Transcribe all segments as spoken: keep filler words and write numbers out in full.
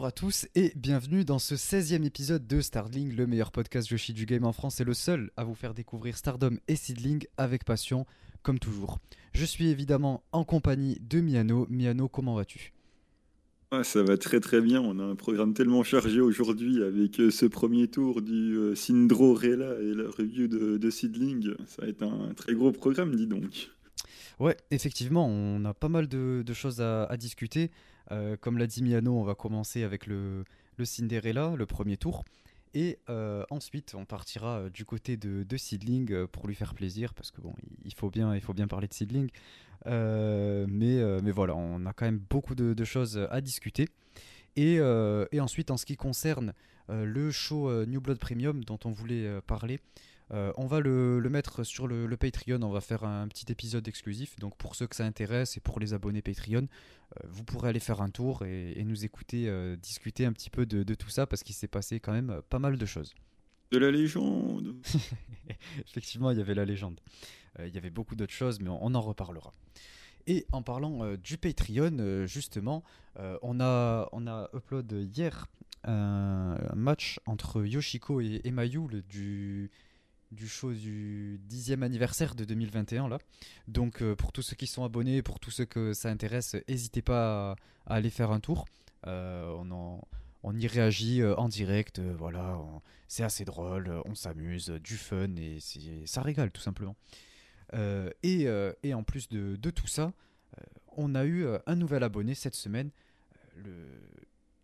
à tous et bienvenue dans ce seizième épisode de Stardling, le meilleur podcast Yoshi du game en France et le seul à vous faire découvrir Stardom et Seedling avec passion, comme toujours. Je suis évidemment en compagnie de Miano. Miano, comment vas-tu ? Ah, ça va très très bien, on a un programme tellement chargé aujourd'hui avec euh, ce premier tour du euh, Cinderella et la review de, de Seedling. Ça va être un, très gros programme, dis donc. Ouais, effectivement, on a pas mal de, de choses à, à discuter. Euh, comme l'a dit Miano, on va commencer avec le, le Cinderella, le premier tour. Et euh, ensuite, on partira euh, du côté de, de Seedling euh, pour lui faire plaisir, parce que bon, il faut bien, il faut bien parler de Seedling. Euh, mais, euh, mais voilà, on a quand même beaucoup de, de choses à discuter. Et, euh, et ensuite, en ce qui concerne euh, le show euh, New Blood Premium dont on voulait euh, parler, euh, on va le, le mettre sur le, le Patreon. On va faire un petit épisode exclusif. Donc pour ceux que ça intéresse et pour les abonnés Patreon, euh, vous pourrez aller faire un tour et, et nous écouter euh, discuter un petit peu de, de tout ça parce qu'il s'est passé quand même euh, pas mal de choses. De la légende. Effectivement, il y avait la légende. Euh, il y avait beaucoup d'autres choses, mais on, on en reparlera. Et en parlant euh, du Patreon, euh, justement, euh, on, a, on a upload hier un, un match entre Yoshiko et, et Mayu le, du, du show du dixième anniversaire de deux mille vingt et un. Là. Donc euh, pour tous ceux qui sont abonnés, pour tous ceux que ça intéresse, n'hésitez pas à, à aller faire un tour. Euh, on, en, on y réagit euh, en direct, euh, voilà, on- c'est assez drôle, on s'amuse, du fun et c'est- ça régale tout simplement. Euh, et, euh, et en plus de, de tout ça, euh, on a eu euh, un nouvel abonné cette semaine. Euh, le-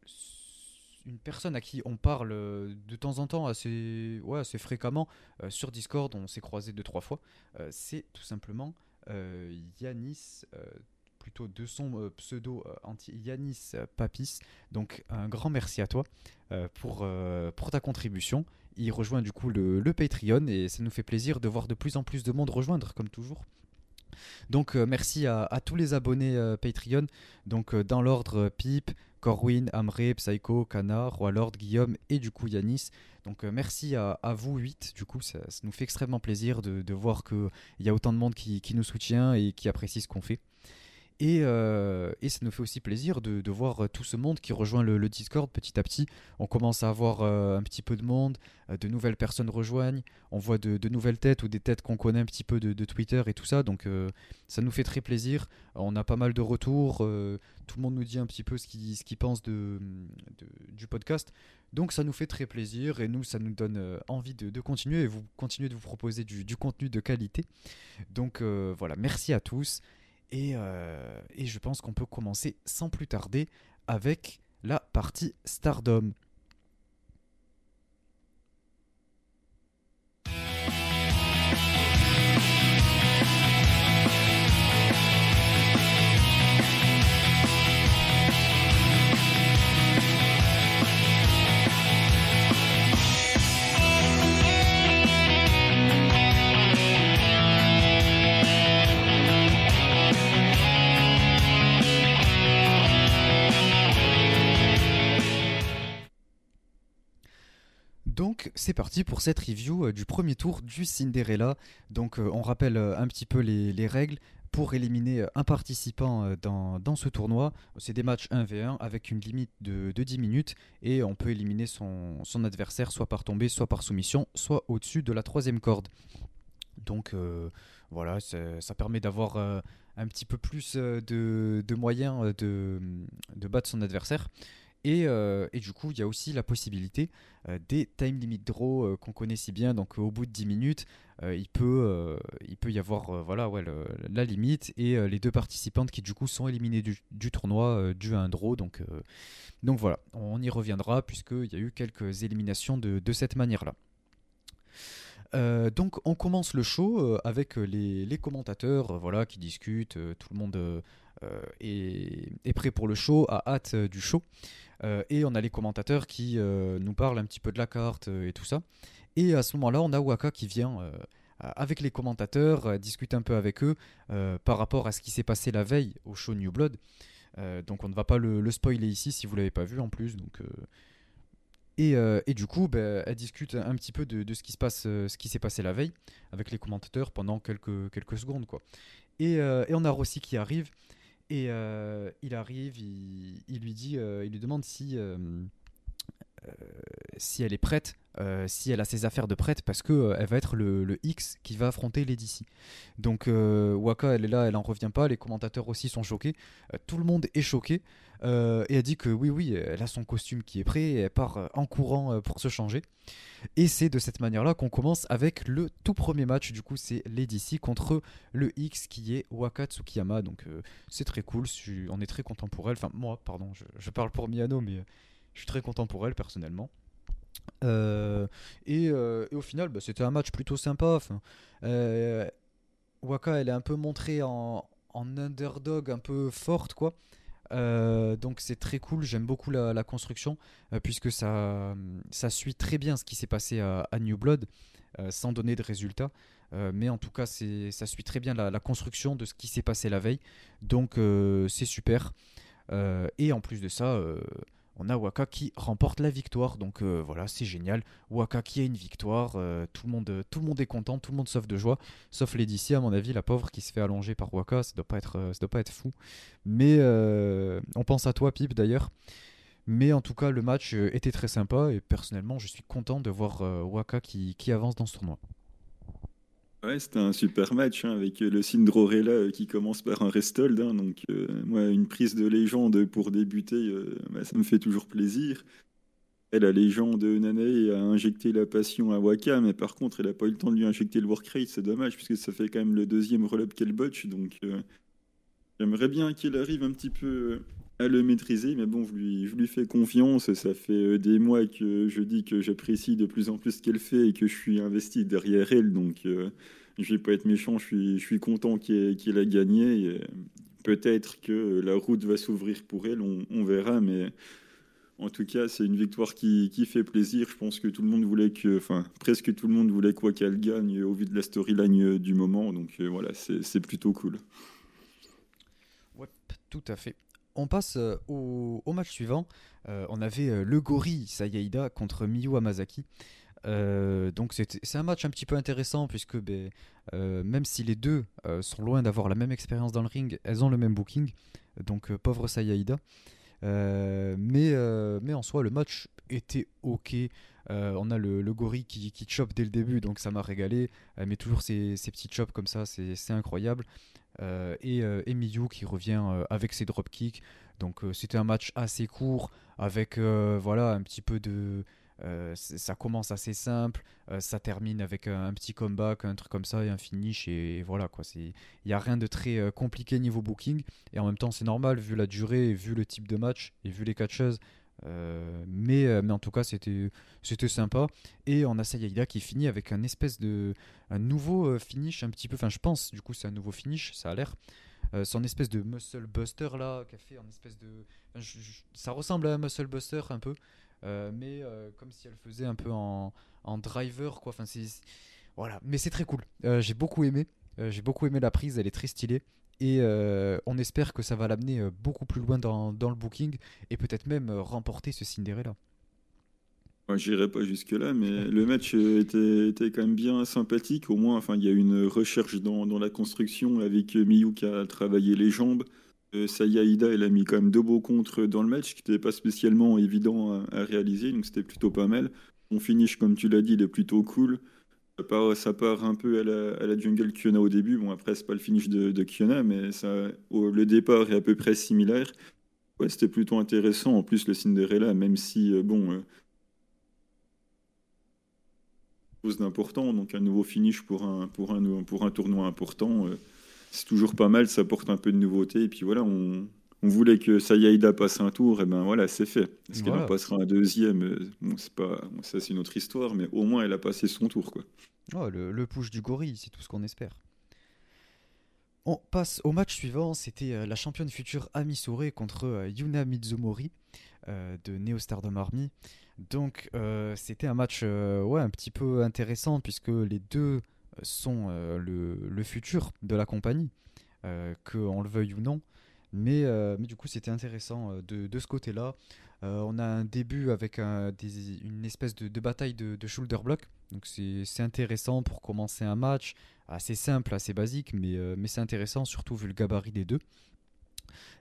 une personne à qui on parle euh, de temps en temps assez, ouais, assez fréquemment euh, sur Discord, on s'est croisé deux trois fois. Euh, c'est tout simplement euh, Yanis, euh, plutôt de son euh, pseudo euh, anti Yanis euh, Papis. Donc un grand merci à toi euh, pour, euh, pour ta contribution. Il rejoint du coup le, le Patreon et ça nous fait plaisir de voir de plus en plus de monde rejoindre comme toujours. Donc euh, merci à, à tous les abonnés euh, Patreon. Donc euh, dans l'ordre euh, Pip, Corwin, Amré, Psycho, Kana, Roi Lord, Guillaume et du coup Yanis. Donc euh, merci à, à vous huit. Du coup ça, ça nous fait extrêmement plaisir de, de voir qu'il y a autant de monde qui, qui nous soutient et qui apprécie ce qu'on fait. Et, euh, et ça nous fait aussi plaisir de, de voir euh, tout ce monde qui rejoint le, le Discord petit à petit. On commence à avoir euh, un petit peu de monde, euh, de nouvelles personnes rejoignent, on voit de, de nouvelles têtes ou des têtes qu'on connaît un petit peu de, de Twitter et tout ça. Donc euh, ça nous fait très plaisir. On a pas mal de retours, euh, tout le monde nous dit un petit peu ce qu'il ce qu'il pense de, de- du podcast. Donc ça nous fait très plaisir et nous ça nous donne euh, envie de, de continuer et vous continuer de vous proposer du, du contenu de qualité. Donc euh, voilà, merci à tous. Et, euh, et je pense qu'on peut commencer sans plus tarder avec la partie Stardom. Donc c'est parti pour cette review euh, du premier tour du Cinderella. Donc euh, on rappelle euh, un petit peu les, les règles. Pour éliminer euh, un participant euh, dans, dans ce tournoi, c'est des matchs un v un avec une limite de, de dix minutes et on peut éliminer son, son adversaire soit par tombée, soit par soumission, soit au-dessus de la troisième corde. Donc euh, voilà, c'est- ça permet d'avoir euh, un petit peu plus euh, de, de moyens euh, de, de battre son adversaire. Et, euh, et du coup, il y a aussi la possibilité euh, des time limit draw euh, qu'on connaît si bien. Donc, au bout de dix minutes, euh, il, peut, euh, il peut y avoir euh, voilà, ouais, le- la limite et euh, les deux participantes qui, du coup, sont éliminées du, du tournoi euh, dû à un draw. Donc, euh, donc voilà, on y reviendra puisqu'il y a eu quelques éliminations de, de cette manière-là. Euh, donc on commence le show euh, avec euh, les, les commentateurs euh, voilà, qui discutent, euh, tout le monde euh, euh, est, est prêt pour le show, a hâte euh, du show. Euh, et on a les commentateurs qui euh, nous parlent un petit peu de la carte euh, et tout ça. Et à ce moment-là, on a Waka qui vient euh, avec les commentateurs, euh, discute un peu avec eux euh, par rapport à ce qui s'est passé la veille au show New Blood. Euh, donc on ne va pas le, le spoiler ici si vous ne l'avez pas vu en plus. Donc, euh, et, euh, et du coup, ben, elle discute un petit peu de, de ce qui se passe, euh, ce qui s'est passé la veille avec les commentateurs pendant quelques, quelques secondes, quoi. Et, euh, et on a Rossi qui arrive Et euh, il arrive, il, il lui dit, euh, il lui demande si, euh, euh, si elle est prête, euh, si elle a ses affaires de prête, parce que euh, elle va être le, le X qui va affronter Lady C. Donc euh, Waka, elle est là, elle en revient pas. Les commentateurs aussi sont choqués. Euh, tout le monde est choqué. Euh, et elle dit que oui, oui, elle a son costume qui est prêt. Et elle part euh, en courant euh, pour se changer. Et c'est de cette manière-là qu'on commence avec le tout premier match. Du coup, c'est Lady C contre le X qui est Waka Tsukiyama. Donc euh, c'est très cool. Je- on est très content pour elle. Enfin, moi, pardon, je, je parle pour Miyano, mais euh, je suis très content pour elle personnellement. Euh, et, euh, et au final, bah, c'était un match plutôt sympa. Enfin, euh, Waka, elle est un peu montrée en, en underdog, un peu forte, quoi. Euh, donc c'est très cool, j'aime beaucoup la, la construction, euh, puisque ça, ça suit très bien ce qui s'est passé à, à New Blood, euh, sans donner de résultats. Euh, mais en tout cas, c'est, ça suit très bien la, la construction de ce qui s'est passé la veille. Donc euh, c'est super. Euh, et en plus de ça, euh, on a Waka qui remporte la victoire. Donc euh, voilà, c'est génial. Waka qui a une victoire. Euh, tout, le monde, tout le monde est content, tout le monde sauf de joie. Sauf Lady C, à mon avis, la pauvre qui se fait allonger par Waka. Ça doit pas être, euh, ça doit pas être fou. Mais euh, on pense à toi, Pip, d'ailleurs. Mais en tout cas, le match euh, était très sympa. Et personnellement, je suis content de voir euh, Waka qui, qui avance dans ce tournoi. Ouais, c'était un super match hein, avec euh, le Cinderella euh, qui commence par un restold. Hein, donc, euh, moi, une prise de légende pour débuter, euh, bah, ça me fait toujours plaisir. Et la légende Nanae a injecté la passion à Waka, mais par contre, elle n'a pas eu le temps de lui injecter le work rate. C'est dommage, puisque ça fait quand même le deuxième roll-up qu'elle botch. Donc, euh, j'aimerais bien qu'il arrive un petit peu à le maîtriser, mais bon, je lui, je lui fais confiance. Ça fait euh, des mois que je dis que j'apprécie de plus en plus ce qu'elle fait et que je suis investi derrière elle. Donc, euh, je vais pas être méchant, je suis, je suis content qu'il qu'il a gagné. Et, euh, peut-être que la route va s'ouvrir pour elle, on, on verra, mais en tout cas, c'est une victoire qui, qui fait plaisir. Je pense que tout le monde voulait que, enfin, presque tout le monde voulait quoi qu'elle gagne au vu de la storyline euh, du moment. Donc euh, voilà, c'est c'est plutôt cool. Ouais, tout à fait. On passe euh, au, au match suivant. Euh, on avait euh, le gorille Sayaida contre Miyu Hamasaki. Euh, donc c'est c'est un match un petit peu intéressant puisque ben, euh, même si les deux euh, sont loin d'avoir la même expérience dans le ring, elles ont le même booking. Donc euh, pauvre Sayaida. Euh, mais, euh, mais en soi, le match était ok. Euh, on a le, le gorille qui, qui chope dès le début, donc ça m'a régalé. Elle met toujours ses, ses petits chops comme ça, c'est c'est incroyable. Euh, et, euh, et Miyu qui revient euh, avec ses dropkicks. Donc euh, c'était un match assez court avec euh, voilà un petit peu de euh, c- ça commence assez simple, euh, ça termine avec un, un petit comeback, un truc comme ça et un finish et, et voilà quoi. C'est il y a rien de très euh, compliqué niveau booking et en même temps c'est normal vu la durée, et vu le type de match et vu les catcheuses. Euh, mais, euh, mais en tout cas c'était c'était sympa et on a Sayaida qui finit avec un espèce de un nouveau euh, finish un petit peu, enfin je pense du coup c'est un nouveau finish, ça a l'air. Euh, son espèce de muscle buster là, qu'a fait en espèce de... enfin, je- je- ça ressemble à un muscle buster un peu, euh, mais euh, comme si elle faisait un peu en, en driver quoi, enfin c'est... Voilà, mais c'est très cool. Euh, j'ai beaucoup aimé, Euh, j'ai beaucoup aimé la prise, elle est très stylée. Et euh, on espère que ça va l'amener euh, beaucoup plus loin dans, dans le booking et peut-être même euh, remporter ce Cinderella. Moi, j'irai pas jusque-là, mais le match euh, était, était quand même bien sympathique. Au moins, enfin, il y a une recherche dans, dans la construction avec euh, Miyu qui a travaillé les jambes. Euh, Saya Ida, elle a mis quand même deux beaux contres dans le match, qui n'était pas spécialement évident à, à réaliser, donc c'était plutôt pas mal. Son finish, comme tu l'as dit, il est plutôt cool. Ça part, ça part un peu à la, à la Jungle Kiona au début. Bon, après, c'est pas le finish de, de Kiona, mais ça, au- le départ est à peu près similaire. Ouais, c'était plutôt intéressant. En plus, le Cinderella, même si, euh, bon, euh, chose d'important, donc un nouveau finish pour un, pour un, pour un tournoi important, euh, c'est toujours pas mal, ça apporte un peu de nouveauté. Et puis voilà, on, on voulait que Sayaida passe un tour, et ben voilà, c'est fait. Est-ce qu'elle en Voilà. passera un deuxième? euh, Bon, c'est pas, bon, ça c'est une autre histoire, mais au moins elle a passé son tour, quoi. Oh, le, le push du gorille, c'est tout ce qu'on espère. On passe au match suivant, c'était euh, la championne future Ami Souré contre euh, Yuna Mizumori euh, de Neo Stardom Army. Donc euh, c'était un match euh, ouais, un petit peu intéressant puisque les deux euh, sont euh, le, le futur de la compagnie, euh, qu'on le veuille ou non. Mais, euh, mais du coup c'était intéressant euh, de, de ce côté-là. Euh, on a un début avec un- des- une espèce de, de bataille de, de shoulder block. Donc c'est c'est intéressant pour commencer un match assez simple, assez basique, mais, euh, mais c'est intéressant, surtout vu le gabarit des deux.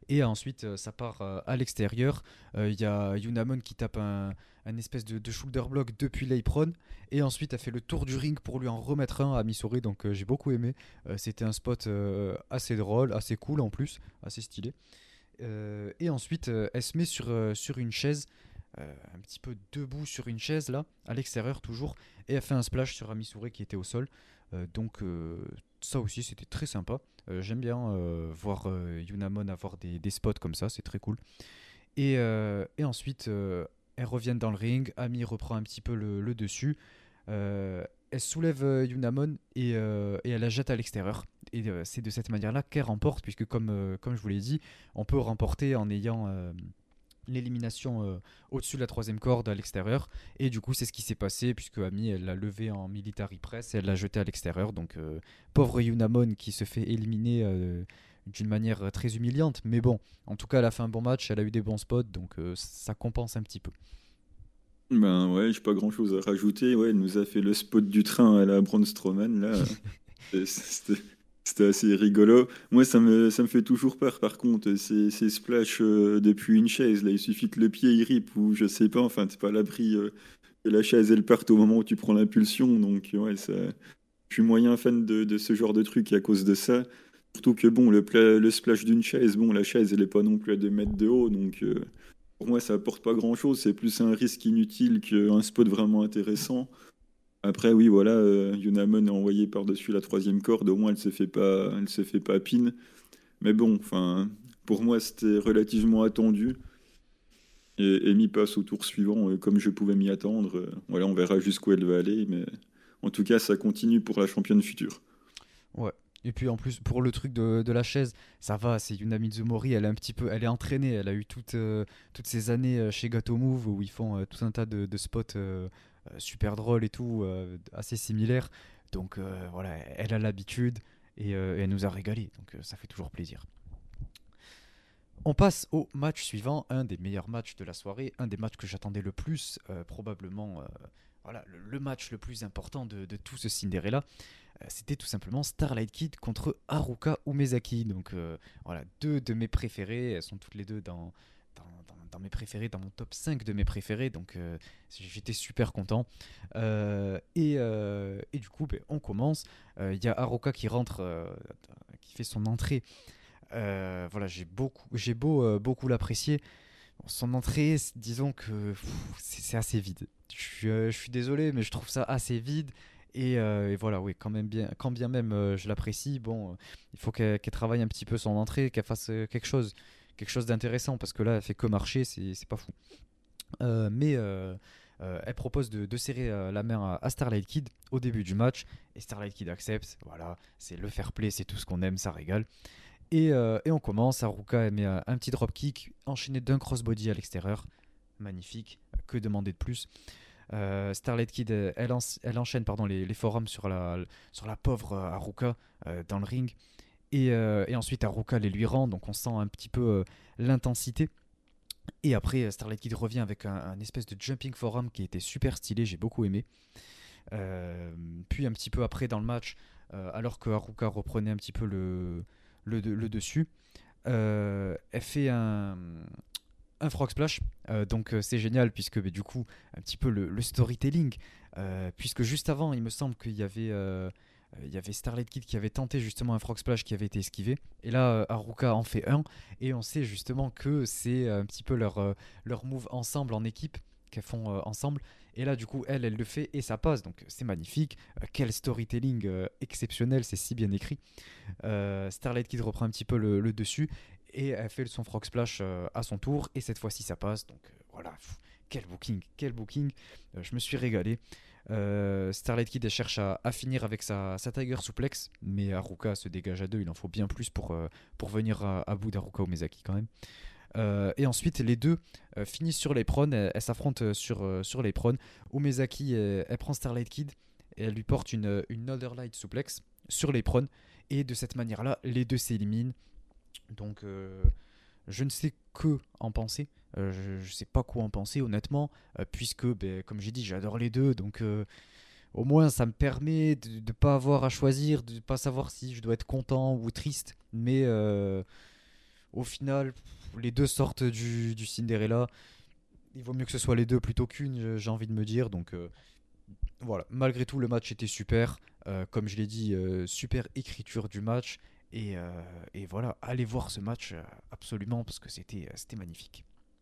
Et ensuite, euh, ça part euh, à l'extérieur. Euh, Il y a Yunamon qui tape un, un espèce de, de shoulder block depuis l'apron. Et ensuite, a fait le tour du ring pour lui en remettre un à Missouri. Donc, euh, j'ai beaucoup aimé. Euh, c'était un spot euh, assez drôle, assez cool en plus, assez stylé. Euh, et ensuite, euh, elle se met sur, euh, sur une chaise, euh, un petit peu debout sur une chaise là, à l'extérieur toujours, et elle fait un splash sur Amisure qui était au sol. Euh, donc euh, ça aussi c'était très sympa. Euh, j'aime bien euh, voir euh, Yunamon avoir des, des spots comme ça, c'est très cool. Et, euh, et ensuite, euh, elles reviennent dans le ring, Ami reprend un petit peu le, le dessus. Euh, elle soulève euh, Yunamon et, euh, et elle la jette à l'extérieur. Et euh, c'est de cette manière-là qu'elle remporte, puisque comme, euh, comme je vous l'ai dit, on peut remporter en ayant euh, l'élimination euh, au-dessus de la troisième corde à l'extérieur. Et du coup, c'est ce qui s'est passé, puisque Ami, elle l'a levé en military press et elle l'a jeté à l'extérieur. Donc, euh, pauvre Yunamon qui se fait éliminer euh, d'une manière très humiliante. Mais bon, en tout cas, elle a fait un bon match, elle a eu des bons spots, donc euh, ça compense un petit peu. Ben ouais, j'ai pas grand-chose à rajouter. Ouais, elle nous a fait le spot du train à la Braun Strowman, là. Et C'était c'était assez rigolo. Moi, ça me, ça me fait toujours peur, par contre, ces, ces splash euh, depuis une chaise. Là, il suffit que le pied il rip ou je sais pas, enfin, t'es pas à l'abri euh, que la chaise elle parte au moment où tu prends l'impulsion. Donc, ouais, ça, je suis moyen fan de, de ce genre de truc à cause de ça. Surtout que, bon, le, pla- le splash d'une chaise, bon, la chaise elle est pas non plus à deux mètres de haut. Donc, euh, pour moi, ça apporte pas grand-chose. C'est plus un risque inutile qu'un spot vraiment intéressant. Après, oui, voilà, euh, Yunamon est envoyée par-dessus la troisième corde. Au moins, elle se fait pas, elle se fait pas pin. Mais bon, enfin, pour moi, c'était relativement attendu. Et Amy passe au tour suivant, euh, comme je pouvais m'y attendre. Euh, voilà, on verra jusqu'où elle va aller. Mais en tout cas, ça continue pour la championne future. Ouais. Et puis en plus, pour le truc de, de la chaise, ça va, c'est Yuna Mizumori, elle est un petit peu, elle est entraînée, elle a eu toutes, euh, toutes ces années euh, chez Gato Move où ils font euh, tout un tas de, de spots euh, euh, super drôles et tout, euh, assez similaires. Donc euh, voilà, elle a l'habitude et, euh, et elle nous a régalé, donc euh, ça fait toujours plaisir. On passe au match suivant, un des meilleurs matchs de la soirée, un des matchs que j'attendais le plus, euh, probablement euh, voilà, le, le match le plus important de, de tout ce Cinderella. Euh, c'était tout simplement Starlight Kid contre Haruka Umezaki. Donc euh, voilà, deux de mes préférés, elles sont toutes les deux dans, dans, dans- dans mes préférés, dans mon top cinq de mes préférés. Donc euh, j'étais super content. Euh, et, euh, et du coup, ben, on commence. Euh, Il y a Haruka qui rentre, euh, qui fait son entrée. Euh, voilà, j'ai beaucoup, j'ai beau euh, beaucoup l'apprécier. Bon, son entrée, c- disons que pff, c'est c'est assez vide. Je suis, euh, je suis désolé, mais je trouve ça assez vide. Et, euh, et voilà, oui, quand même bien, quand bien même euh, je l'apprécie, bon, euh, il faut qu'elle qu'elle travaille un petit peu son entrée, qu'elle fasse euh, quelque chose, quelque chose d'intéressant, parce que là, elle fait que marcher, c'est c'est pas fou. Euh, mais euh, euh, elle propose de, de serrer euh, la main à, à Starlight Kid au début du match, et Starlight Kid accepte. Voilà, c'est le fair play, c'est tout ce qu'on aime, ça régale. Et, euh, et on commence. Haruka elle met un, un petit dropkick enchaîné d'un crossbody à l'extérieur. Magnifique. Que demander de plus. Euh, Starlight Kid, euh, elle, en- elle enchaîne pardon, les, les forums sur la, sur la pauvre euh, Haruka euh, dans le ring. Et, euh, et ensuite, Haruka les lui rend. Donc on sent un petit peu euh, l'intensité. Et après, euh, Starlight Kid revient avec un, un espèce de jumping forum qui était super stylé. J'ai beaucoup aimé. Euh, Puis un petit peu après dans le match, euh, alors que Haruka reprenait un petit peu le, le, le dessus, euh, elle fait un, un frog splash. Euh, donc euh, c'est génial puisque bah, du coup, un petit peu le, le storytelling. Euh, puisque juste avant, il me semble qu'il y avait, euh, il y avait Starlight Kid qui avait tenté justement un frog splash qui avait été esquivé. Et là, euh, Haruka en fait un. Et on sait justement que c'est un petit peu leur, euh, leur move ensemble en équipe qu'elles font euh, ensemble. Et là, du coup, elle, elle le fait et ça passe. Donc c'est magnifique. Euh, quel storytelling euh, exceptionnel, c'est si bien écrit. Euh, Starlight Kid reprend un petit peu le, le dessus et elle fait son frog splash euh, à son tour et cette fois-ci ça passe. Donc euh, voilà, pff, quel booking, quel booking. Euh, je me suis régalé. Euh, Starlight Kid elle cherche à, à finir avec sa, sa Tiger Suplex, mais Haruka se dégage à deux. Il en faut bien plus pour, euh, pour venir à, à bout d'Haruka Umezaki quand même. Euh, et ensuite, les deux euh, finissent sur l'apron. Elles, elles s'affrontent sur, euh, sur l'apron. Umezaki, elle, elle prend Starlight Kid et elle lui porte une, une Northern Light Suplex sur l'apron. Et de cette manière-là, les deux s'éliminent. Donc, euh, je ne sais que en penser. Euh, je ne sais pas quoi en penser, honnêtement. euh, puisque, ben, comme j'ai dit, j'adore les deux. Donc, euh, au moins, ça me permet de ne pas avoir à choisir, de ne pas savoir si je dois être content ou triste. Mais. euh, au final, pff, les deux sortent du, du Cinderella. Il vaut mieux que ce soit les deux plutôt qu'une, j'ai j'ai envie de me dire. Donc euh, voilà, malgré tout, le match était super. Euh, comme je l'ai dit, euh, super écriture du match. Et, euh, et voilà, allez voir ce match euh, absolument parce que c'était euh, c'était magnifique.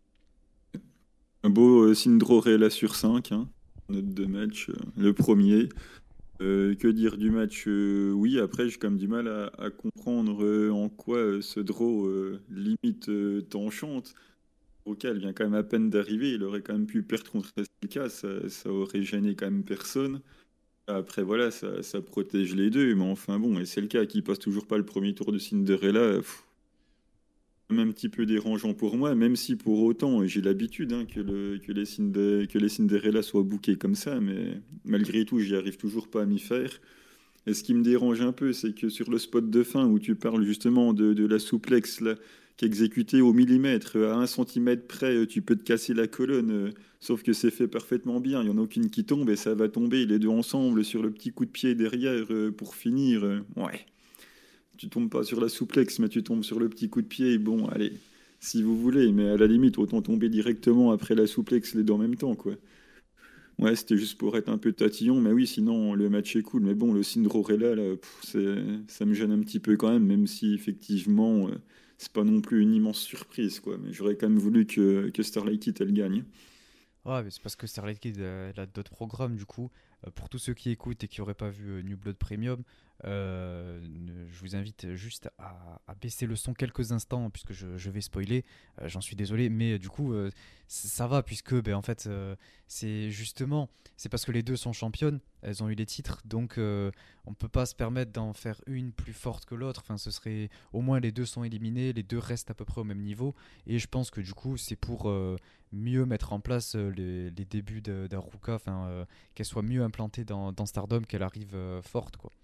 Un beau euh, Cinderella sur cinq, hein. Note de match, euh, le premier. Euh, que dire du match? Euh, Oui, après, j'ai quand même du mal à, à comprendre euh, en quoi euh, ce draw euh, limite euh, t'enchante. Auquel vient quand même à peine d'arriver, il aurait quand même pu perdre contre S L K, ça, ça aurait gêné quand même personne. Après, voilà, ça, ça protège les deux, mais enfin bon, S L K qui passe toujours pas le premier tour de Cinderella, pff, même un petit peu dérangeant pour moi, même si pour autant j'ai l'habitude hein, que, le, que, les Cinde- que les Cinderella soient bookés comme ça, mais malgré tout, j'y arrive toujours pas à m'y faire. Et ce qui me dérange un peu, c'est que sur le spot de fin où tu parles justement de, de la souplex là, qui est exécutée au millimètre, à un centimètre près, euh, tu peux te casser la colonne, euh, sauf que c'est fait parfaitement bien. Il n'y en a aucune qui tombe et ça va tomber les deux ensemble sur le petit coup de pied derrière euh, pour finir. euh, ouais, tu tombes pas sur la souplex, mais tu tombes sur le petit coup de pied. Bon, allez, si vous voulez, mais à la limite, autant tomber directement après la souplex les deux en même temps, quoi. Ouais, c'était juste pour être un peu tatillon, mais oui, sinon le match est cool. Mais bon, le Cinderella, là, pff, c'est, ça me gêne un petit peu quand même, même si effectivement, euh, c'est pas non plus une immense surprise, quoi. Mais j'aurais quand même voulu que, que Starlight Kid, elle gagne. Ouais, mais c'est parce que Starlight Kid euh, elle a d'autres programmes du coup. Euh, pour tous ceux qui écoutent et qui n'auraient pas vu euh, New Blood Premium, euh, ne- je vous invite juste à, à baisser le son quelques instants puisque je, je vais spoiler. Euh, j'en suis désolé, mais euh, du coup euh, c- ça va puisque ben, en fait euh, c'est justement c'est parce que les deux sont championnes, elles ont eu les titres, donc euh, on peut pas se permettre d'en faire une plus forte que l'autre. Enfin, ce serait au moins les deux sont éliminés, les deux restent à peu près au même niveau et je pense que du coup c'est pour euh, mieux mettre en place euh, les, les débuts de- d'Aruka, enfin, euh, qu'elle soit mieux implantée dans, dans Stardom, qu'elle arrive euh, forte, quoi.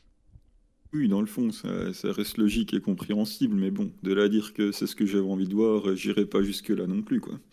Oui, dans le fond, ça, ça reste logique et compréhensible, mais bon, de là à dire que c'est ce que j'avais envie de voir, euh, j'irai pas jusque-là non plus, quoi.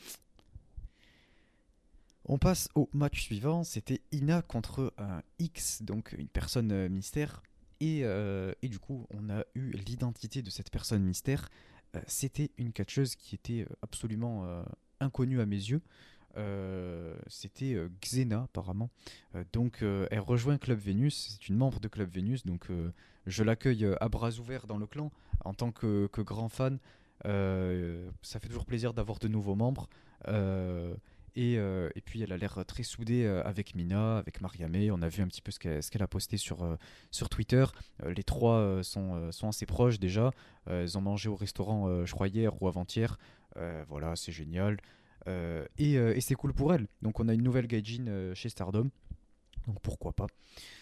On passe au match suivant, c'était Ina contre un X, donc une personne euh, mystère. Et, euh, et du coup, on a eu l'identité de cette personne mystère. Euh, c'était une catcheuse qui était euh, absolument euh, inconnue à mes yeux. Euh, c'était euh, Xena apparemment. Euh, donc euh, elle rejoint Club Venus, c'est une membre de Club Venus, donc euh, je l'accueille euh, à bras ouverts dans le clan en tant que, que grand fan. Euh, ça fait toujours plaisir d'avoir de nouveaux membres. Euh, et, euh, et puis elle a l'air très soudée euh, avec Mina, avec Mariame. On a vu un petit peu ce qu'elle, ce qu'elle a posté sur, euh, sur Twitter. Euh, les trois euh, sont, euh, sont assez proches déjà. Euh, elles ont mangé au restaurant, euh, je crois, hier ou avant-hier. Euh, voilà, c'est génial. Euh, et, euh, et c'est cool pour elle. Donc on a une nouvelle gaijin euh, chez Stardom. Donc pourquoi pas.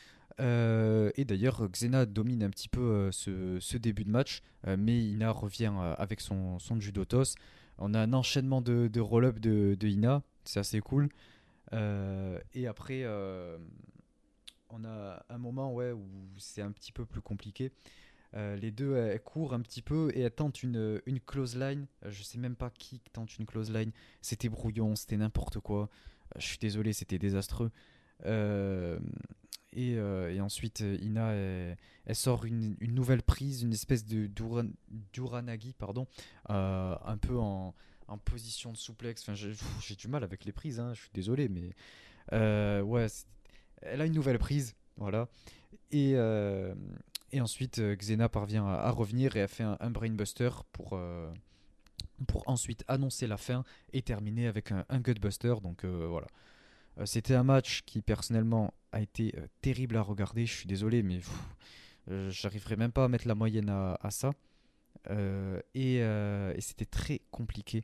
Euh, et d'ailleurs, Xena domine un petit peu euh, ce, ce début de match. Euh, mais Ina revient euh, avec son, son Judotos. On a un enchaînement de, de roll-up de, de Ina. C'est assez cool. Euh, et après, euh, on a un moment ouais, où c'est un petit peu plus compliqué. Euh, les deux elles courent un petit peu et elles tentent une, une close line. Euh, je sais même pas qui tente une close line. C'était brouillon, c'était n'importe quoi. Euh, je suis désolé, c'était désastreux. Euh, et, euh, et ensuite, euh, Ina, elle, elle sort une, une nouvelle prise, une espèce de Duran- Duranagi, pardon, euh, un peu en, en position de souplex. Enfin, j'ai pff, j'ai du mal avec les prises, hein, je suis désolé, mais euh, ouais, c'est- elle a une nouvelle prise, voilà. Et, euh, et ensuite, euh, Xena parvient à, à revenir et a fait un, un brainbuster pour, euh, pour ensuite annoncer la fin et terminer avec un, un gutbuster. Donc euh, voilà. Euh, C'était un match qui personnellement a été euh, terrible à regarder. Je suis désolé, mais pff, euh, j'arriverai même pas à mettre la moyenne à, à ça. Euh, et euh, et c'était très compliqué.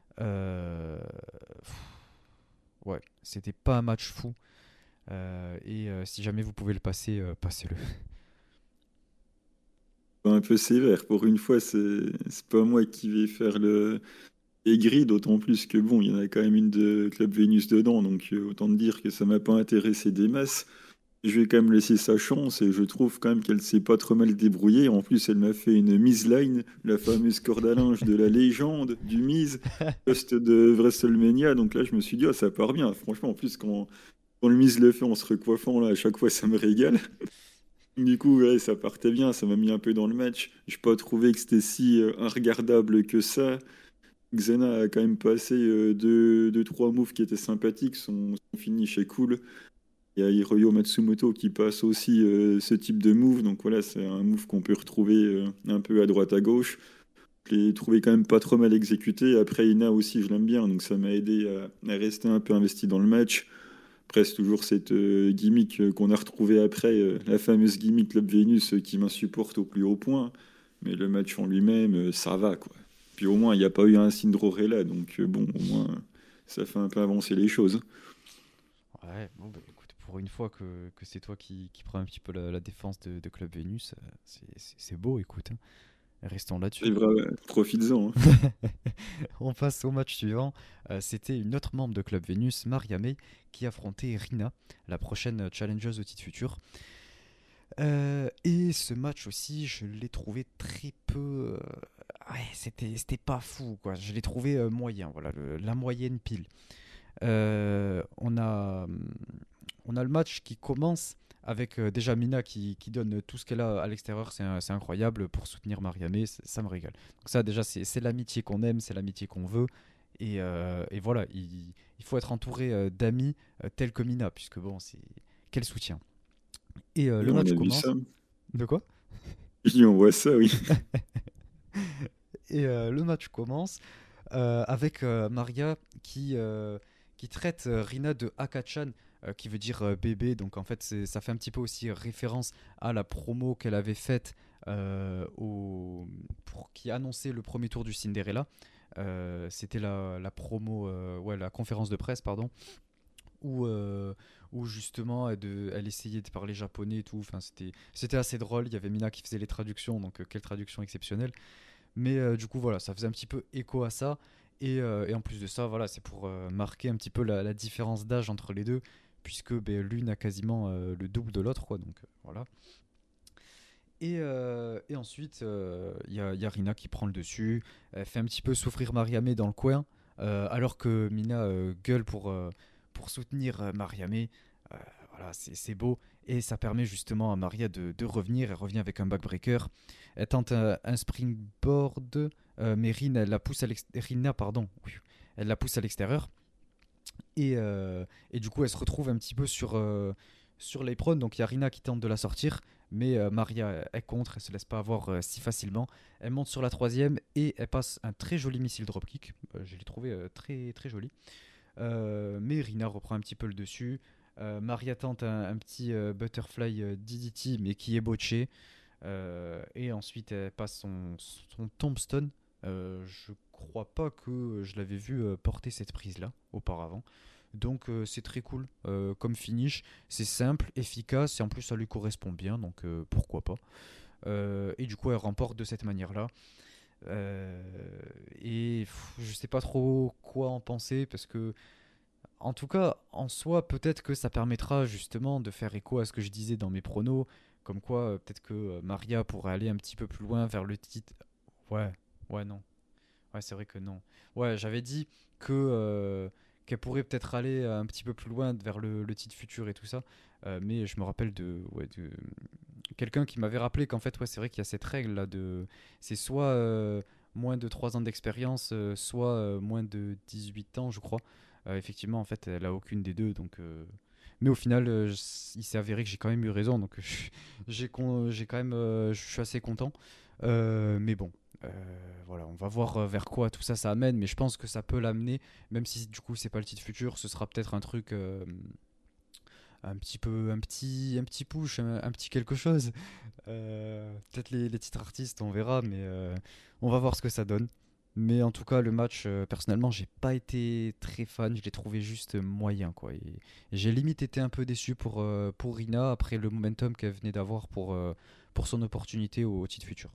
Euh, pff, ouais, c'était pas un match fou. Euh, et euh, si jamais vous pouvez le passer, euh, passez-le. Un peu sévère, pour une fois, c'est c'est pas moi qui vais faire le aigri, d'autant plus que bon, il y en a quand même une de Club Vénus dedans, donc euh, autant te dire que ça m'a pas intéressé des masses. Je vais quand même laisser sa chance et je trouve quand même qu'elle s'est pas trop mal débrouillée. En plus, elle m'a fait une mise line, la fameuse corde à linge de la légende du mise post de WrestleMania. Donc là, je me suis dit, ah, ça part bien. Franchement, en plus, quand, quand le mise le fait en se recoiffant, là, à chaque fois, ça me régale. Du coup, ouais, ça partait bien, ça m'a mis un peu dans le match. Je n'ai pas trouvé que c'était si euh, regardable que ça. Xena a quand même passé euh, deux, deux, trois moves qui étaient sympathiques, son, son finish est cool. Il y a Hiroyo Matsumoto qui passe aussi euh, ce type de move, donc voilà, c'est un move qu'on peut retrouver euh, un peu à droite à gauche. Je l'ai trouvé quand même pas trop mal exécuté. Après, Ina aussi, je l'aime bien, donc ça m'a aidé à, à rester un peu investi dans le match. Après, c'est toujours cette euh, gimmick euh, qu'on a retrouvée après, euh, la fameuse gimmick Club Vénus euh, qui m'insupporte au plus haut point. Mais le match en lui-même, euh, ça va, quoi. Puis au moins, il n'y a pas eu un Cinderella, donc euh, bon, au moins, ça fait un peu avancer les choses. Ouais, bon, bah, écoute, pour une fois que, que c'est toi qui, qui prends un petit peu la, la défense de, de Club Vénus, euh, c'est c'est- c'est beau, écoute, hein. Restons C'est là-dessus. vrai, ouais, profites-en, hein. On passe au match suivant. Euh, C'était une autre membre de Club Vénus, Maria May, qui affrontait Rina, la prochaine challengeuse au titre futur. Euh, et ce match aussi, je l'ai trouvé très peu. euh, ouais, c'était c'était pas fou, quoi. Je l'ai trouvé euh, moyen, voilà, le- la moyenne pile. Euh, on a, hum, on a le match qui commence avec euh, déjà Mina qui, qui donne tout ce qu'elle a à l'extérieur, c'est un- c'est incroyable pour soutenir Mariamé, ça, ça me régale. Donc ça déjà c'est c'est l'amitié qu'on aime, c'est l'amitié qu'on veut. Et, euh, et voilà, il, il faut être entouré euh, d'amis euh, tels que Mina, puisque bon, c'est quel soutien. Et euh, Et le on match a vu commence. ça. De quoi? Et on voit ça, oui. Et euh, le match commence euh, avec euh, Maria qui, euh, qui traite euh, Rina de Akachan, euh, qui veut dire euh, bébé. Donc en fait, c'est- ça fait un petit peu aussi référence à la promo qu'elle avait faite euh, au, pour, qui annonçait le premier tour du Cinderella. Euh, C'était la, la promo, euh, ouais, la conférence de presse, pardon, où, euh, où justement elle, de- elle essayait de parler japonais et tout. Enfin, c'était, c'était assez drôle. Il y avait Mina qui faisait les traductions, donc euh, quelle traduction exceptionnelle. Mais euh, du coup, voilà, ça faisait un petit peu écho à ça. Et, euh, et en plus de ça, voilà, c'est pour euh, marquer un petit peu la, la différence d'âge entre les deux, puisque ben, l'une a quasiment euh, le double de l'autre, quoi. Donc euh, voilà. Et, euh, et ensuite, il euh, y, a, y a Rina qui prend le dessus. Elle fait un petit peu souffrir Mariamé dans le coin, euh, alors que Mina euh, gueule pour, euh, pour soutenir euh, Mariamé. Euh, voilà, c'est c'est beau. Et ça permet justement à Maria de, de revenir. Elle revient avec un backbreaker. Elle tente un, un springboard, euh, mais Rina, elle la pousse à l'ex- Rina, pardon, oui, elle la pousse à l'extérieur. Et, euh, et du coup, elle se retrouve un petit peu sur, euh, sur l'apron. Donc il y a Rina qui tente de la sortir, mais euh, Maria est contre, elle se laisse pas avoir euh, si facilement. Elle monte sur la troisième et elle passe un très joli missile dropkick. Euh, je l'ai trouvé euh, très, très joli. Euh, mais Rina reprend un petit peu le dessus. Euh, Maria tente un, un petit euh, butterfly euh, D D T, mais qui est botché. Euh, et ensuite, elle passe son, son tombstone. Euh, je crois pas que je l'avais vu euh, porter cette prise-là auparavant. Donc euh, c'est très cool euh, comme finish. C'est simple, efficace et en plus ça lui correspond bien. Donc euh, pourquoi pas. Euh, et du coup, elle remporte de cette manière-là. Euh, et pff, je sais pas trop quoi en penser parce que en tout cas, en soi, peut-être que ça permettra justement de faire écho à ce que je disais dans mes pronos, comme quoi euh, peut-être que euh, Maria pourrait aller un petit peu plus loin vers le titre. Ouais, ouais, non. Ouais, c'est vrai que non. Ouais, j'avais dit que euh, qu'elle pourrait peut-être aller un petit peu plus loin vers le, le titre futur et tout ça, euh, mais je me rappelle de, ouais, de quelqu'un qui m'avait rappelé qu'en fait, ouais, c'est vrai qu'il y a cette règle là de, c'est soit euh, moins de trois ans d'expérience, euh, soit euh, moins de dix-huit ans, je crois. Euh, effectivement, en fait, elle a aucune des deux, donc. euh, Mais au final, euh, je- il s'est avéré que j'ai quand même eu raison, donc j'ai con- j'ai quand même, euh, je suis assez content. Euh, mais bon, euh, voilà, on va voir euh, vers quoi tout ça ça amène, mais je pense que ça peut l'amener, même si du coup c'est pas le titre futur, ce sera peut-être un truc euh, un petit peu, un petit, un petit push, un, un petit quelque chose. Euh, peut-être les, les titres artistes, on verra, mais euh, on va voir ce que ça donne. Mais en tout cas, le match, euh, personnellement, j'ai pas été très fan. Je l'ai trouvé juste moyen, quoi. Et, et j'ai limite été un peu déçu pour, euh, pour Rina après le momentum qu'elle venait d'avoir pour, euh, pour son opportunité au, au titre futur.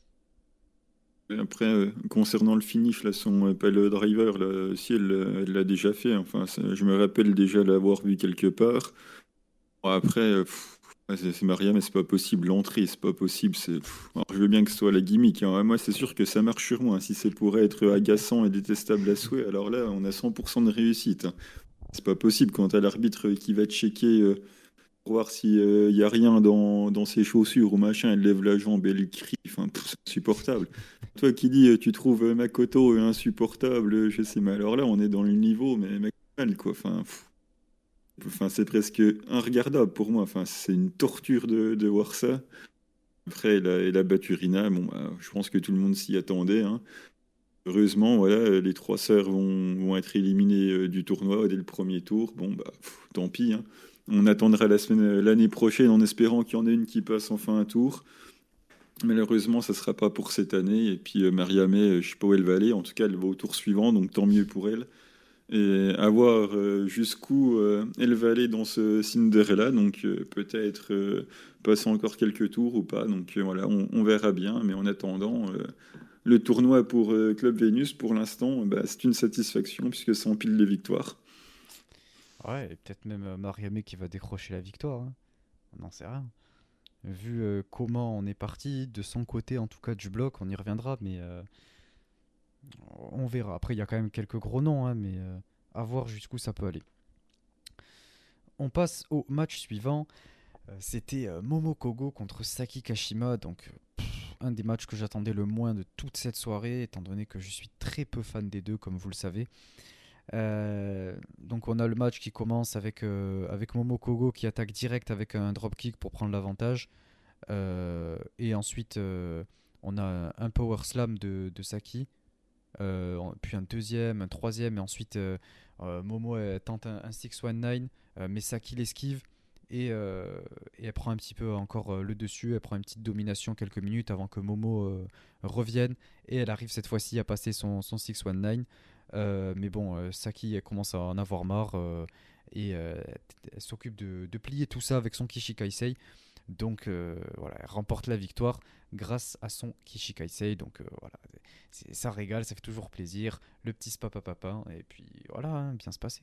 Et après, euh, concernant le finish, là, son euh, pile driver, là, si elle l'a elle l'a déjà fait, enfin, ça- je me rappelle déjà l'avoir vu quelque part. Bon, après, euh, pff, ouais, c'est c'est Maria, mais c'est pas possible. L'entrée, c'est pas possible. C'est, pff, alors, je veux bien que ce soit la gimmick, hein. Ouais, moi, c'est sûr que ça marche sur moi, hein. Si c'est pour être agaçant et détestable à souhait, alors là, on a cent pour cent de réussite, hein. C'est pas possible quand t'as l'arbitre qui va checker. euh, pour voir s'il n'y a rien dans, dans ses chaussures ou machin, elle lève la jambe et elle crie, enfin, pff, c'est insupportable. Toi qui dis, euh, tu trouves euh, Makoto euh, insupportable, euh, je sais, mais alors là, on est dans le niveau, mais maximal, quoi. Enfin, pff, enfin, c'est presque inregardable pour moi. Enfin, c'est une torture de, de voir ça. Après, elle a, elle a battu Rina. Bon, bah, je pense que tout le monde s'y attendait, hein. Heureusement, voilà, euh, les trois sœurs vont, vont être éliminées euh, du tournoi dès le premier tour. Bon, bah, pff, tant pis, hein. On attendra la semaine, euh, l'année prochaine en espérant qu'il y en ait une qui passe enfin un tour. Malheureusement, ça ne sera pas pour cette année. Et puis, euh, Mariamé, euh, je ne sais pas où elle va aller. En tout cas, elle va au tour suivant, donc tant mieux pour elle. Et à voir euh, jusqu'où euh, elle va aller dans ce Cinderella. Donc, euh, peut-être euh, passer encore quelques tours ou pas. Donc, euh, voilà, on, on verra bien. Mais en attendant, euh, le tournoi pour euh, Club Vénus, pour l'instant, bah, c'est une satisfaction puisque ça empile les victoires. Ouais, et peut-être même euh, Mariamé qui va décrocher la victoire, hein. On n'en sait rien. Vu euh, comment on est parti, de son côté en tout cas du bloc, on y reviendra, mais euh, on verra. Après, il y a quand même quelques gros noms, hein, mais euh, à voir jusqu'où ça peut aller. On passe au match suivant. Euh, C'était euh, Momokogo contre Saki Kashima, donc euh, pff, un des matchs que j'attendais le moins de toute cette soirée, étant donné que je suis très peu fan des deux, comme vous le savez. Euh, donc on a le match qui commence avec, euh, avec Momokogo qui attaque direct avec un dropkick pour prendre l'avantage. Euh, et ensuite, euh, on a un power slam de, de Saki, euh, puis un deuxième, un troisième, et ensuite euh, euh, Momo elle tente un, un six dix-neuf, euh, mais Saki l'esquive. Et, euh, et elle prend un petit peu encore euh, le dessus, elle prend une petite domination quelques minutes avant que Momo euh, revienne. Et elle arrive cette fois-ci à passer son, son six dix-neuf. Euh, mais bon, euh, Saki elle commence à en avoir marre euh, et euh, elle s'occupe de, de plier tout ça avec son Kishikaisei. Donc euh, voilà, elle remporte la victoire grâce à son Kishikaisei. Donc euh, voilà, c'est- ça régale, ça fait toujours plaisir. Le petit papa papa, et puis voilà, hein, bien se passer.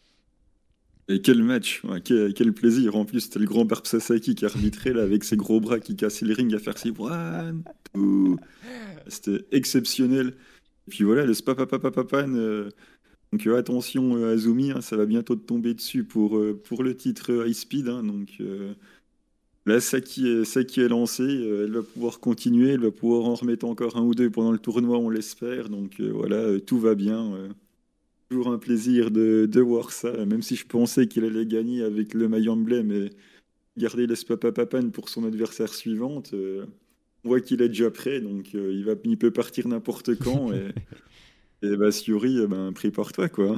Et quel match, ouais, quel, quel plaisir. En plus, c'était le grand Barb Sasaki qui arbitrait là, avec ses gros bras qui cassaient le ring à faire ses one, two. C'était exceptionnel. Et puis voilà, le Spapapapapan. Euh, donc euh, attention euh, Azumi, hein, ça va bientôt te tomber dessus pour, euh, pour le titre euh, High Speed, hein. Donc euh, là, Saki est, Saki est lancée, euh, elle va pouvoir continuer, elle va pouvoir en remettre encore un ou deux pendant le tournoi, on l'espère. Donc euh, voilà, euh, tout va bien. Euh, toujours un plaisir de, de voir ça, même si je pensais qu'il allait gagner avec le maillot emblème et garder l'Espapapapan pour son adversaire suivante. Euh, on voit qu'il est déjà prêt, donc euh, il va, il peut partir n'importe quand. Et, et bah, Siori, eh ben, prépare-toi, quoi.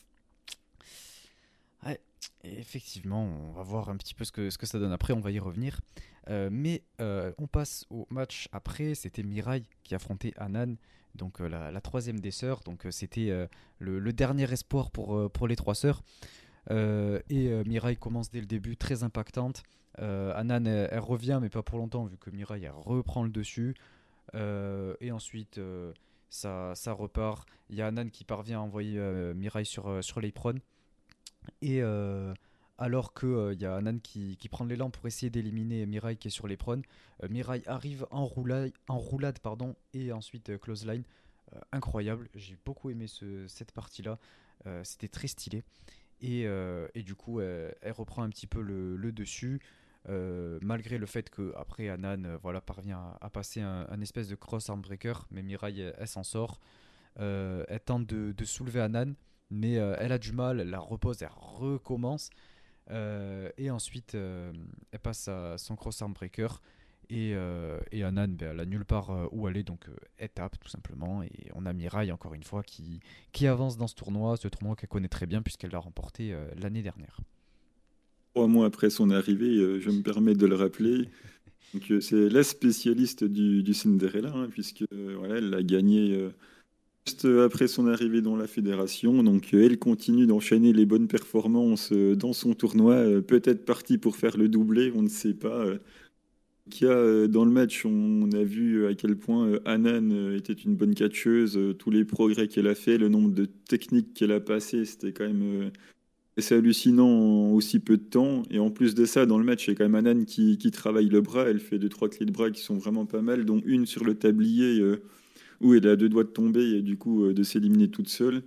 Ouais, et effectivement, on va voir un petit peu ce que, ce que ça donne après, on va y revenir. Euh, mais euh, on passe au match après, c'était Mirai qui affrontait Anan, donc euh, la, la troisième des sœurs. Donc euh, c'était euh, le, le dernier espoir pour, euh, pour les trois sœurs. Euh, et euh, Mirai commence dès le début très impactante. Euh, Anan, elle, elle revient, mais pas pour longtemps, vu que Mirai elle reprend le dessus. Euh, et ensuite, euh, ça, ça repart. Il y a Anan qui parvient à envoyer euh, Mirai sur, euh, sur l'apron. Et euh, alors qu'il euh, y a Anan qui, qui prend l'élan pour essayer d'éliminer Mirai qui est sur l'éperon, euh, Mirai arrive en roulade, en roulade pardon, et ensuite euh, close line. Euh, incroyable, j'ai beaucoup aimé ce- cette partie-là. Euh, c'était très stylé. Et, euh, et du coup, elle, elle reprend un petit peu le, le dessus. Euh, malgré le fait que après Anan euh, voilà, parvient à, à passer un, un espèce de cross armbreaker, mais Mirai elle, elle s'en sort. Euh, elle tente de, de soulever Anan, mais euh, elle a du mal, elle la repose, elle recommence. Euh, et ensuite, euh, elle passe à son cross arm breaker. Et, euh, et Anan, ben, elle a nulle part euh, où aller, donc euh, elle tape tout simplement. Et on a Mirai, encore une fois, qui, qui avance dans ce tournoi, ce tournoi qu'elle connaît très bien, puisqu'elle l'a remporté euh, l'année dernière. Trois mois après son arrivée, euh, je me permets de le rappeler. Donc, euh, c'est la spécialiste du, du Cinderella, hein, puisque euh, voilà, elle a gagné euh, juste après son arrivée dans la fédération. Donc, euh, elle continue d'enchaîner les bonnes performances euh, dans son tournoi. Euh, peut-être partie pour faire le doublé, on ne sait pas. Euh, qu'il y a, euh, dans le match, on a vu à quel point euh, Hanan euh, était une bonne catcheuse, euh, tous les progrès qu'elle a fait, le nombre de techniques qu'elle a passé, c'était quand même euh, assez hallucinant en aussi peu de temps. Et en plus de ça, dans le match, il y a quand même Hanan qui, qui travaille le bras. Elle fait deux, trois clés de bras qui sont vraiment pas mal, dont une sur le tablier euh, où elle a deux doigts de tomber et du coup euh, de s'éliminer toute seule.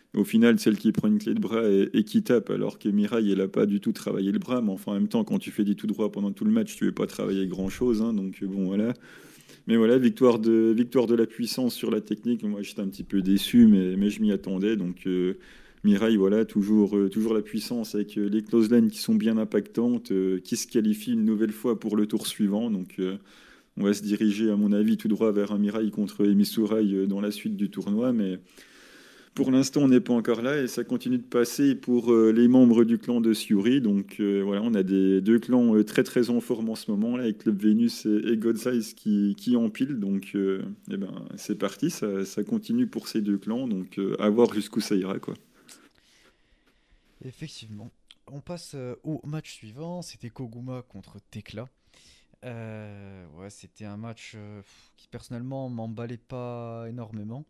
au final, celle qui prend une clé de bras et, et qui tape, alors que Mirai, elle a pas du tout travaillé le bras. Mais enfin, en même temps, quand tu fais des tout droits pendant tout le match, tu ne veux pas travailler grand-chose. Hein, donc bon, voilà. Mais voilà, victoire de, victoire de la puissance sur la technique. Moi, j'étais un petit peu déçu, mais, mais je m'y attendais. Donc, euh, Mirai, voilà, toujours, euh, toujours la puissance avec euh, les close lines qui sont bien impactantes, euh, qui se qualifient une nouvelle fois pour le tour suivant. Donc, euh, on va se diriger, à mon avis, tout droit vers un Mirai contre Emi Surai euh, dans la suite du tournoi. Mais pour l'instant, on n'est pas encore là et ça continue de passer pour euh, les membres du clan de Syuri. Donc euh, voilà, on a des deux clans euh, très très en forme en ce moment là, avec Club Venus et, et God's Eyes qui, qui empilent. Donc euh, eh ben, c'est parti, ça, ça continue pour ces deux clans. Donc euh, à voir jusqu'où ça ira quoi. Effectivement. On passe euh, au match suivant. C'était Koguma contre Tekla. Euh, ouais, c'était un match euh, qui personnellement m'emballait pas énormément.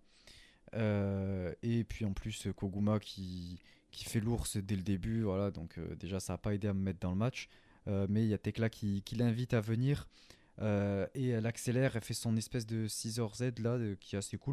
Euh, et puis en plus euh, Koguma qui, qui fait l'ours dès le début, voilà, donc euh, déjà ça n'a pas aidé à me mettre dans le match. Euh, mais il y a Tekla qui, qui l'invite à venir euh, et elle accélère, elle fait son espèce de Scissor Z là de- qui est assez cool.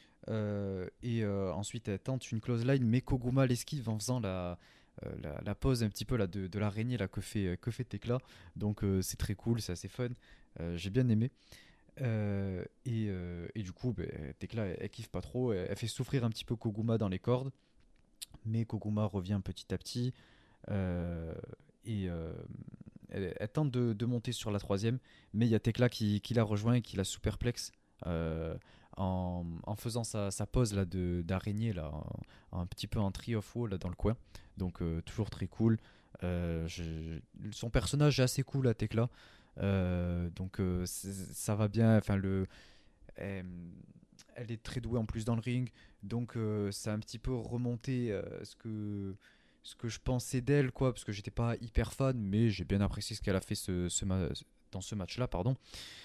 Euh, et euh, ensuite elle tente une close line, mais Koguma l'esquive en faisant la, euh, la, la pose un petit peu là, de, de l'araignée là, que, fait, que fait Tekla. Donc euh, c'est très cool, c'est assez fun. Euh, j'ai bien aimé. Euh, et, euh, et du coup, ben, Tekla, elle, elle kiffe pas trop. Elle, elle fait souffrir un petit peu Koguma dans les cordes. Mais Koguma revient petit à petit. euh, et euh, elle, elle tente de, de monter sur la troisième. Mais il y a Tekla qui, qui la rejoint et qui la superplexe. euh, en, en faisant sa, sa pose là de, d'araignée là, en- un petit peu en tree of woe là dans le coin. Donc euh, toujours très cool. Euh, je- son personnage est assez cool à Tekla. Euh, donc euh, c'est- ça va bien. Enfin le, elle, elle est très douée en plus dans le ring, donc euh, ça a un petit peu remonté euh, ce que ce que je pensais d'elle, quoi, parce que j'étais pas hyper fan, mais j'ai bien apprécié ce qu'elle a fait ce, ce ma- dans ce match-là, pardon.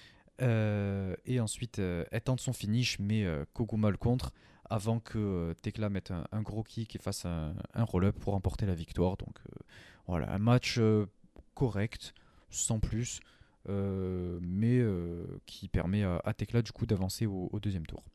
Euh, et ensuite, euh, elle tente son finish, mais euh, Koguma le contre avant que euh, Tekla mette un, un gros kick et fasse un, un roll-up pour remporter la victoire. Donc euh, voilà, un match euh, correct, sans plus, euh, mais euh, qui permet à, à Tekla du coup d'avancer au, au deuxième tour.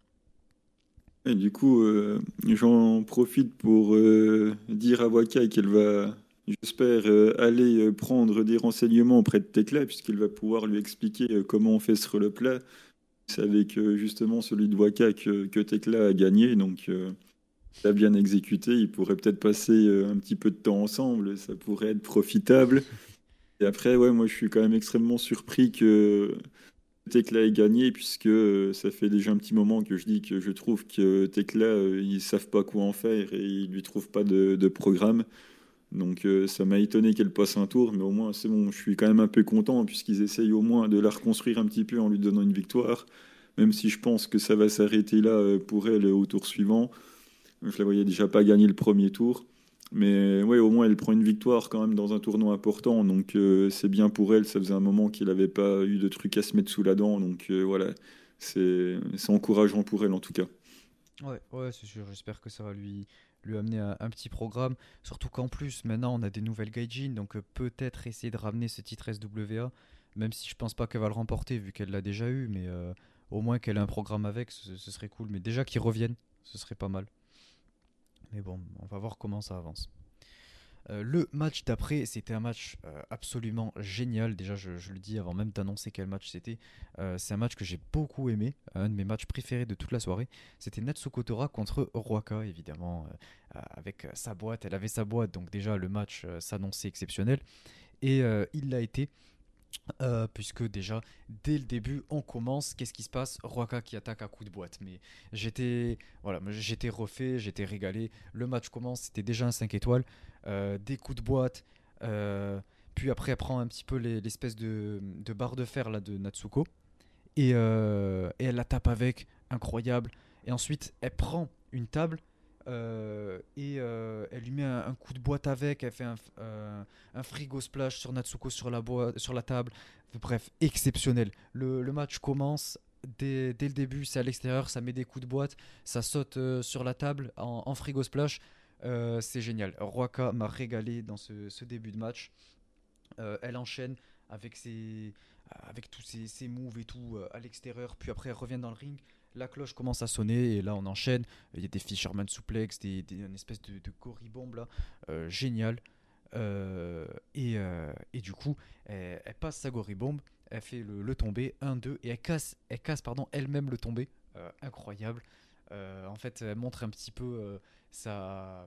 Et du coup, euh, j'en profite pour euh, dire à Wakai qu'elle va, j'espère, euh, aller euh, prendre des renseignements auprès de Tekla, puisqu'il va pouvoir lui expliquer euh, comment on fait ce relevé-là. C'est avec euh, justement celui de Waka que, que Tekla a gagné, donc euh, il a bien exécuté. Ils pourraient peut-être passer euh, un petit peu de temps ensemble, ça pourrait être profitable. Et après, ouais, moi je suis quand même extrêmement surpris que Tekla ait gagné, puisque euh, ça fait déjà un petit moment que je dis que je trouve que Tekla, euh, ils savent pas quoi en faire et ils lui trouvent pas de, de programme. Donc euh, ça m'a étonné qu'elle passe un tour, mais au moins c'est bon, je suis quand même un peu content puisqu'ils essayent au moins de la reconstruire un petit peu en lui donnant une victoire, même si je pense que ça va s'arrêter là euh, pour elle au tour suivant. Je la voyais déjà pas gagner le premier tour, mais ouais, au moins elle prend une victoire quand même dans un tournoi important, donc euh, c'est bien pour elle. Ça faisait un moment qu'il n'avait pas eu de trucs à se mettre sous la dent, donc euh, voilà, c'est c'est encourageant pour elle en tout cas. Ouais, ouais, c'est sûr. J'espère que ça va lui, lui amener un, un petit programme. Surtout qu'en plus, maintenant, on a des nouvelles gaijin, donc euh, peut-être essayer de ramener ce titre S W A, même si je pense pas qu'elle va le remporter vu qu'elle l'a déjà eu, mais euh, au moins qu'elle ait un programme avec, ce, ce serait cool. Mais déjà qu'ils reviennent, ce serait pas mal. Mais bon, on va voir comment ça avance. Euh, le match d'après, c'était un match euh, absolument génial. Déjà, je, je le dis avant même d'annoncer quel match c'était. Euh, c'est un match que j'ai beaucoup aimé, un de mes matchs préférés de toute la soirée. C'était Natsuko Tora contre Ruaka, évidemment, euh, euh, avec euh, sa boîte. Elle avait sa boîte, donc déjà le match euh, s'annonçait exceptionnel. Et euh, il l'a été, euh, puisque déjà, dès le début, on commence. Qu'est-ce qui se passe? Ruaka qui attaque à coup de boîte. Mais j'étais voilà, j'étais refait, j'étais régalé. Le match commence, c'était déjà un cinq étoiles. Euh, des coups de boîte. euh, Puis après, elle prend un petit peu les- l'espèce de, de barre de fer là, de Natsuko. Et, euh, et elle la tape avec. Incroyable. Et ensuite, elle prend une table. euh, et euh, elle lui met un, un coup de boîte avec. Elle fait un, euh, un frigo splash sur Natsuko sur la, boi- sur la table. Bref, exceptionnel. Le, le match commence dès, dès le début. C'est à l'extérieur. Ça met des coups de boîte. Ça saute euh, sur la table en, en frigo splash. Euh, c'est génial. Ruaka m'a régalé dans ce, ce début de match. Euh, elle enchaîne avec ses, avec tous ses, ses moves et tout euh, à l'extérieur. Puis après, elle revient dans le ring. La cloche commence à sonner et là on enchaîne. Il y a des Fisherman Suplex, des, des, une espèce de, de goribombe là, euh, génial. Euh, et, euh, et du coup, elle, elle passe sa goribombe, elle fait le, le tombé, un deux, et elle casse, elle casse pardon, elle-même le tombé. Euh, incroyable. Euh, en fait, elle montre un petit peu euh, sa,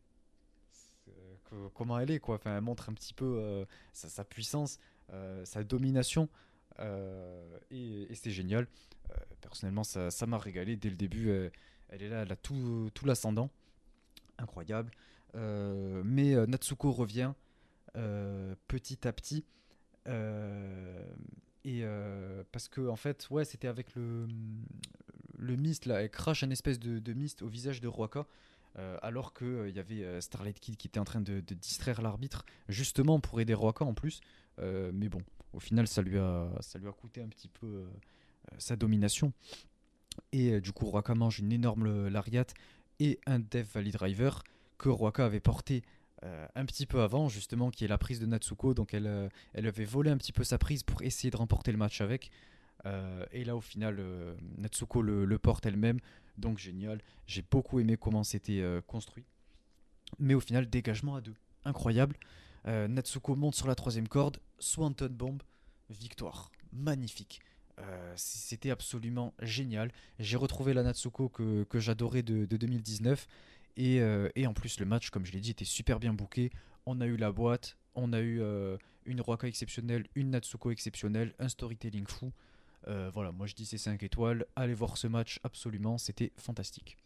que- comment elle est, quoi. Enfin, elle montre un petit peu euh, sa, sa puissance, euh, sa domination. Euh, et, et c'est génial. Euh, personnellement, ça, ça m'a régalé dès le début. Euh, elle est là, elle a tout, tout l'ascendant. Incroyable. Euh, mais euh, Natsuko revient euh, petit à petit. Euh, et euh, parce que, en fait, ouais, c'était avec le, le mist, là. Elle crache un espèce de, de mist au visage de Ruaka. Euh, alors qu'il euh, y avait euh, Starlight Kid qui était en train de, de distraire l'arbitre, justement pour aider Ruaka en plus. Euh, mais bon, au final, ça lui a, ça lui a coûté un petit peu euh, sa domination. Et euh, du coup, Ruaka mange une énorme lariat et un Death Valley Driver que Ruaka avait porté euh, un petit peu avant, justement, qui est la prise de Natsuko. Donc elle, euh, elle avait volé un petit peu sa prise pour essayer de remporter le match avec. Euh, et là, au final, euh, Natsuko le, le porte elle-même. Donc génial. J'ai beaucoup aimé comment c'était euh, construit. Mais au final, dégagement à deux. Incroyable. Euh, Natsuko monte sur la troisième corde. Swanton Bomb. Victoire. Magnifique. Euh, c'était absolument génial. J'ai retrouvé la Natsuko que, que j'adorais de, de deux mille dix-neuf. Et, euh, et en plus, le match, comme je l'ai dit, était super bien booké. On a eu la boîte. On a eu euh, une Ruaka exceptionnelle, une Natsuko exceptionnelle, un storytelling fou. Euh, voilà, moi je dis c'est cinq étoiles. Allez voir ce match, absolument, c'était fantastique.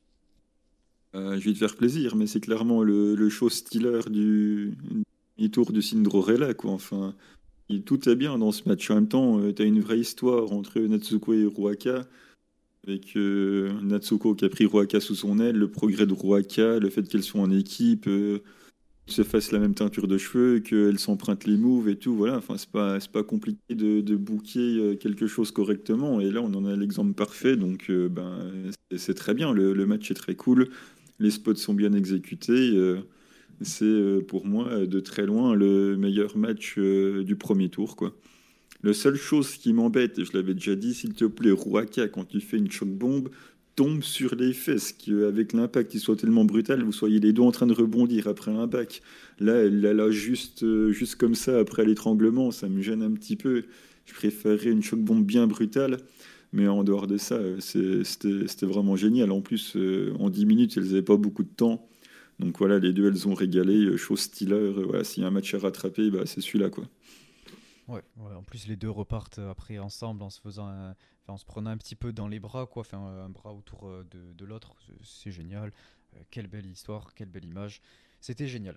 Euh, je vais te faire plaisir, mais c'est clairement le, le show stealer du, du tour du Cinderella, quoi. Enfin, il- tout est bien dans ce match. En même temps, euh, t'as une vraie histoire entre Natsuko et Ruaka, avec euh, Natsuko qui a pris Ruaka sous son aile, le progrès de Ruaka, le fait qu'elles soient en équipe, euh, qu'elles se fassent la même teinture de cheveux, qu'elles s'empruntent les moves et tout. Voilà, enfin, c'est pas, c'est pas compliqué de, de booker euh, quelque chose correctement. Et là, on en a l'exemple parfait, donc euh, ben, c'est c'est très bien. Le, le match est très cool. Les spots sont bien exécutés. euh, c'est euh, pour moi de très loin le meilleur match euh, du premier tour, quoi. La seule chose qui m'embête, et je l'avais déjà dit, s'il te plaît, Ruaka, quand tu fais une choc bombe, tombe sur les fesses, qu'avec l'impact qui soit tellement brutal, vous soyez les deux en train de rebondir après l'impact. Là, elle l'a là juste, euh, juste comme ça après l'étranglement, ça me gêne un petit peu. Je préférerais une choc bombe bien brutale. Mais en dehors de ça, euh, c'est- c'était c'était vraiment génial. En plus, euh, en dix minutes, elles n'avaient pas beaucoup de temps. Donc voilà, les deux, elles ont régalé. euh, Chose Steeler, euh, voilà, s'il y a un match à rattraper, bah, c'est celui-là, quoi. Ouais, ouais, en plus les deux repartent euh, après ensemble en se faisant un- enfin, en se prenant un petit peu dans les bras, quoi, enfin un bras autour euh, de, de l'autre, c'est c'est génial. Euh, quelle belle histoire, quelle belle image, c'était génial.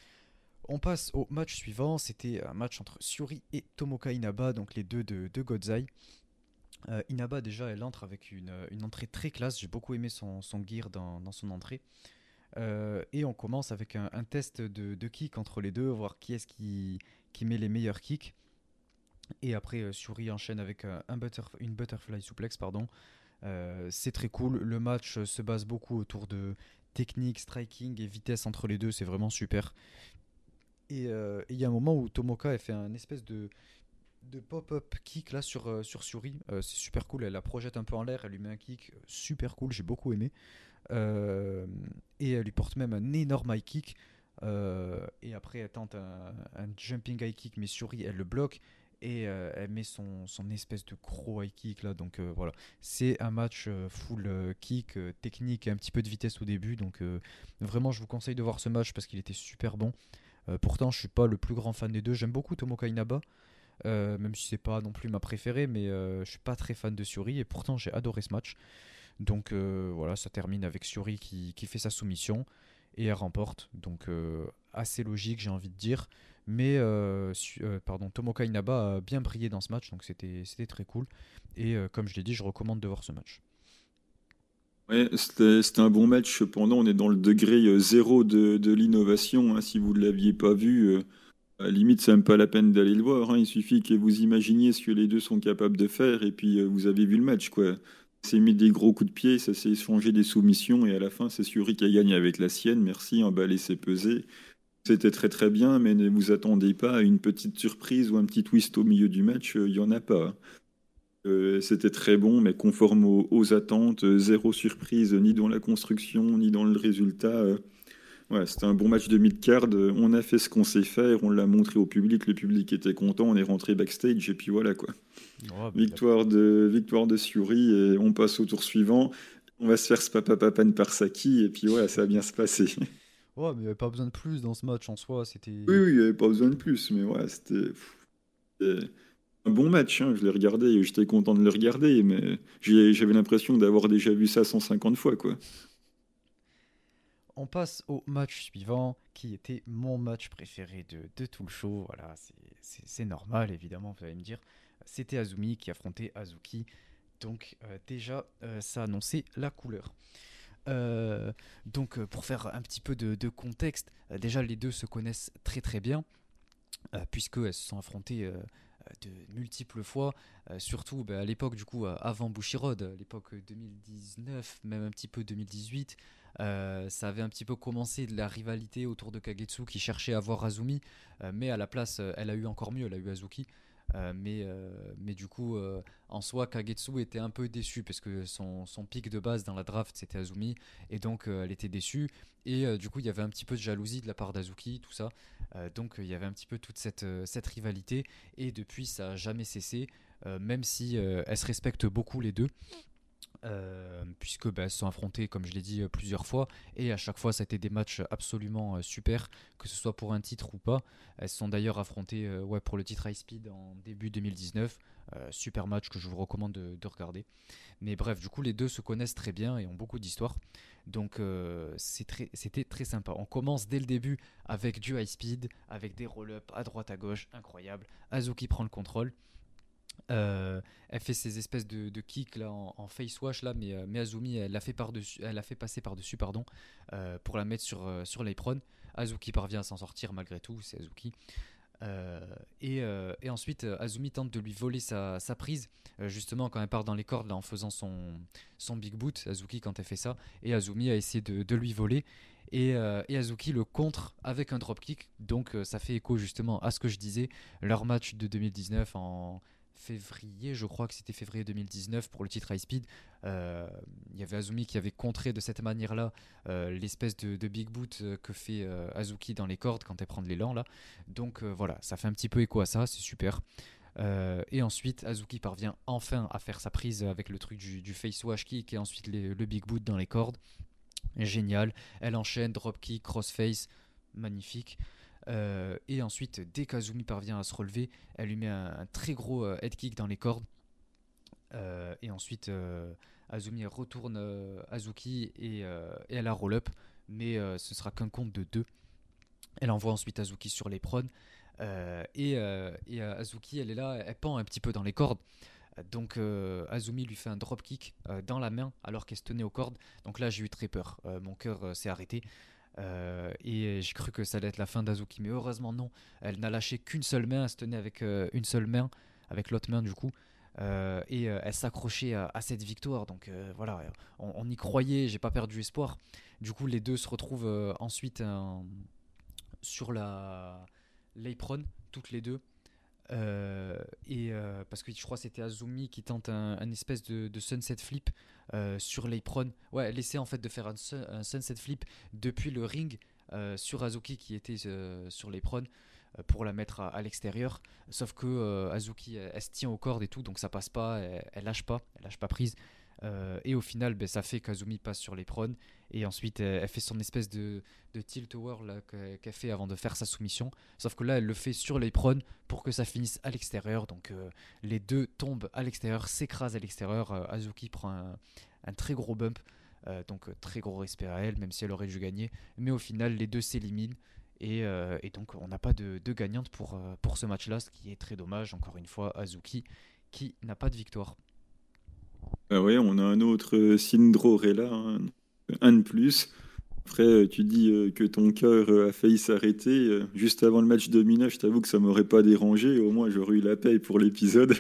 On passe au match suivant, c'était un match entre Syuri et Tomoka Inaba, donc les deux de, de Godzai. Euh, Inaba déjà elle entre avec une, une entrée très classe, j'ai beaucoup aimé son, son gear dans, dans son entrée. Euh, et on commence avec un, un test de, de kick entre les deux, voir qui est-ce qui, qui met les meilleurs kicks. Et après, euh, Suri enchaîne avec euh, un butterf- une butterfly suplex. Pardon. Euh, c'est très cool. Le match euh, se base beaucoup autour de technique, striking et vitesse entre les deux. C'est vraiment super. Et euh, il y a un moment où Tomoka elle fait un espèce de, de pop-up kick là sur, euh, sur Suri. Euh, c'est super cool. Elle la projette un peu en l'air. Elle lui met un kick super cool. J'ai beaucoup aimé. Euh, et elle lui porte même un énorme high kick. Euh, et après, elle tente un, un jumping high kick, mais Suri, elle le bloque. Et euh, elle met son, son espèce de gros high kick là. Donc euh, voilà, c'est un match euh, full euh, kick, euh, technique et un petit peu de vitesse au début. Donc euh, vraiment, je vous conseille de voir ce match parce qu'il était super bon. Euh, pourtant, je suis pas le plus grand fan des deux. J'aime beaucoup Tomoka Inaba, euh, même si c'est pas non plus ma préférée, mais euh, je suis pas très fan de Suri. Et pourtant, j'ai adoré ce match. Donc euh, voilà, ça termine avec Suri qui, qui fait sa soumission et elle remporte. Donc euh, assez logique, j'ai envie de dire. Mais euh, su- euh, pardon, Tomoka Inaba a bien brillé dans ce match, donc c'était c'était très cool. Et euh, comme je l'ai dit, je recommande de voir ce match. Ouais, c'était c'était un bon match. Cependant, on est dans le degré euh, zéro de, de l'innovation, hein. Si vous ne l'aviez pas vu, euh, à la limite, c'est même pas la peine d'aller le voir, hein. Il suffit que vous imaginiez ce que les deux sont capables de faire et puis euh, vous avez vu le match, quoi. Ça s'est mis des gros coups de pied, ça s'est échangé des soumissions et à la fin, c'est Suri qui a gagné avec la sienne. Merci, emballé, c'est pesé. C'était très très bien, mais ne vous attendez pas à une petite surprise ou un petit twist au milieu du match, euh, il y en a pas. Euh, c'était très bon, mais conforme aux, aux attentes. euh, Zéro surprise, ni dans la construction, ni dans le résultat. euh. Ouais, c'était un bon match de mid-card. euh, On a fait ce qu'on sait faire, on l'a montré au public. Le public était content, on est rentré backstage, et puis voilà quoi. Ouais, bah, la- Victoire de, victoire de Fury, et on passe au tour suivant. On va se faire spapapapan par Saki, et puis voilà, ça va bien se passer. ouais, mais il n'y avait pas besoin de plus dans ce match en soi. Oui, C'était. oui, il n'y avait pas besoin de plus, mais ouais, c'était pff, c'était un bon match, hein. Je l'ai regardé et j'étais content de le regarder, mais j'ai- j'avais l'impression d'avoir déjà vu ça cent cinquante fois, quoi. On passe au match suivant, qui était mon match préféré de, de tout le show. Voilà, c'est c'est- c'est normal, évidemment, vous allez me dire. C'était Azumi qui affrontait Azuki. Donc, euh, déjà, euh, ça annonçait la couleur. Euh, donc, euh, pour faire un petit peu de, de contexte, euh, déjà, les deux se connaissent très très bien, euh, puisqu'elles se sont affrontées euh, de multiples fois, euh, surtout bah, à l'époque du coup euh, avant Bushiroad, à l'époque deux mille dix-neuf, même un petit peu deux mille dix-huit, euh, ça avait un petit peu commencé de la rivalité autour de Kagetsu qui cherchait à voir Azumi, euh, mais à la place euh, elle a eu encore mieux, elle a eu Azuki. Euh, mais, euh, mais du coup, euh, en soi, Kagetsu était un peu déçue parce que son, son pic de base dans la draft c'était Azumi, et donc euh, elle était déçue. Et euh, du coup, il y avait un petit peu de jalousie de la part d'Azuki, tout ça. Euh, donc il y avait un petit peu toute cette, euh, cette rivalité et depuis ça n'a jamais cessé, euh, même si euh, elles se respectent beaucoup les deux, euh, puisque bah, elles se sont affrontées comme je l'ai dit euh, plusieurs fois et à chaque fois ça a été des matchs absolument euh, super, que ce soit pour un titre ou pas. Elles se sont d'ailleurs affrontées euh, ouais, pour le titre High Speed en début deux mille dix-neuf. Euh, super match que je vous recommande de, de regarder. Mais bref, du coup les deux se connaissent très bien et ont beaucoup d'histoire. Donc euh, c'est très- c'était très sympa. On commence dès le début avec du high speed, avec des roll-up à droite à gauche, incroyable. Azuki prend le contrôle. Euh, Elle fait ces espèces de, de kicks là en, en face wash là, mais, euh, mais Azumi elle l'a fait par dessus, elle l'a fait passer par dessus pardon, euh, pour la mettre sur euh, sur l'apron. Azuki parvient à s'en sortir malgré tout, c'est Azuki. Euh, et, euh, et ensuite, euh, Azumi tente de lui voler sa, sa prise, euh, justement quand elle part dans les cordes là, en faisant son, son big boot, Azuki quand elle fait ça. Et Azumi a essayé de, de lui voler. Et, euh, et Azuki le contre avec un dropkick. Donc euh, ça fait écho justement à ce que je disais, leur match de deux mille dix-neuf en février, je crois que c'était février deux mille dix-neuf pour le titre High Speed. Euh, Il y avait Azumi qui avait contré de cette manière-là euh, l'espèce de, de big boot euh, que fait euh, Azuki dans les cordes quand elle prend de l'élan là. Donc euh, voilà, ça fait un petit peu écho à ça, c'est super. Euh, et ensuite, Azuki parvient enfin à faire sa prise avec le truc du, du face wash kick et ensuite les- le big boot dans les cordes. Génial. Elle enchaîne, drop kick, crossface, magnifique. Euh, et ensuite, dès qu'Azumi parvient à se relever, elle lui met un, un très gros euh, head kick dans les cordes. Euh, et ensuite, euh, Azumi retourne euh, Azuki et, euh, et elle a roll-up. Mais euh, ce sera qu'un compte de deux. Elle envoie ensuite Azuki sur les prods. Euh, et euh, et euh, Azuki, elle est là, elle pend un petit peu dans les cordes. Donc euh, Azumi lui fait un dropkick euh, dans la main alors qu'elle se tenait aux cordes. Donc là, j'ai eu très peur. Euh, mon cœur euh, s'est arrêté. Euh, et j'ai cru que ça allait être la fin d'Azuki. Mais heureusement, non. Elle n'a lâché qu'une seule main. Elle se tenait avec euh, une seule main, avec l'autre main du coup. Euh, et euh, elle s'accrochait à, à cette victoire. Donc euh, voilà, on, on y croyait. J'ai pas perdu espoir. Du coup, les deux se retrouvent euh, ensuite euh, sur la l'apron, toutes les deux. Euh, et euh, parce que je crois que c'était Azumi qui tente un, un espèce de, de sunset flip euh, sur l'apron. Ouais, elle essaie en fait de faire un, sun- un sunset flip depuis le ring euh, sur Azuki qui était euh, sur l'apron euh, pour la mettre à, à l'extérieur. Sauf que euh, Azuki elle, elle se tient aux cordes et tout, donc ça passe pas, elle, elle lâche pas, elle lâche pas prise. Euh, et au final, ben, ça fait qu'Azumi passe sur les prônes. Et ensuite, elle, elle fait son espèce de, de tilt over là, que- qu'elle fait avant de faire sa soumission. Sauf que là, elle le fait sur les prônes pour que ça finisse à l'extérieur. Donc euh, les deux tombent à l'extérieur, s'écrasent à l'extérieur. Euh, Azuki prend un, un très gros bump. Euh, donc euh, très gros respect à elle, même si elle aurait dû gagner. Mais au final, les deux s'éliminent. Et, euh, et donc on n'a pas de, de gagnante pour, euh, pour ce match-là, ce qui est très dommage. Encore une fois, Azuki qui n'a pas de victoire. Ah ouais, on a un autre euh, Cinderella, hein, un de plus. Après, euh, tu dis euh, que ton cœur euh, a failli s'arrêter. euh, Juste avant le match de Mina, je t'avoue que ça m'aurait pas dérangé. Au moins, j'aurais eu la paye pour l'épisode.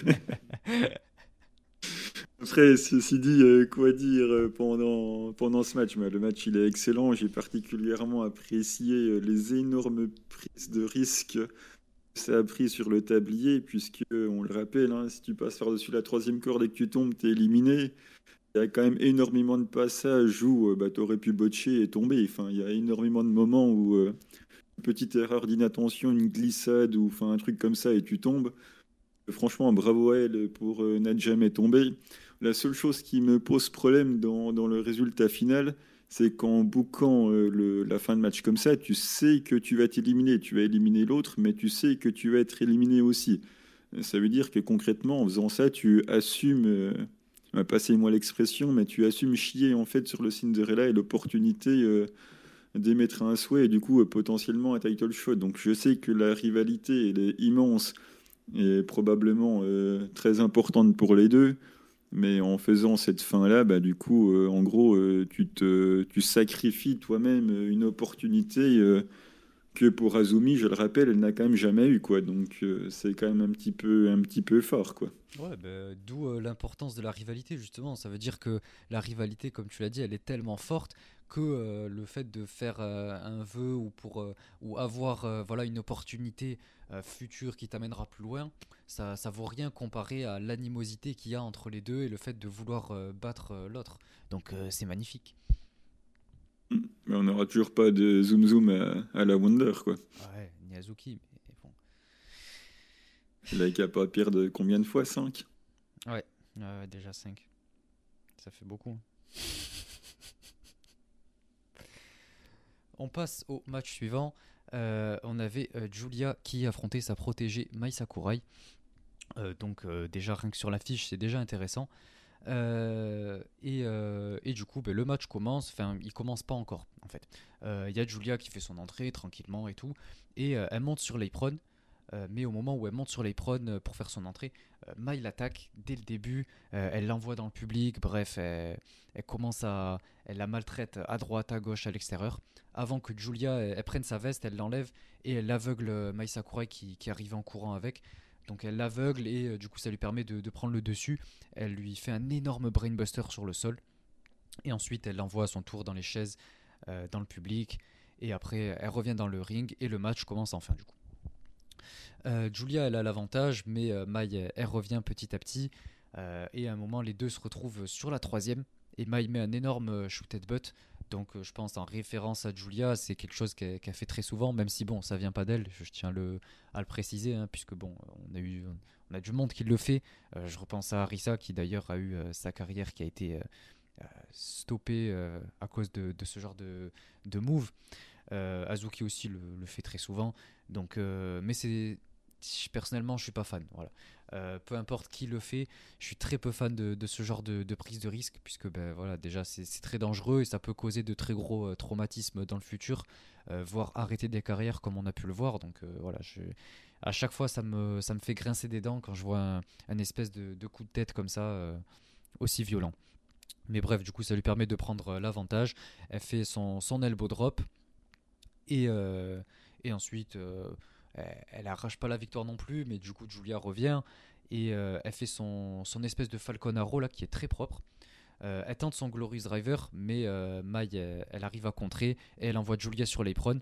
Après, ceci dit, euh, quoi dire euh, pendant, pendant ce match? Bah, le match, il est excellent. J'ai particulièrement apprécié euh, les énormes prises de risque ça a pris sur le tablier, puisque, on le rappelle, hein, si tu passes par-dessus la troisième corde et que tu tombes, t'es éliminé. Il y a quand même énormément de passages où euh, bah, tu aurais pu botcher et tomber. Enfin, il y a énormément de moments où euh, une petite erreur d'inattention, une glissade ou enfin, un truc comme ça et tu tombes. Franchement, bravo à elle pour euh, n'être jamais tombée. La seule chose qui me pose problème dans, dans le résultat final, c'est qu'en bouquant euh, le- la fin de match comme ça, tu sais que tu vas t'éliminer. Tu vas éliminer l'autre, mais tu sais que tu vas être éliminé aussi. Ça veut dire que concrètement, en faisant ça, tu assumes, euh, bah, passez-moi l'expression, mais tu assumes chier en fait sur le Cinderella et l'opportunité euh, d'émettre un souhait et du coup euh, potentiellement un title shot. Donc je sais que la rivalité elle est immense et probablement euh, très importante pour les deux, mais en faisant cette fin-là, bah, du coup, euh, en gros, euh, tu te, tu sacrifies toi-même une opportunité. Euh, que pour Azumi, je le rappelle, elle n'a quand même jamais eu, quoi. Donc euh, c'est quand même un petit peu, un petit peu fort, quoi. Ouais, bah, d'où euh, l'importance de la rivalité, justement. Ça veut dire que la rivalité, comme tu l'as dit, elle est tellement forte que euh, le fait de faire euh, un vœu ou, pour, euh, ou avoir euh, voilà, une opportunité euh, future qui t'amènera plus loin, ça, ça vaut rien comparé à l'animosité qu'il y a entre les deux et le fait de vouloir euh, battre euh, l'autre. Donc euh, c'est magnifique. Mais on n'aura toujours pas de zoom zoom à, à la Wonder, quoi. Ouais, Niazuki, mais bon. Elle a qu'à pas perdre combien de fois? Cinq. Ouais, ouais, ouais, déjà cinq. Ça fait beaucoup. On passe au match suivant. Euh, on avait euh, Julia qui affrontait sa protégée Mai Sakurai. Euh, donc euh, déjà rien que sur l'affiche c'est déjà intéressant. Euh, et, euh, et du coup ben, le match commence, enfin il commence pas encore en fait. Euh, Il y a Julia qui fait son entrée tranquillement et tout. Et euh, elle monte sur l'apron. Euh, mais au moment où elle monte sur l'apron euh, pour faire son entrée, euh, Mai l'attaque dès le début, euh, elle l'envoie dans le public, bref, elle, elle commence à. Elle la maltraite à droite, à gauche, à l'extérieur. Avant que Julia elle, elle prenne sa veste, elle l'enlève et elle aveugle euh, Mai Sakurai qui, qui arrive en courant avec. Donc elle l'aveugle et euh, du coup ça lui permet de, de prendre le dessus. Elle lui fait un énorme brainbuster sur le sol. Et ensuite elle l'envoie à son tour dans les chaises, euh, dans le public. Et après elle revient dans le ring et le match commence enfin du coup. Euh, Julia, elle a l'avantage, mais euh, Mai, elle, elle revient petit à petit. Euh, et à un moment, les deux se retrouvent sur la troisième. Et Mai met un énorme euh, shoot headbutt. Donc, euh, je pense en référence à Julia, c'est quelque chose qu'elle qu'elle fait très souvent, même si bon, ça vient pas d'elle. Je, je tiens le, à le préciser, hein, puisque bon, on a eu, on a du monde qui le fait. Euh, je repense à Arisa, qui d'ailleurs a eu euh, sa carrière qui a été euh, euh, stoppée euh, à cause de, de ce genre de, de move. Euh, Azuki aussi le, le fait très souvent. Donc, euh, mais c'est personnellement, je suis pas fan. Voilà. Euh, peu importe qui le fait, je suis très peu fan de, de ce genre de, de prise de risque, puisque ben, voilà, déjà c'est c'est très dangereux et ça peut causer de très gros euh, traumatismes dans le futur, euh, voire arrêter des carrières comme on a pu le voir. Donc euh, voilà, je, à chaque fois ça me, ça me fait grincer des dents quand je vois un, un espèce de, de coup de tête comme ça, euh, aussi violent. Mais bref, du coup, ça lui permet de prendre euh, l'avantage. Elle fait son, son elbow drop et, euh, et ensuite, euh, elle, elle arrache pas la victoire non plus, mais du coup, Julia revient et euh, elle fait son, son espèce de Falcon Arrow là qui est très propre. Euh, elle tente son Glorious Driver, mais euh, Mai, elle, elle arrive à contrer et elle envoie Julia sur l'apron.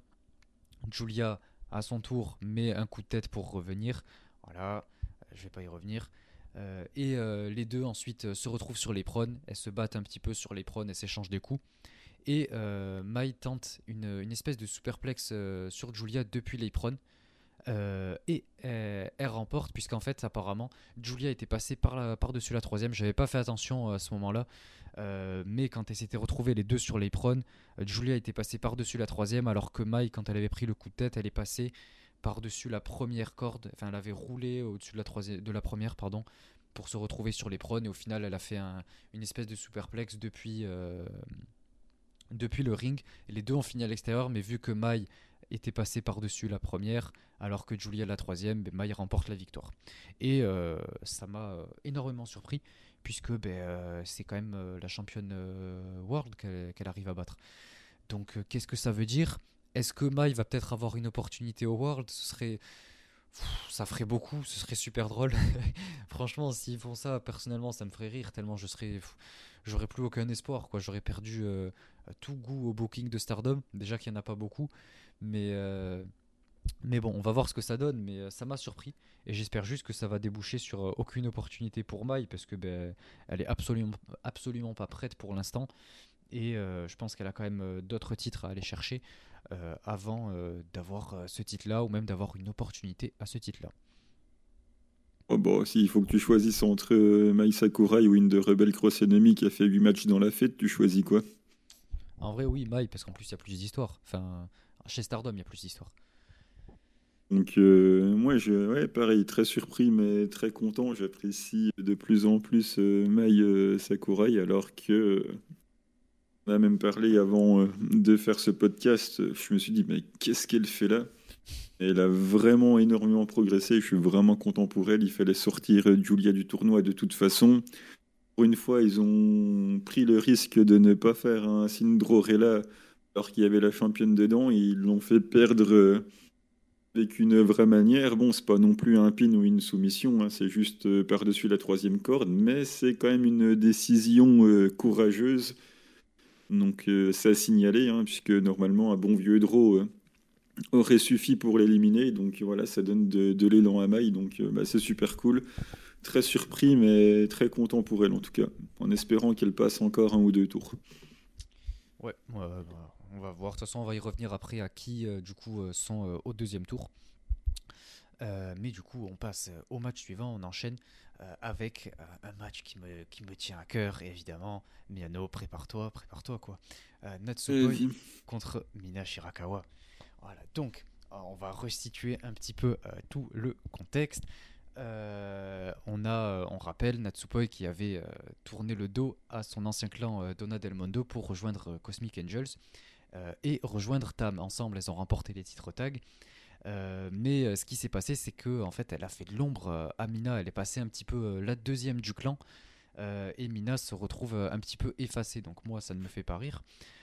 Julia, à son tour, met un coup de tête pour revenir. Voilà, je vais pas y revenir. Euh, et euh, les deux ensuite euh, se retrouvent sur l'apron. Elles se battent un petit peu sur l'apron et s'échangent des coups. Et euh, Mai tente une, une espèce de superplex euh, sur Julia depuis l'apron. Euh, et euh, elle remporte, puisqu'en fait, apparemment, Julia était passée par la, par-dessus la troisième. J'avais pas fait attention à ce moment-là. Euh, mais quand elle s'était retrouvée les deux sur l'apron, euh, Julia était passée par-dessus la troisième, alors que Mai, quand elle avait pris le coup de tête, elle est passée par-dessus la première corde. Enfin, elle avait roulé au-dessus de la, troisième, de la première, pardon, pour se retrouver sur l'apron. Et au final, elle a fait un- une espèce de superplex depuis, euh, depuis le ring. Et les deux ont fini à l'extérieur, mais vu que Mai était passée par-dessus la première, alors que Julia la troisième, ben, Mai remporte la victoire. Et euh, ça m'a euh, énormément surpris, puisque ben, euh, c'est quand même euh, la championne euh, world qu'elle qu'elle arrive à battre. Donc euh, qu'est-ce que ça veut dire? Est-ce que Mai va peut-être avoir une opportunité au world? Ce serait Pff, ça ferait beaucoup, ce serait super drôle. Franchement, s'ils font ça, personnellement, ça me ferait rire tellement je serais, pff, j'aurais plus aucun espoir, quoi. J'aurais perdu euh, tout goût au booking de Stardom. Déjà qu'il n'y en a pas beaucoup, mais euh, Mais bon, on va voir ce que ça donne, mais euh, ça m'a surpris. Et j'espère juste que ça va déboucher sur euh, aucune opportunité pour Mai, parce que ben, elle est absolument, absolument pas prête pour l'instant. Et euh, je pense qu'elle a quand même euh, d'autres titres à aller chercher euh, avant euh, d'avoir euh, ce titre-là, ou même d'avoir une opportunité à ce titre-là. Oh bon, si il faut que tu choisisses entre euh, Mai Sakurai ou une de Rebel Cross Enemy qui a fait huit matchs dans la fête, tu choisis quoi? En vrai, oui, Mai, parce qu'en plus, il y a plus d'histoire. Enfin, chez Stardom, il y a plus d'histoire. Donc, euh, moi, je, ouais, pareil, très surpris, mais très content. J'apprécie de plus en plus euh, Mai euh, Sakurai, alors que euh, on a même parlé avant euh, de faire ce podcast. euh, Je me suis dit, mais qu'est-ce qu'elle fait là? Et elle a vraiment énormément progressé. Je suis vraiment content pour elle. Il fallait sortir euh, Julia du tournoi de toute façon. Pour une fois, ils ont pris le risque de ne pas faire un Cinderella alors qu'il y avait la championne dedans. Et ils l'ont fait perdre. euh, Avec une vraie manière, bon, c'est pas non plus un pin ou une soumission, hein, c'est juste euh, par-dessus la troisième corde, mais c'est quand même une décision euh, courageuse. Donc euh, c'est à signaler, hein, puisque normalement un bon vieux draw euh, aurait suffi pour l'éliminer. Donc voilà, ça donne de, de l'élan à Mai, donc euh, bah, c'est super cool. Très surpris, mais très content pour elle en tout cas, en espérant qu'elle passe encore un ou deux tours. Ouais, ouais, ouais, bah, on va voir. De toute façon, on va y revenir après à qui, euh, du coup, euh, sont euh, au deuxième tour. Euh, mais du coup, on passe euh, au match suivant, on enchaîne euh, avec euh, un match qui me, qui me tient à cœur, évidemment. Miyano, prépare-toi, prépare-toi quoi. Euh, Euh, Natsupoi vi- contre Mina Shirakawa. Voilà, donc euh, on va restituer un petit peu euh, tout le contexte. Euh, on a, euh, on rappelle Natsupoi qui avait euh, tourné le dos à son ancien clan euh, Donna Del Mondo pour rejoindre euh, Cosmic Angels euh, et rejoindre Tam. Ensemble, elles ont remporté les titres tag. Euh, mais euh, ce qui s'est passé, c'est que en fait, elle a fait de l'ombre euh, à Mina. Elle est passée un petit peu euh, la deuxième du clan. Euh, et Mina se retrouve euh, un petit peu effacée. Donc moi, ça ne me fait pas rire.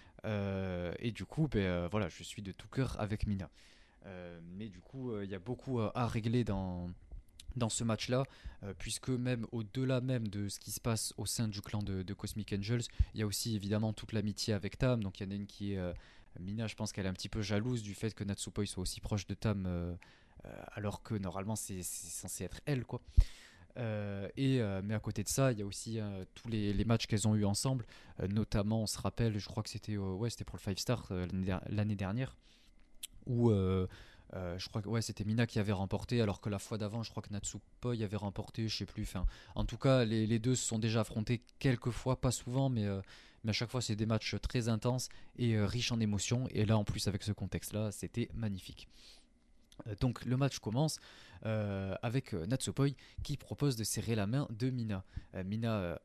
Euh, et du coup, ben, euh, voilà, je suis de tout cœur avec Mina. Euh, mais du coup, euh, il y a beaucoup euh, à régler dans, dans ce match-là, euh, puisque même au-delà même de ce qui se passe au sein du clan de, de Cosmic Angels, il y a aussi évidemment toute l'amitié avec Tam. Donc il y en a une qui est euh, Mina, je pense qu'elle est un petit peu jalouse du fait que Natsupoi soit aussi proche de Tam, euh, euh, alors que normalement c'est c'est censé être elle, quoi. Euh, et, euh, mais à côté de ça, il y a aussi euh, tous les, les matchs qu'elles ont eu ensemble, euh, notamment, on se rappelle, je crois que c'était euh, ouais, c'était pour le five Star euh, l'année der- l'année dernière, où euh, euh, je crois que ouais, c'était Mina qui avait remporté, alors que la fois d'avant, je crois que Natsupoi avait remporté, je sais plus. Enfin, en tout cas, les, les deux se sont déjà affrontés quelques fois, pas souvent, mais, euh, mais à chaque fois, c'est des matchs très intenses et euh, riches en émotions. Et là, en plus, avec ce contexte-là, c'était magnifique. Euh, Donc le match commence euh, avec euh, Natsupoi qui propose de serrer la main de Mina. Euh, Mina euh,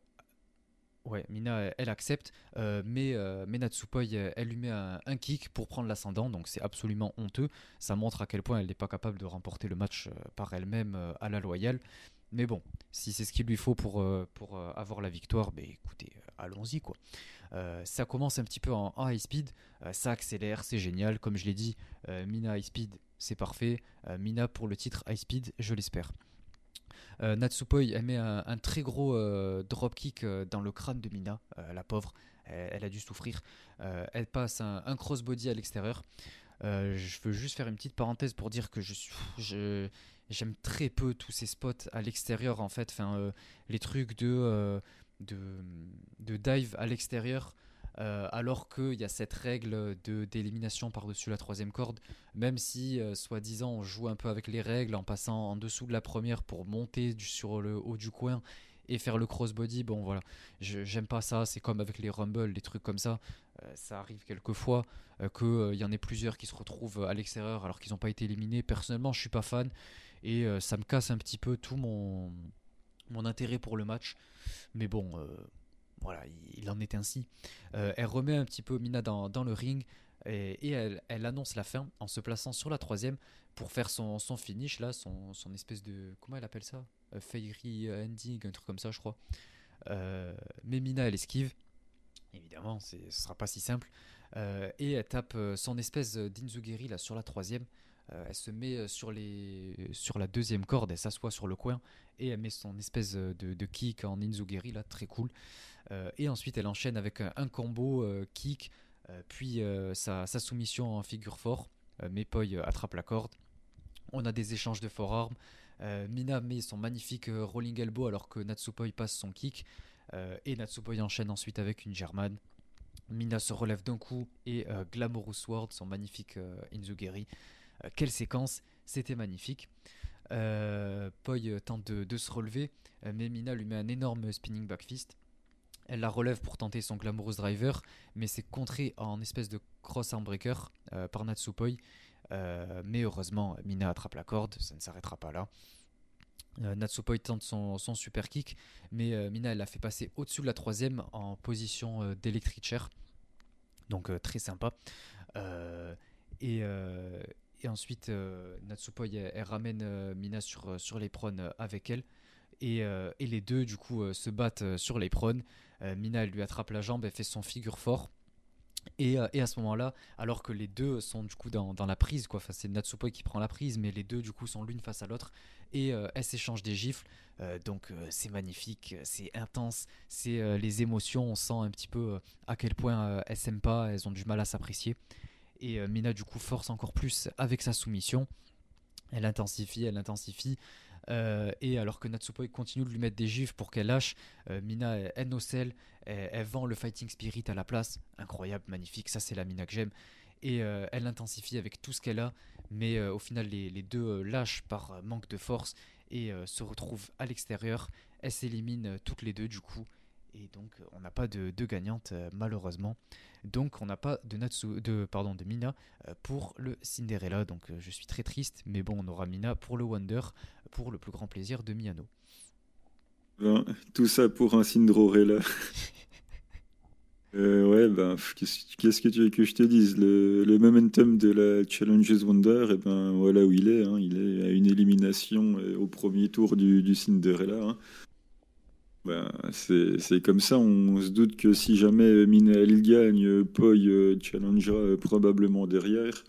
Ouais, Mina, elle, elle accepte, euh, mais, euh, mais Natsupoi, euh, elle lui met un, un kick pour prendre l'ascendant, donc c'est absolument honteux. Ça montre à quel point elle n'est pas capable de remporter le match euh, par elle-même euh, à la loyale. Mais bon, si c'est ce qu'il lui faut pour, euh, pour euh, avoir la victoire, ben écoutez, euh, allons-y quoi. Euh, ça commence un petit peu en, en high speed, euh, ça accélère, c'est génial. Comme je l'ai dit, euh, Mina high speed, c'est parfait. Euh, Mina pour le titre high speed, je l'espère. Euh, Natsupoi, elle met un, un très gros euh, dropkick euh, dans le crâne de Mina, euh, la pauvre. Elle, elle a dû souffrir. Euh, elle passe un, un crossbody à l'extérieur. Euh, je veux juste faire une petite parenthèse pour dire que je suis, je- j'aime très peu tous ces spots à l'extérieur en fait. Enfin, euh, les trucs de, euh, de, de dive à l'extérieur. Euh, alors qu'il y a cette règle de, d'élimination par-dessus la troisième corde, même si, euh, soi-disant, on joue un peu avec les règles en passant en dessous de la première pour monter du- sur le haut du coin et faire le crossbody, bon voilà, Je- j'aime pas ça, c'est comme avec les rumble, les trucs comme ça, euh, ça arrive quelquefois, euh, qu'il euh, y en ait plusieurs qui se retrouvent à l'extérieur alors qu'ils n'ont pas été éliminés. Personnellement, je suis pas fan et euh, ça me casse un petit peu tout mon, mon intérêt pour le match. Mais bon, euh, voilà, il, il en est ainsi. Euh, elle remet un petit peu Mina dans, dans le ring et, et elle, elle annonce la fin en se plaçant sur la troisième pour faire son, son finish là, son, son espèce de. Comment elle appelle ça? Euh, Fairy Ending, un truc comme ça, je crois. Euh, mais Mina, elle esquive. Évidemment, c'est- ce sera pas si simple. Euh, et elle tape euh, son espèce d'Inzugiri là sur la troisième. Euh, elle se met euh, sur, les, sur la deuxième corde, elle s'assoit sur le coin et elle met son espèce euh, de, de kick en Inzugiri là, très cool. Euh, et ensuite, elle enchaîne avec un, un combo euh, kick, euh, puis euh, sa, sa soumission en figure fort. Euh, Mepoi euh, attrape la corde. On a des échanges de forearms. Euh, Mina met son magnifique euh, rolling elbow alors que Natsupoi passe son kick. Euh, et Natsupoi enchaîne ensuite avec une German. Mina se relève d'un coup et euh, Glamorous Sword, son magnifique euh, Inzugeri. Euh, quelle séquence, c'était magnifique. Euh, Poi euh, tente de, de se relever, euh, mais Mina lui met un énorme spinning back fist. Elle la relève pour tenter son Glamorous Driver, mais c'est contré en espèce de cross armbreaker euh, par Natsupoi. Euh, mais heureusement, Mina attrape la corde, ça ne s'arrêtera pas là. Euh, Natsupoi tente son, son super kick, mais euh, Mina elle l'a fait passer au-dessus de la troisième en position euh, d'electric chair. Donc euh, très sympa. Euh, et, euh, et ensuite, euh, Natsupoi elle, elle ramène euh, Mina sur, sur l'apron euh, avec elle. Et, euh, et les deux du coup euh, se battent euh, sur l'apron. Euh, Mina elle lui attrape la jambe, elle fait son figure fort. Et, euh, et à ce moment-là, alors que les deux sont du coup dans, dans la prise, quoi. Enfin, c'est Natsupoi qui prend la prise, mais les deux du coup sont l'une face à l'autre et euh, elles s'échangent des gifles. Euh, donc euh, c'est magnifique, c'est intense, c'est euh, les émotions. On sent un petit peu euh, à quel point euh, elles s'aiment pas, elles ont du mal à s'apprécier. Et euh, Mina du coup force encore plus avec sa soumission. Elle intensifie, elle intensifie. Euh, et alors que Natsupoi continue de lui mettre des gifs pour qu'elle lâche, euh, Mina elle, elle nocelle, elle, elle vend le fighting spirit à la place. Incroyable, magnifique, ça c'est la Mina que j'aime. Et euh, elle intensifie avec tout ce qu'elle a, mais euh, au final les, les deux euh, lâchent par euh, manque de force et euh, se retrouvent à l'extérieur. Elles s'éliminent euh, toutes les deux du coup. Et donc euh, on n'a pas de, de gagnante euh, malheureusement. Donc on n'a pas de, Natsu, de, pardon, de Mina euh, pour le Cinderella. Donc euh, je suis très triste, mais bon on aura Mina pour le Wonder, pour le plus grand plaisir de Miyano. Ben, tout ça pour un Cinderella. Euh, ouais, ben, pff, qu'est-ce qu'est-ce que tu veux que je te dise? Le, le momentum de la Challenges Wonder, et ben voilà où il est, hein. Il est à une élimination euh, au premier tour du, du Cinderella, hein. Ben, c'est c'est comme ça, on, se doute que si jamais euh, Mina elle gagne, euh, Poi euh, challengera euh, probablement derrière.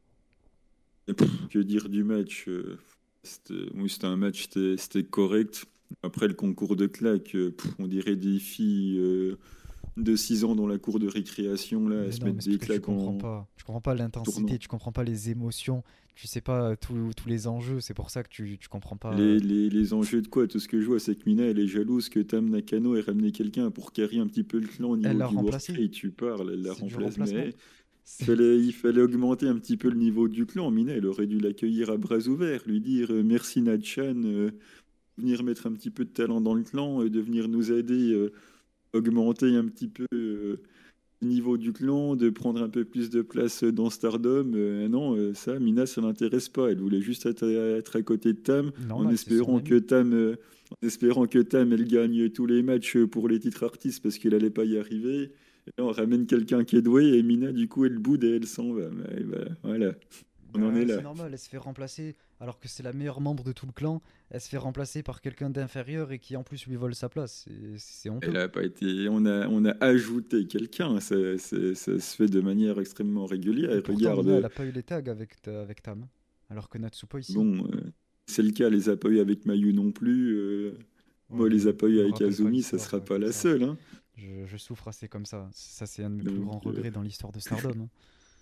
Et pff, que dire du match? euh, c'était, oui, c'était un match, c'était c'était correct. Après le concours de claques, euh, pff, on dirait des filles euh, de six ans dans la cour de récréation, là, elles Mais se non, mettent mais c'est parce des que tu claques comprends en pas. Tu comprends pas tournant. l'intensité, tu comprends pas les émotions, tu sais pas tous tous les enjeux. C'est pour ça que tu, tu comprends pas. Les, euh, les, les enjeux de quoi? Tout ce que je vois, c'est que Mina, elle est jalouse que Tam Nakano ait ramené quelqu'un pour carry un petit peu le clan au Elle niveau l'a du remplacé. Warcry. Tu parles, elle la C'est du remplace. remplacement. Mais il C'est- fallait, il fallait augmenter un petit peu le niveau du clan. Mina, elle aurait dû l'accueillir à bras ouverts, lui dire euh, merci Natchan, euh, venir mettre un petit peu de talent dans le clan, et de venir nous aider, euh, augmenter un petit peu euh, le niveau du clan, de prendre un peu plus de place dans Stardom. Euh, non, euh, ça, Mina, ça l'intéresse pas. Elle voulait juste être, être à côté de Tam, en Normal, c'est son espérant que ami. Tam, euh, en espérant que Tam, elle gagne tous les matchs pour les titres artistes parce qu'elle allait pas y arriver. Et là, on ramène quelqu'un qui est doué et Mina, du coup, elle boude et elle s'en va. Mais, bah, voilà, on en Bah, est ouais, là. c'est normal, elle se fait remplacer alors que c'est la meilleure membre de tout le clan. Elle se fait remplacer par quelqu'un d'inférieur et qui en plus lui vole sa place. C'est c'est Elle honteux. a pas été. On a, on a ajouté quelqu'un. Ça, ça- ça se fait de manière extrêmement régulière. Et Et pourtant, Mina, elle regarde, a pas eu les tags avec, ta- avec Tam. Alors que Natsupoi, ici. bon, euh, c'est le cas. Les a pas eu avec Mayu non plus. euh, Ouais, Moi, les a mais pas eu me avec rappelle pas Azumi, ça l'histoire sera euh, pas comme la ça. seule, hein. Je, je souffre assez comme ça. Ça, c'est un de mes plus Donc, grands euh, regrets dans l'histoire de Stardom, hein.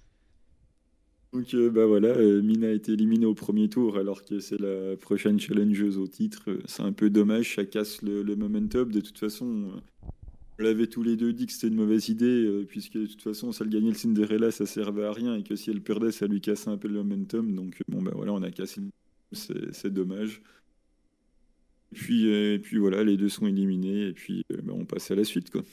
donc euh, bah voilà, euh, Mina a été éliminée au premier tour alors que c'est la prochaine challengeuse au titre. Euh, C'est un peu dommage, ça casse le, le momentum. De toute façon, euh, on l'avait tous les deux dit que c'était une mauvaise idée, euh, puisque de toute façon, si elle gagnait le Cinderella, ça servait à rien, et que si elle perdait, ça lui cassait un peu le momentum. Donc euh, bon, bah voilà, on a cassé le... C'est c'est dommage. Et puis, euh, et puis voilà, les deux sont éliminés, et puis euh, bah, on passe à la suite, quoi.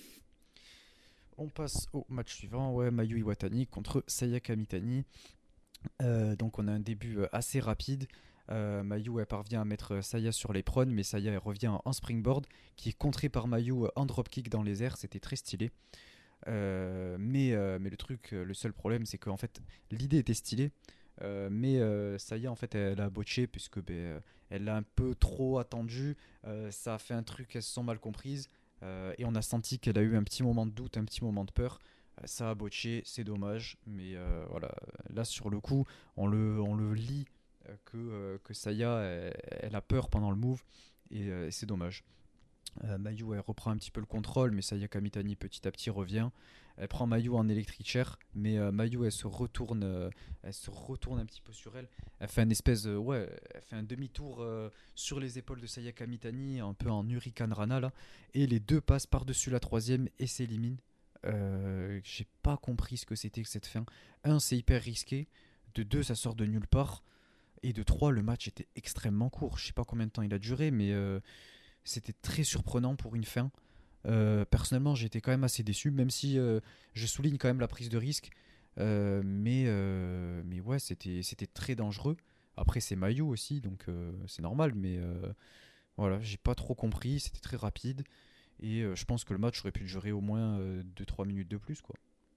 On passe au match suivant. Ouais, Mayu Iwatani contre Sayaka Mitani. Euh, donc on a un début euh, assez rapide. Euh, Mayu elle parvient à mettre euh, Saya sur les prônes, mais Saya elle revient en springboard qui est contré par Mayu euh, en dropkick dans les airs. C'était très stylé. Euh, mais, euh, mais le truc, euh, le seul problème, c'est qu'en fait l'idée était stylée. Euh, mais euh, Saya en fait elle a botché puisque ben, euh, elle l'a un peu trop attendu. Euh, ça a fait un truc, elles se sont mal comprises. Euh, et on a senti qu'elle a eu un petit moment de doute, un petit moment de peur. Euh, ça a botché, c'est dommage. Mais euh, voilà, là sur le coup, on le, on le lit euh, que, euh, que Saya, elle, elle a peur pendant le move. Et euh, c'est dommage. Euh, Mayu elle reprend un petit peu le contrôle, mais Sayaka Mitani petit à petit revient. Elle prend Mayu en electric chair, mais euh, Mayu elle se retourne, euh, elle se retourne un petit peu sur elle. Elle fait un espèce, de- ouais, elle fait un demi-tour euh, sur les épaules de Sayaka Mitani, un peu en Hurricane Rana là, et les deux passent par-dessus la troisième et s'éliminent. Euh, j'ai pas compris ce que c'était que cette fin. Un, c'est hyper risqué. De deux, ça sort de nulle part. Et de trois, le match était extrêmement court. Je sais pas combien de temps il a duré, mais euh, c'était très surprenant pour une fin. Euh, personnellement, j'étais quand même assez déçu, même si euh, je souligne quand même la prise de risque. Euh, mais, euh, mais ouais, c'était, c'était très dangereux. Après, c'est Mayu aussi, donc euh, c'est normal. Mais euh, voilà, j'ai pas trop compris. C'était très rapide. Et euh, je pense que le match aurait pu durer au moins euh, deux trois minutes de plus, quoi.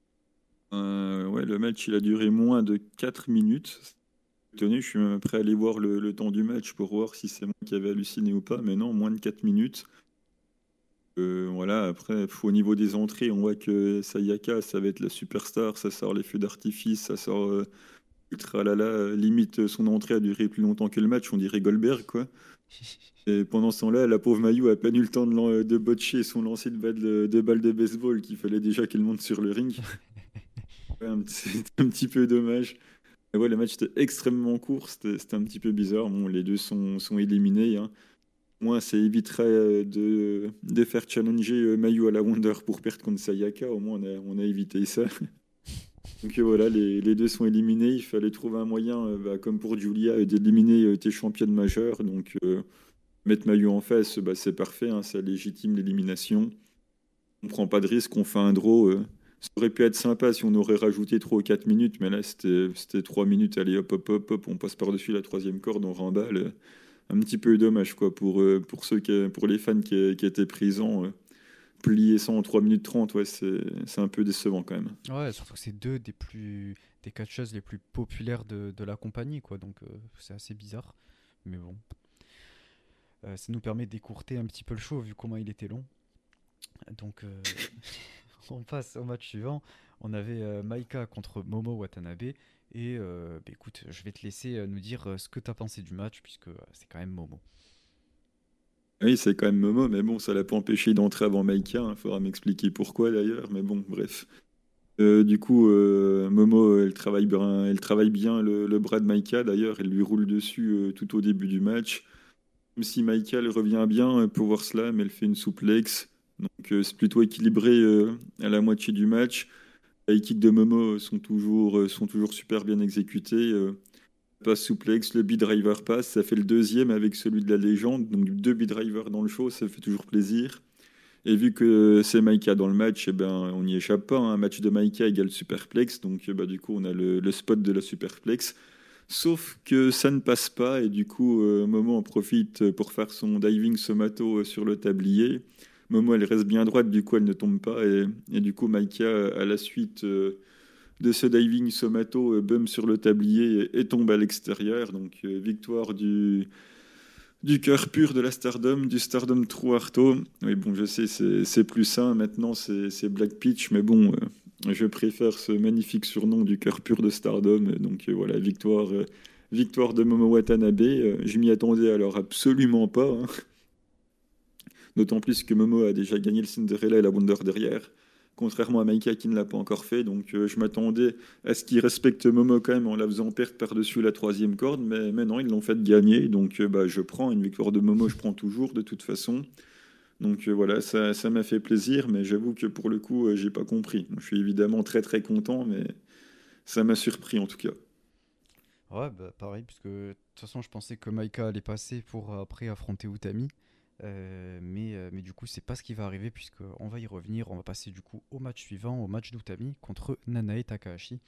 Euh, ouais, le match, il a duré moins de quatre minutes. Étonné, je suis même prêt à aller voir le, le temps du match pour voir si c'est moi qui avais halluciné ou pas, mais non, moins de quatre minutes. Euh, voilà, après, pff, au niveau des entrées, on voit que Sayaka, ça va être la superstar, ça sort les feux d'artifice, ça sort euh, ultra là là, limite son entrée a duré plus longtemps que le match, on dirait Goldberg, quoi. Et pendant ce temps-là, la pauvre Mayu a à peine eu le temps de, lan- de botcher son lancer de balle de, de balle de baseball qu'il fallait déjà qu'elle monte sur le ring. Ouais, un petit- c'est un petit peu dommage. Et ouais, le match était extrêmement court, c'était c'était un petit peu bizarre. Bon, les deux sont, sont éliminés, hein. Moi, ça éviterait euh, de, de faire challenger euh, Mayu à la Wonder pour perdre contre Sayaka. Au moins, on a, on a évité ça. Donc euh, voilà, les, les deux sont éliminés. Il fallait trouver un moyen, euh, bah, comme pour Julia, euh, d'éliminer euh, tes championnes majeures. Donc euh, mettre Mayu en face, bah, c'est parfait, hein, ça légitime l'élimination. On prend pas de risque, on fait un draw. euh. Ça aurait pu être sympa si on aurait rajouté trois ou quatre minutes, mais là, c'était c'était trois minutes. Allez, hop, hop, hop, hop, on passe par-dessus la troisième corde, on remballe. Un petit peu dommage, quoi, pour, euh, pour, ceux qui, pour les fans qui, qui étaient présents. euh. Plier ça en trois minutes trente, ouais, c'est c'est un peu décevant quand même. Ouais, surtout que c'est deux des plus des catcheuses les plus populaires de, de la compagnie, quoi. Donc euh, c'est assez bizarre. Mais bon. Euh, ça nous permet d'écourter un petit peu le show vu comment il était long. Donc euh, on passe au match suivant. On avait euh, Maika contre Momo Watanabe. Et euh, bah, écoute, je vais te laisser euh, nous dire euh, ce que tu as pensé du match, puisque euh, c'est quand même Momo. Oui, c'est quand même Momo, mais bon, ça l'a pas empêché d'entrer avant Maïka. Il faudra m'expliquer pourquoi d'ailleurs, mais bon, bref. Euh, du coup, euh, Momo, elle travaille bien, elle travaille bien le, le bras de Maïka d'ailleurs, elle lui roule dessus euh, tout au début du match. Même si Maïka, elle revient bien, euh, Power Slam, elle fait une souplex. Donc euh, c'est plutôt équilibré euh, à la moitié du match. Les kicks de Momo sont toujours, euh, sont toujours super bien exécutés. euh, Passe souplex, le B-Driver passe, ça fait le deuxième avec celui de la légende. Donc deux B-Drivers dans le show, ça fait toujours plaisir. Et vu que c'est Maïka dans le match, eh ben, on n'y échappe pas, hein. Un match de Maïka égale superplex. Donc euh, bah, du coup, on a le, le spot de la superplex. Sauf que ça ne passe pas et du coup, euh, Momo en profite pour faire son diving somato sur le tablier. Momo, elle reste bien droite, du coup, elle ne tombe pas. Et, et du coup, Maïka, à la suite euh, de ce diving somato, euh, bum sur le tablier et, et tombe à l'extérieur. Donc, euh, victoire du, du cœur pur de la Stardom, du Stardom True Arto. Oui, bon, je sais, c'est c'est plus sain. Maintenant, c'est c'est Black Peach, mais bon, euh, je préfère ce magnifique surnom du cœur pur de Stardom. Donc euh, voilà, victoire, euh, victoire de Momo Watanabe. Euh, je m'y attendais alors absolument pas, hein. D'autant plus que Momo a déjà gagné le Cinderella et la Wonder derrière, contrairement à Maika qui ne l'a pas encore fait. Donc euh, je m'attendais à ce qu'il respecte Momo quand même en la faisant perdre par-dessus la troisième corde, mais, mais non, ils l'ont fait gagner. Donc euh, bah, je prends une victoire de Momo, je prends toujours de toute façon. Donc euh, voilà, ça, ça m'a fait plaisir, mais j'avoue que pour le coup, euh, j'ai pas compris. Je suis évidemment très très content, mais ça m'a surpris en tout cas. Ouais, bah pareil, puisque de toute façon, je pensais que Maika allait passer pour euh, après affronter Utami. Euh, mais, euh, mais du coup, c'est pas ce qui va arriver, puisqu'on va y revenir. On va passer du coup au match suivant, au match d'Utami contre Nanae Takahashi.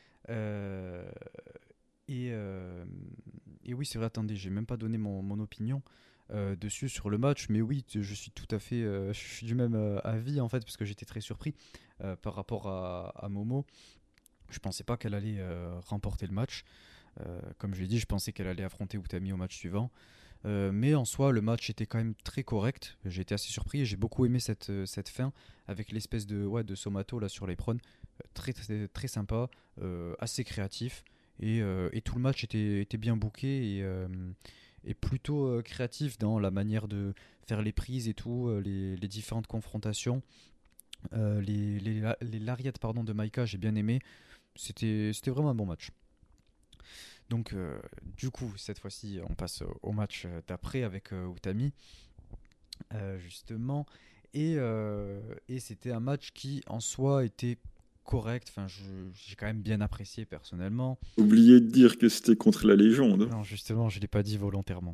Euh, et, euh, et oui, c'est vrai, attendez, j'ai même pas donné mon, mon opinion euh, dessus sur le match, mais oui, t- je suis tout à fait, euh, je suis du même euh, avis en fait, parce que j'étais très surpris euh, par rapport à, à Momo. Je pensais pas qu'elle allait euh, remporter le match. Euh, comme je l'ai dit, je pensais qu'elle allait affronter Utami au match suivant. Euh, mais en soi, le match était quand même très correct. J'ai été assez surpris et j'ai beaucoup aimé cette, euh, cette fin avec l'espèce de, ouais, de somato là sur les prônes. Euh, Très, très, très sympa, euh, assez créatif. Et, euh, et tout le match était, était bien booké. Et, euh, est plutôt euh, créatif dans la manière de faire les prises et tout, euh, les, les différentes confrontations. Euh, les, les, les lariats pardon, de Maika, j'ai bien aimé. C'était, c'était vraiment un bon match. Donc, euh, du coup, cette fois-ci, on passe au match d'après avec euh, Utami, euh, justement. Et, euh, et c'était un match qui, en soi, était correct. Enfin, je- j'ai quand même bien apprécié personnellement. Oublié de dire que c'était contre la légende. Non, justement, je ne l'ai pas dit volontairement.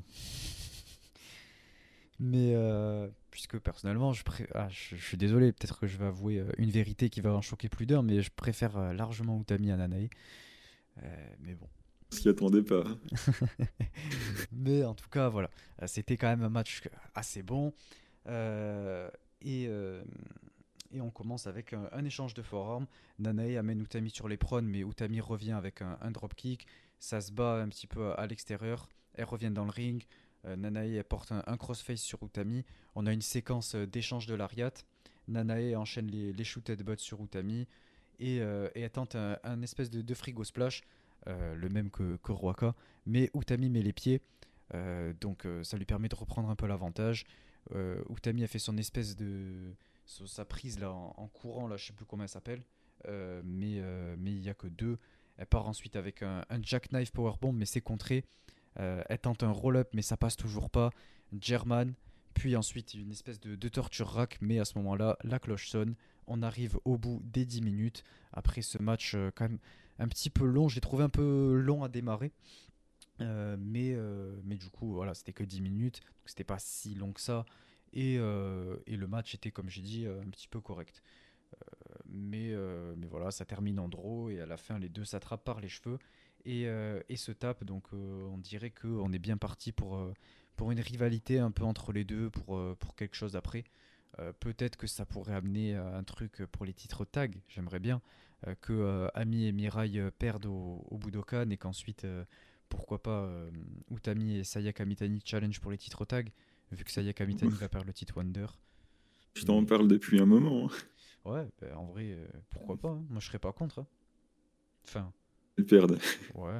Mais euh, puisque personnellement, je, pré- ah, je, je suis désolé, peut-être que je vais avouer euh, une vérité qui va en choquer plus d'un, mais je préfère euh, largement Utami à Nanae. Euh, mais bon. On s'y attendait pas. Mais en tout cas, voilà. Euh, C'était quand même un match assez bon. Euh, et, euh, et on commence avec un, un échange de forearm. Nanae amène Utami sur les prônes, mais Utami revient avec un, un dropkick. Ça se bat un petit peu à l'extérieur. Elle revient dans le ring. Euh, Nanae elle porte un, un crossface sur Utami. On a une séquence euh, d'échange de lariat. Nanae enchaîne les, les shoot headbutts sur Utami. Et, euh, et elle tente un, un espèce de, de frigo splash, euh, le même que, que Ruaka. Mais Utami met les pieds. Euh, donc euh, ça lui permet de reprendre un peu l'avantage. Euh, Utami a fait son espèce de sa prise là en, en courant là, je sais plus comment elle s'appelle, euh, mais euh, mais il y a que deux. Elle part ensuite avec un, un jackknife powerbomb, mais c'est contré. Euh, elle tente un roll-up, mais ça passe toujours pas. German, puis ensuite une espèce de, de torture rack, mais à ce moment-là, la cloche sonne. On arrive au bout des dix minutes. Après ce match, euh, quand même un petit peu long, j'ai trouvé un peu long à démarrer. Euh, mais, euh, mais du coup, voilà, c'était que dix minutes, donc c'était pas si long que ça. Et, euh, et le match était, comme j'ai dit, euh, un petit peu correct. Mais, euh, mais voilà, ça termine en draw et à la fin, les deux s'attrapent par les cheveux et, euh, et se tapent. Donc euh, on dirait qu'on est bien parti pour, euh, pour une rivalité un peu entre les deux, pour, euh, pour quelque chose après. Euh, peut-être que ça pourrait amener euh, un truc pour les titres tag. J'aimerais bien euh, que euh, Ami et Mirai euh, perdent au, au Budokan et qu'ensuite, euh, pourquoi pas, euh, Utami et Sayaka Mitani challenge pour les titres tag, vu que Sayaka Mitani va perdre le titre Wonder. Je t'en Mais parle depuis un moment. ouais, bah, en vrai, euh, pourquoi pas, hein. Moi, je serais pas contre, hein. Enfin, Ils perdent. ouais.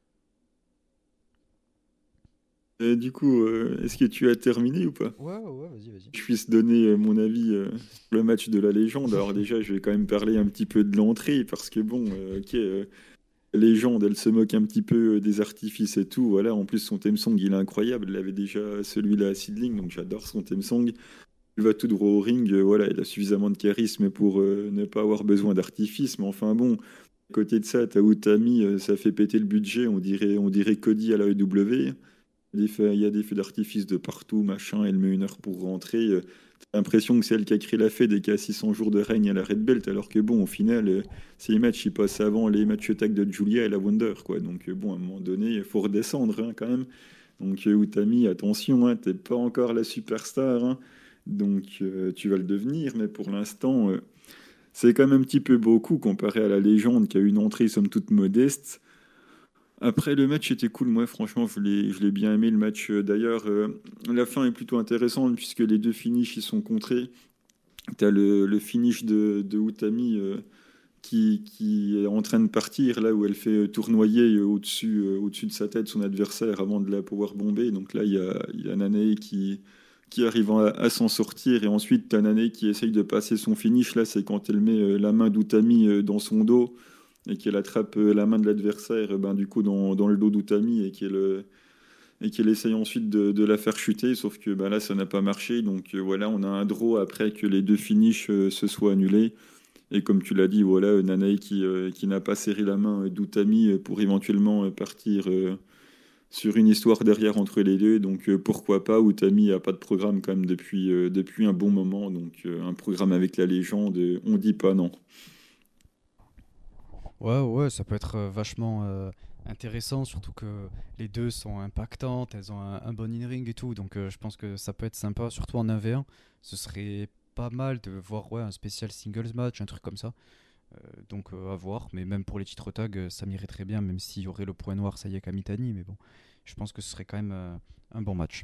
Et du coup, euh, est-ce que tu as terminé ou pas? Ouais, ouais, ouais, vas-y, vas-y. Je puisse donner euh, mon avis euh, sur le match de la légende. Alors déjà, je vais quand même parler un petit peu de l'entrée parce que bon, euh, ok, euh, la légende, elle se moque un petit peu euh, des artifices et tout. Voilà, en plus son theme song, il est incroyable. Il avait déjà celui-là à Seedling, donc j'adore son theme song. Il va tout droit au ring. Euh, voilà, il a suffisamment de charisme pour euh, ne pas avoir besoin d'artifice. Mais enfin bon, à côté de ça, t'as Utami, euh, ça fait péter le budget. On dirait, on dirait Cody à la A E W. Des feux- Il y a des feux d'artifice de partout, machin, elle met une heure pour rentrer. euh, T'as l'impression que c'est elle qui a créé la fête et qui a six cents jours de règne à la Red Belt, alors que bon, au final, euh, ces matchs, ils passent avant les matchs tag de Julia et la Wonder, quoi. Donc euh, bon, à un moment donné, il faut redescendre, hein, quand même. Donc euh, Utami, attention, hein, t'es pas encore la superstar, hein. Donc euh, tu vas le devenir, mais pour l'instant, euh, c'est quand même un petit peu beaucoup comparé à la légende qui a une entrée somme toute modeste. Après, le match était cool. Moi, franchement, je l'ai, je l'ai bien aimé le match. Euh, D'ailleurs, euh, la fin est plutôt intéressante puisque les deux finishes ils sont contrés. Tu as le, le finish de, de Utami euh, qui, qui est en train de partir, là où elle fait euh, tournoyer euh, au-dessus, euh, au-dessus de sa tête son adversaire avant de la pouvoir bomber. Donc là, il y a, il y a Nanae qui, qui arrive à, à s'en sortir. Et ensuite, tu as Nanae qui essaye de passer son finish. Là, c'est quand elle met euh, la main d'Utami euh, dans son dos et qu'elle attrape euh, la main de l'adversaire euh, ben, du coup dans, dans le dos d'Utami et qu'elle euh, et qu'elle essaye ensuite de, de la faire chuter, sauf que ben, là ça n'a pas marché, donc euh, voilà, on a un draw après que les deux finishes euh, se soient annulés, et comme tu l'as dit, voilà, euh, Nanae qui, euh, qui n'a pas serré la main euh, d'Utami euh, pour éventuellement euh, partir euh, sur une histoire derrière entre les deux, donc euh, pourquoi pas, Utami a pas de programme quand même depuis, euh, depuis un bon moment, donc euh, un programme avec la légende, euh, on dit pas non. Ouais, ouais, ça peut être euh, vachement euh, intéressant, surtout que les deux sont impactantes, elles ont un, un bon in-ring et tout, donc euh, je pense que ça peut être sympa, surtout en un v un. Ce serait pas mal de voir ouais, un spécial singles match, un truc comme ça. Euh, donc euh, à voir, mais même pour les titres tag, euh, ça m'irait très bien, même s'il y aurait le point noir Sayaka Mitani, mais bon, je pense que ce serait quand même euh, un bon match.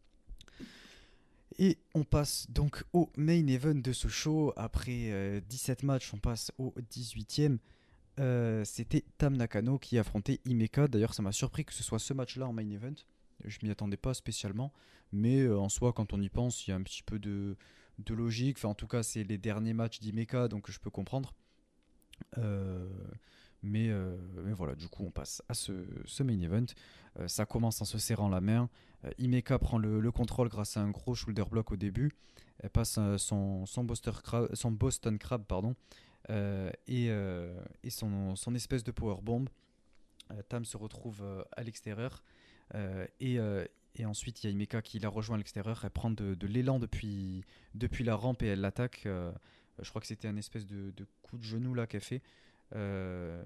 Et on passe donc au main event de ce show. Après euh, dix-sept matchs, on passe au dix-huitième. Euh, c'était Tam Nakano qui affrontait Himeka. D'ailleurs, ça m'a surpris que ce soit ce match-là en main event. je m'y attendais pas spécialement, mais euh, en soi, quand on y pense, il y a un petit peu de, de logique. Enfin, en tout cas, c'est les derniers matchs d'Imeka, donc je peux comprendre. Euh, mais, euh, mais voilà, du coup, on passe à ce, ce main event. Euh, ça commence en se serrant la main. Euh, Imeka prend le, le contrôle grâce à un gros shoulder block au début. Elle passe euh, son, son, Boston Crab, son Boston Crab pardon, euh, et, euh, et son, son espèce de powerbomb. Euh, Tam se retrouve euh, à l'extérieur. Euh, et, euh, et ensuite, il y a Imeka qui la rejoint à l'extérieur. Elle prend de, de l'élan depuis, depuis la rampe et elle l'attaque. Euh, je crois que c'était un espèce de, de coup de genou là qu'elle fait. Euh,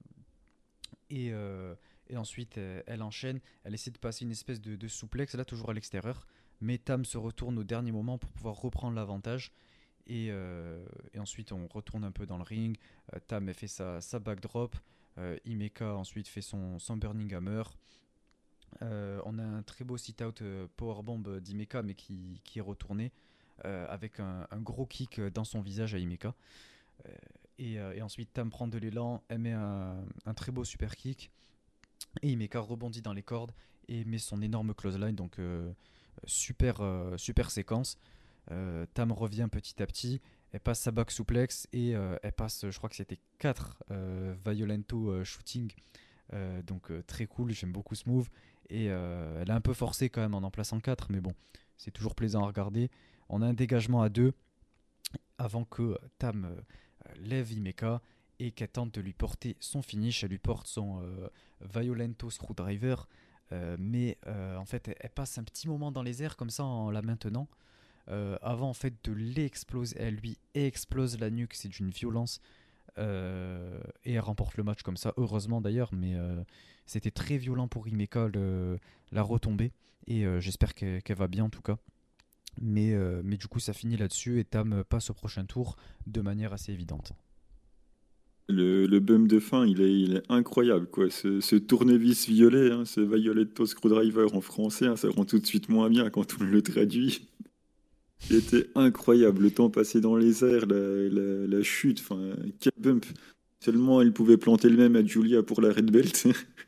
et, euh, et ensuite, euh, elle enchaîne. Elle essaie de passer une espèce de, de souplex, là toujours à l'extérieur. Mais Tam se retourne au dernier moment pour pouvoir reprendre l'avantage. Et, euh, et ensuite, on retourne un peu dans le ring. Euh, Tam elle fait sa, sa backdrop. Euh, Imeka ensuite fait son, son Burning Hammer. Euh, on a un très beau sit-out euh, powerbomb d'Imeka, mais qui, qui est retourné euh, avec un, un gros kick dans son visage à Imeka. Euh, et, euh, et ensuite, Tam prend de l'élan, elle met un, un très beau super kick. Et Imeka rebondit dans les cordes et met son énorme clothesline. Donc, euh, super, euh, super séquence. Euh, Tam revient petit à petit. Elle passe sa back suplex et euh, elle passe, je crois que c'était quatre euh, Violento euh, shooting. Euh, donc, euh, très cool, j'aime beaucoup ce move. Et euh, elle a un peu forcé quand même en en plaçant quatre, mais bon, c'est toujours plaisant à regarder. On a un dégagement à deux avant que Tam euh, lève Imeka et qu'elle tente de lui porter son finish. Elle lui porte son euh, Violento Screwdriver, euh, mais euh, en fait, elle, elle passe un petit moment dans les airs comme ça en la maintenant. Euh, avant en fait de l'exploser, elle lui explose la nuque, c'est d'une violence. Euh, et elle remporte le match comme ça, heureusement d'ailleurs, mais euh, c'était très violent pour Imeka le, la retombée. Et euh, j'espère qu'elle, qu'elle va bien en tout cas. Mais, euh, mais du coup, ça finit là-dessus et Tam passe au prochain tour de manière assez évidente. Le, le bum de fin, il est, il est incroyable, quoi. Ce, ce tournevis violet, hein, ce Violetto Screwdriver en français, hein, ça rend tout de suite moins bien quand on le traduit. Il était incroyable, le temps passé dans les airs, la, la, la chute, enfin, quel bump. Seulement, il pouvait planter le même à Julia pour la Red Belt.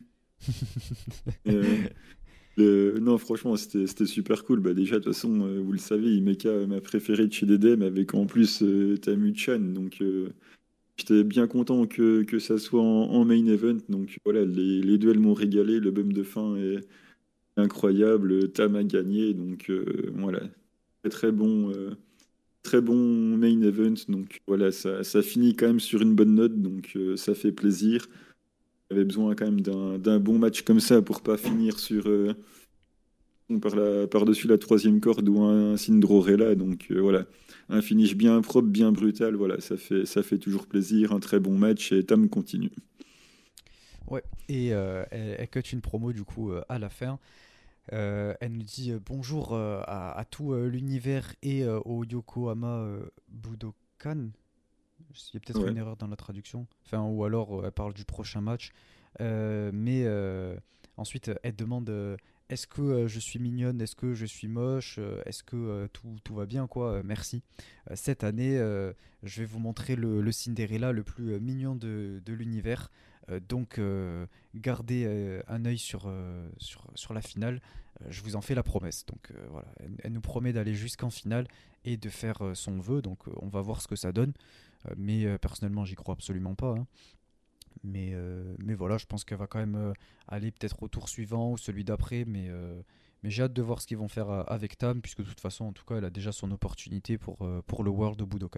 Euh, le- Non, franchement, c'était c'était super cool. Bah, déjà, de toute façon, euh, vous le savez, Imeka, ma préférée de chez D D M, avec en plus euh, Tamu-chan. Donc, euh, j'étais bien content que, que ça soit en, en main event. Donc, voilà, les, les duels m'ont régalé. Le bum de fin est incroyable. Tam a gagné. Donc, euh, voilà, très, très bon. euh, Très bon main event, donc voilà, ça, ça finit quand même sur une bonne note, donc euh, ça fait plaisir. Il avait besoin quand même d'un d'un bon match comme ça pour pas finir sur euh, par la, par-dessus la troisième corde ou un Cinderella, donc euh, voilà, un finish bien propre, bien brutal, voilà, ça fait, ça fait toujours plaisir, un très bon match et Tam continue. Ouais, et euh, elle, elle cut une promo du coup euh, à la fin. Euh, elle nous dit euh, bonjour euh, à, à tout euh, l'univers et euh, au Yokohama euh, Budokan. Il y a peut-être Ouais. une erreur dans la traduction. Enfin, ou alors euh, elle parle du prochain match. Euh, mais euh, ensuite, euh, elle demande euh, est-ce que euh, je suis mignonne, est-ce que je suis moche, euh, est-ce que euh, tout, tout va bien, quoi. Euh, merci. Euh, cette année, euh, je vais vous montrer le, le Cinderella le plus euh, mignon de, de l'univers. Euh, donc, euh, gardez euh, un œil sur, euh, sur, sur la finale. Euh, je vous en fais la promesse. Donc, euh, voilà. Elle, elle nous promet d'aller jusqu'en finale et de faire euh, son vœu. Donc, euh, on va voir ce que ça donne. Euh, mais euh, personnellement, j'y crois absolument pas, hein. Mais, euh, mais voilà, je pense qu'elle va quand même euh, aller peut-être au tour suivant ou celui d'après. Mais, euh, mais j'ai hâte de voir ce qu'ils vont faire euh, avec Tam, puisque de toute façon, en tout cas, elle a déjà son opportunité pour, euh, pour le World of Budokan.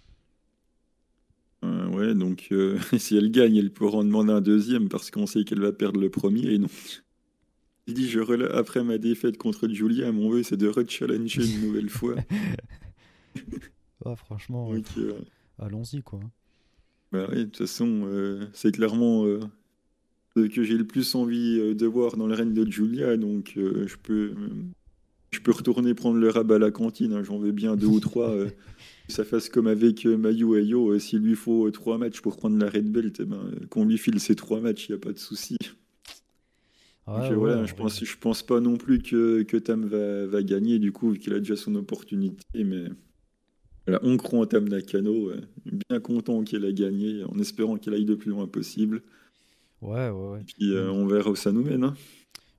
Euh, ouais, donc euh, si elle gagne, elle pourra en demander un deuxième parce qu'on sait qu'elle va perdre le premier. Et donc, il dit, je rela- après ma défaite contre Julia, mon vœu c'est de re-challenger une nouvelle fois. Ah, franchement, euh, Donc, pff, euh, allons-y quoi. bah oui, de toute façon, euh, c'est clairement euh, ce que j'ai le plus envie euh, de voir dans le règne de Julia. Donc, euh, je peux, euh, je peux retourner prendre le rab à la cantine, hein. J'en veux bien deux ou trois. Euh, que ça fasse comme avec euh, Mayu Ayo. Euh, s'il lui faut euh, trois matchs pour prendre la Red Belt, eh ben, euh, qu'on lui file ces trois matchs, il n'y a pas de souci. Donc Ah euh, ouais, voilà, en je vrai. pense, je pense pas non plus que, que Tam va, va gagner, du coup, vu qu'il a déjà son opportunité. Mais voilà, on croit en Tam Nakano. Euh, bien content qu'il a gagné, en espérant qu'il aille le plus loin possible. Ouais, ouais, ouais. Et puis euh, Même, on verra où ça nous mène, hein.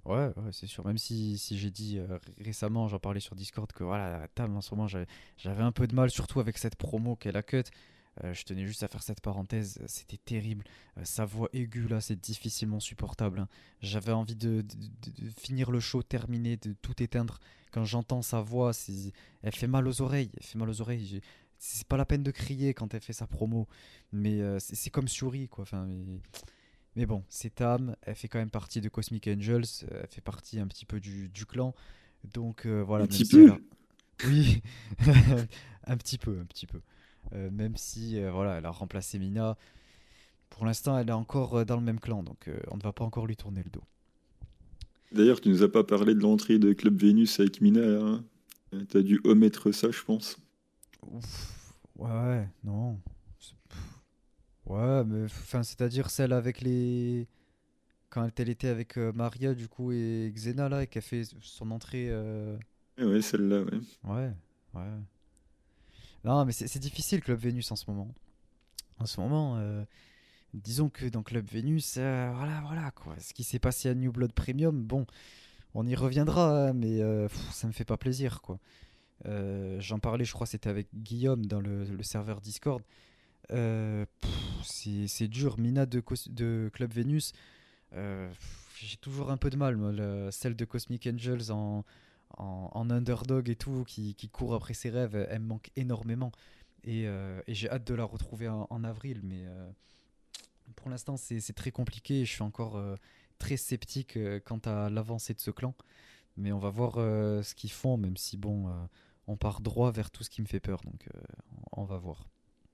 Ouais, ouais, c'est sûr. Même si, si j'ai dit euh, ré- récemment, j'en parlais sur Discord, que voilà, la table en ce moment, j'avais j'avais un peu de mal, surtout avec cette promo qu'elle a cut. Euh, je tenais juste à faire cette parenthèse, euh, c'était terrible. Euh, sa voix aiguë là, c'est difficilement supportable, hein. J'avais envie de, de- de- de finir le show, terminer, de tout éteindre. Quand j'entends sa voix, c'est- elle fait mal aux oreilles. Elle fait mal aux oreilles. J'ai- C'est pas la peine de crier quand elle fait sa promo, mais euh, c'est c'est comme Shuri, quoi. Enfin, mais mais bon, c'est Tam, elle fait quand même partie de Cosmic Angels, euh, elle fait partie un petit peu du, du clan. Donc euh, Un voilà, même petit si elle peu. a... Oui, un petit peu, un petit peu. Euh, même si euh, voilà, elle a remplacé Mina, pour l'instant elle est encore euh, dans le même clan, donc euh, on ne va pas encore lui tourner le dos. D'ailleurs, tu nous as pas parlé de l'entrée de Club Vénus avec Mina, là. Euh, T'as dû omettre ça, je pense. Ouf, ouais, ouais, non. C'est- Ouais, mais enfin, c'est-à-dire celle avec les... Quand elle était avec euh, Maria, du coup, et Xena, là, et qu'elle fait son entrée... euh, Ouais, ouais, celle-là, ouais. Ouais, ouais. Non, mais c'est c'est difficile, Club Vénus, en ce moment. En ce moment, euh, disons que dans Club Vénus, euh, voilà, voilà, quoi. Ce qui s'est passé à New Blood Premium, bon, on y reviendra, hein, mais euh, pff, ça me fait pas plaisir, quoi. Euh, J'en parlais, je crois, c'était avec Guillaume dans le, le serveur Discord. Euh, pff, c'est c'est dur. Mina de, Cos- de Club Vénus, euh, pff, j'ai toujours un peu de mal, moi, le- celle de Cosmic Angels en, en, en underdog et tout, qui, qui court après ses rêves, elle me manque énormément. Et, euh, et j'ai hâte de la retrouver en, en avril, mais euh, pour l'instant, c'est c'est très compliqué et je suis encore euh, très sceptique euh, quant à l'avancée de ce clan. Mais on va voir euh, ce qu'ils font, même si, bon, euh, on part droit vers tout ce qui me fait peur, donc euh, on va voir.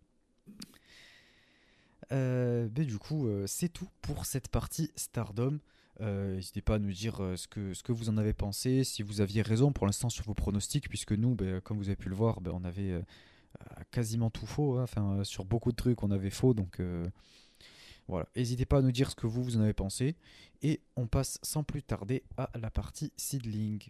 Euh, mais du coup, euh, c'est tout pour cette partie Stardom. Euh, N'hésitez pas à nous dire euh, ce que, ce que vous en avez pensé, si vous aviez raison pour l'instant sur vos pronostics, puisque nous, ben, comme vous avez pu le voir, ben, on avait euh, quasiment tout faux, hein. Enfin, euh, sur beaucoup de trucs, on avait faux, donc euh, voilà. N'hésitez pas à nous dire ce que vous, vous en avez pensé. Et on passe sans plus tarder à la partie seedling.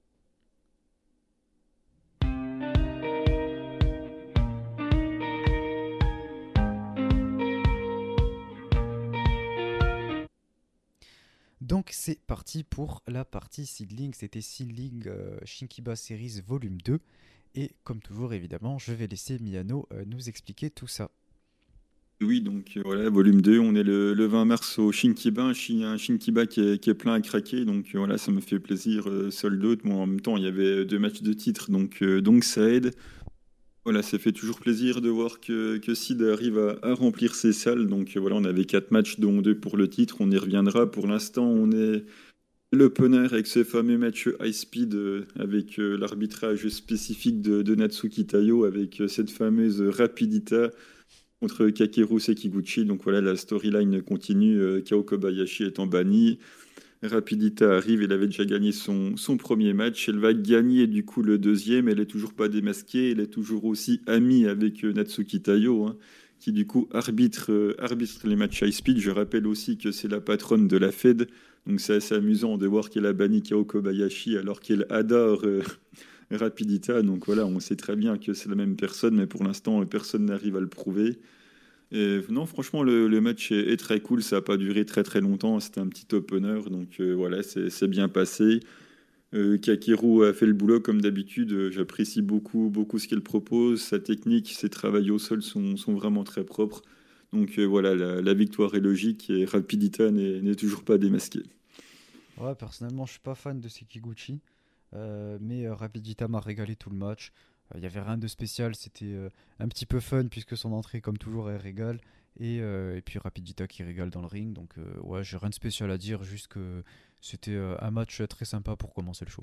Donc c'est parti pour la partie seedling. C'était seedling euh, Shinkiba Series volume deux. Et comme toujours, évidemment, je vais laisser Miano euh, nous expliquer tout ça. Oui, donc euh, voilà, volume deux, on est le, le vingt mars au Shinkiba, un, Shi- un Shinkiba qui est, qui est plein à craquer, donc euh, voilà, ça me fait plaisir, euh, sold out. Bon, en même temps, il y avait deux matchs de titre, donc, euh, donc ça aide. Voilà, ça fait toujours plaisir de voir que, que Sid arrive à, à remplir ses salles. Donc euh, voilà, on avait quatre matchs, dont deux pour le titre, on y reviendra. Pour l'instant, on est l'opener avec ce fameux match high speed euh, avec euh, l'arbitrage spécifique de, de Natsuki Tayo, avec euh, cette fameuse Rapidita contre Kakeru Sekiguchi. Donc voilà, la storyline continue. euh, Kao Kobayashi étant banni. Rapidita arrive, elle avait déjà gagné son, son premier match. Elle va gagner du coup le deuxième. Elle est toujours pas démasquée. Elle est toujours aussi amie avec euh, Natsuki Tayo, hein, qui du coup arbitre, euh, arbitre les matchs high speed. Je rappelle aussi que c'est la patronne de la Fed. Donc c'est assez amusant de voir qu'elle a banni Kao Kobayashi alors qu'elle adore euh, Rapidita. Donc voilà, on sait très bien que c'est la même personne, mais pour l'instant, personne n'arrive à le prouver. Et non, franchement, le, le match est, est très cool. Ça n'a pas duré très très longtemps. C'était un petit opener. Donc euh, voilà, c'est c'est bien passé. Euh, Kakeru a fait le boulot comme d'habitude. Euh, J'apprécie beaucoup, beaucoup ce qu'elle propose. Sa technique, ses travails au sol sont, sont vraiment très propres. Donc euh, voilà, la, la victoire est logique et Rapidita n'est n'est toujours pas démasqué. Ouais, personnellement, je suis pas fan de Sekiguchi, euh, mais euh, Rapidita m'a régalé tout le match. Il n'y avait rien de spécial, c'était euh, un petit peu fun puisque son entrée, comme toujours, elle régale. Et, euh, et puis Rapidita qui régale dans le ring. Donc, euh, ouais, j'ai rien de spécial à dire, juste que c'était euh, un match très sympa pour commencer le show.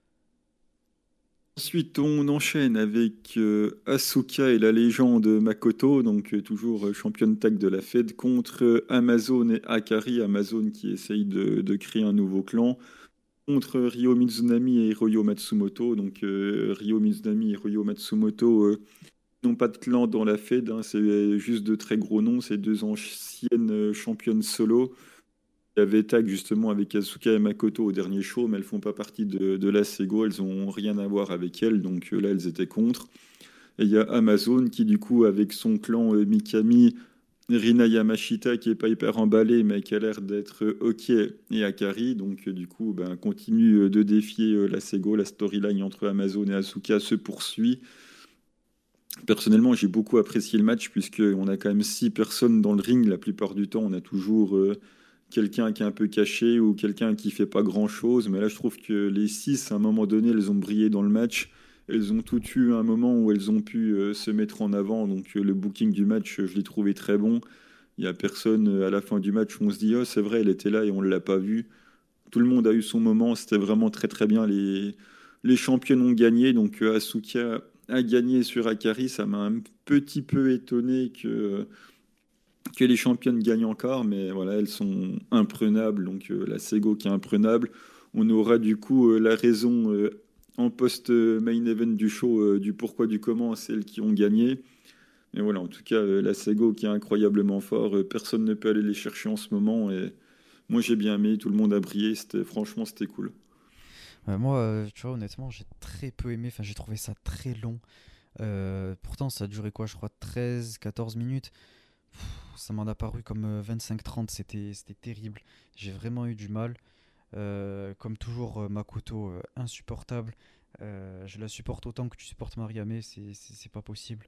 Ensuite, on enchaîne avec euh, Asuka et la légende Makoto, donc euh, toujours euh, championne tag de la Fed, contre euh, Amazon et Akari. Amazon qui essaye de, de créer un nouveau clan, contre Ryo Mizunami et Hiroyo Matsumoto. Donc euh, Ryo Mizunami et Hiroyo Matsumoto euh, n'ont pas de clan dans la Fed, hein, c'est juste de très gros noms, c'est deux anciennes euh, championnes solo. Il y avait tag justement avec Asuka et Makoto au dernier show, mais elles font pas partie de, de la Sego, elles ont rien à voir avec elles, donc euh, là elles étaient contre. Et il y a Amazon qui du coup avec son clan euh, Mikami Rina Yamashita qui est pas hyper emballée mais qui a l'air d'être euh, ok et Akari. Donc euh, du coup, ben, continue euh, de défier euh, la Sego. La storyline entre Amazon et Asuka se poursuit. Personnellement, j'ai beaucoup apprécié le match puisqu'on a quand même six personnes dans le ring. La plupart du temps, on a toujours euh, quelqu'un qui est un peu caché ou quelqu'un qui fait pas grand-chose. Mais là, je trouve que les six, à un moment donné, elles ont brillé dans le match. Elles ont toutes eu un moment où elles ont pu euh, se mettre en avant. Donc euh, le booking du match, euh, je l'ai trouvé très bon. Il y a personne euh, à la fin du match où on se dit, oh, c'est vrai, elle était là et on ne l'a pas vue. Tout le monde a eu son moment. C'était vraiment très très bien. Les, les championnes ont gagné. Donc euh, Asuka a gagné sur Akari. Ça m'a un petit peu étonné que que les championnes gagnent encore, mais voilà, elles sont imprenables. Donc euh, la Sego qui est imprenable. On aura du coup euh, la raison euh, en post-main event du show euh, du pourquoi du comment, celles qui ont gagné. Mais voilà, en tout cas, euh, la Sego qui est incroyablement fort. Euh, personne ne peut aller les chercher en ce moment. Et moi j'ai bien aimé, tout le monde a brillé. C'était, franchement, c'était cool. Euh, moi, euh, tu vois, honnêtement, j'ai très peu aimé. Enfin, j'ai trouvé ça très long. Euh, pourtant, ça a duré quoi, je crois, treize quatorze minutes. Pff, ça m'en a paru comme euh, vingt-cinq trente. C'était, c'était terrible. J'ai vraiment eu du mal. Euh, comme toujours, euh, Makoto, euh, insupportable. Euh, je la supporte autant que tu supportes Mariamé, c'est, c'est, c'est pas possible.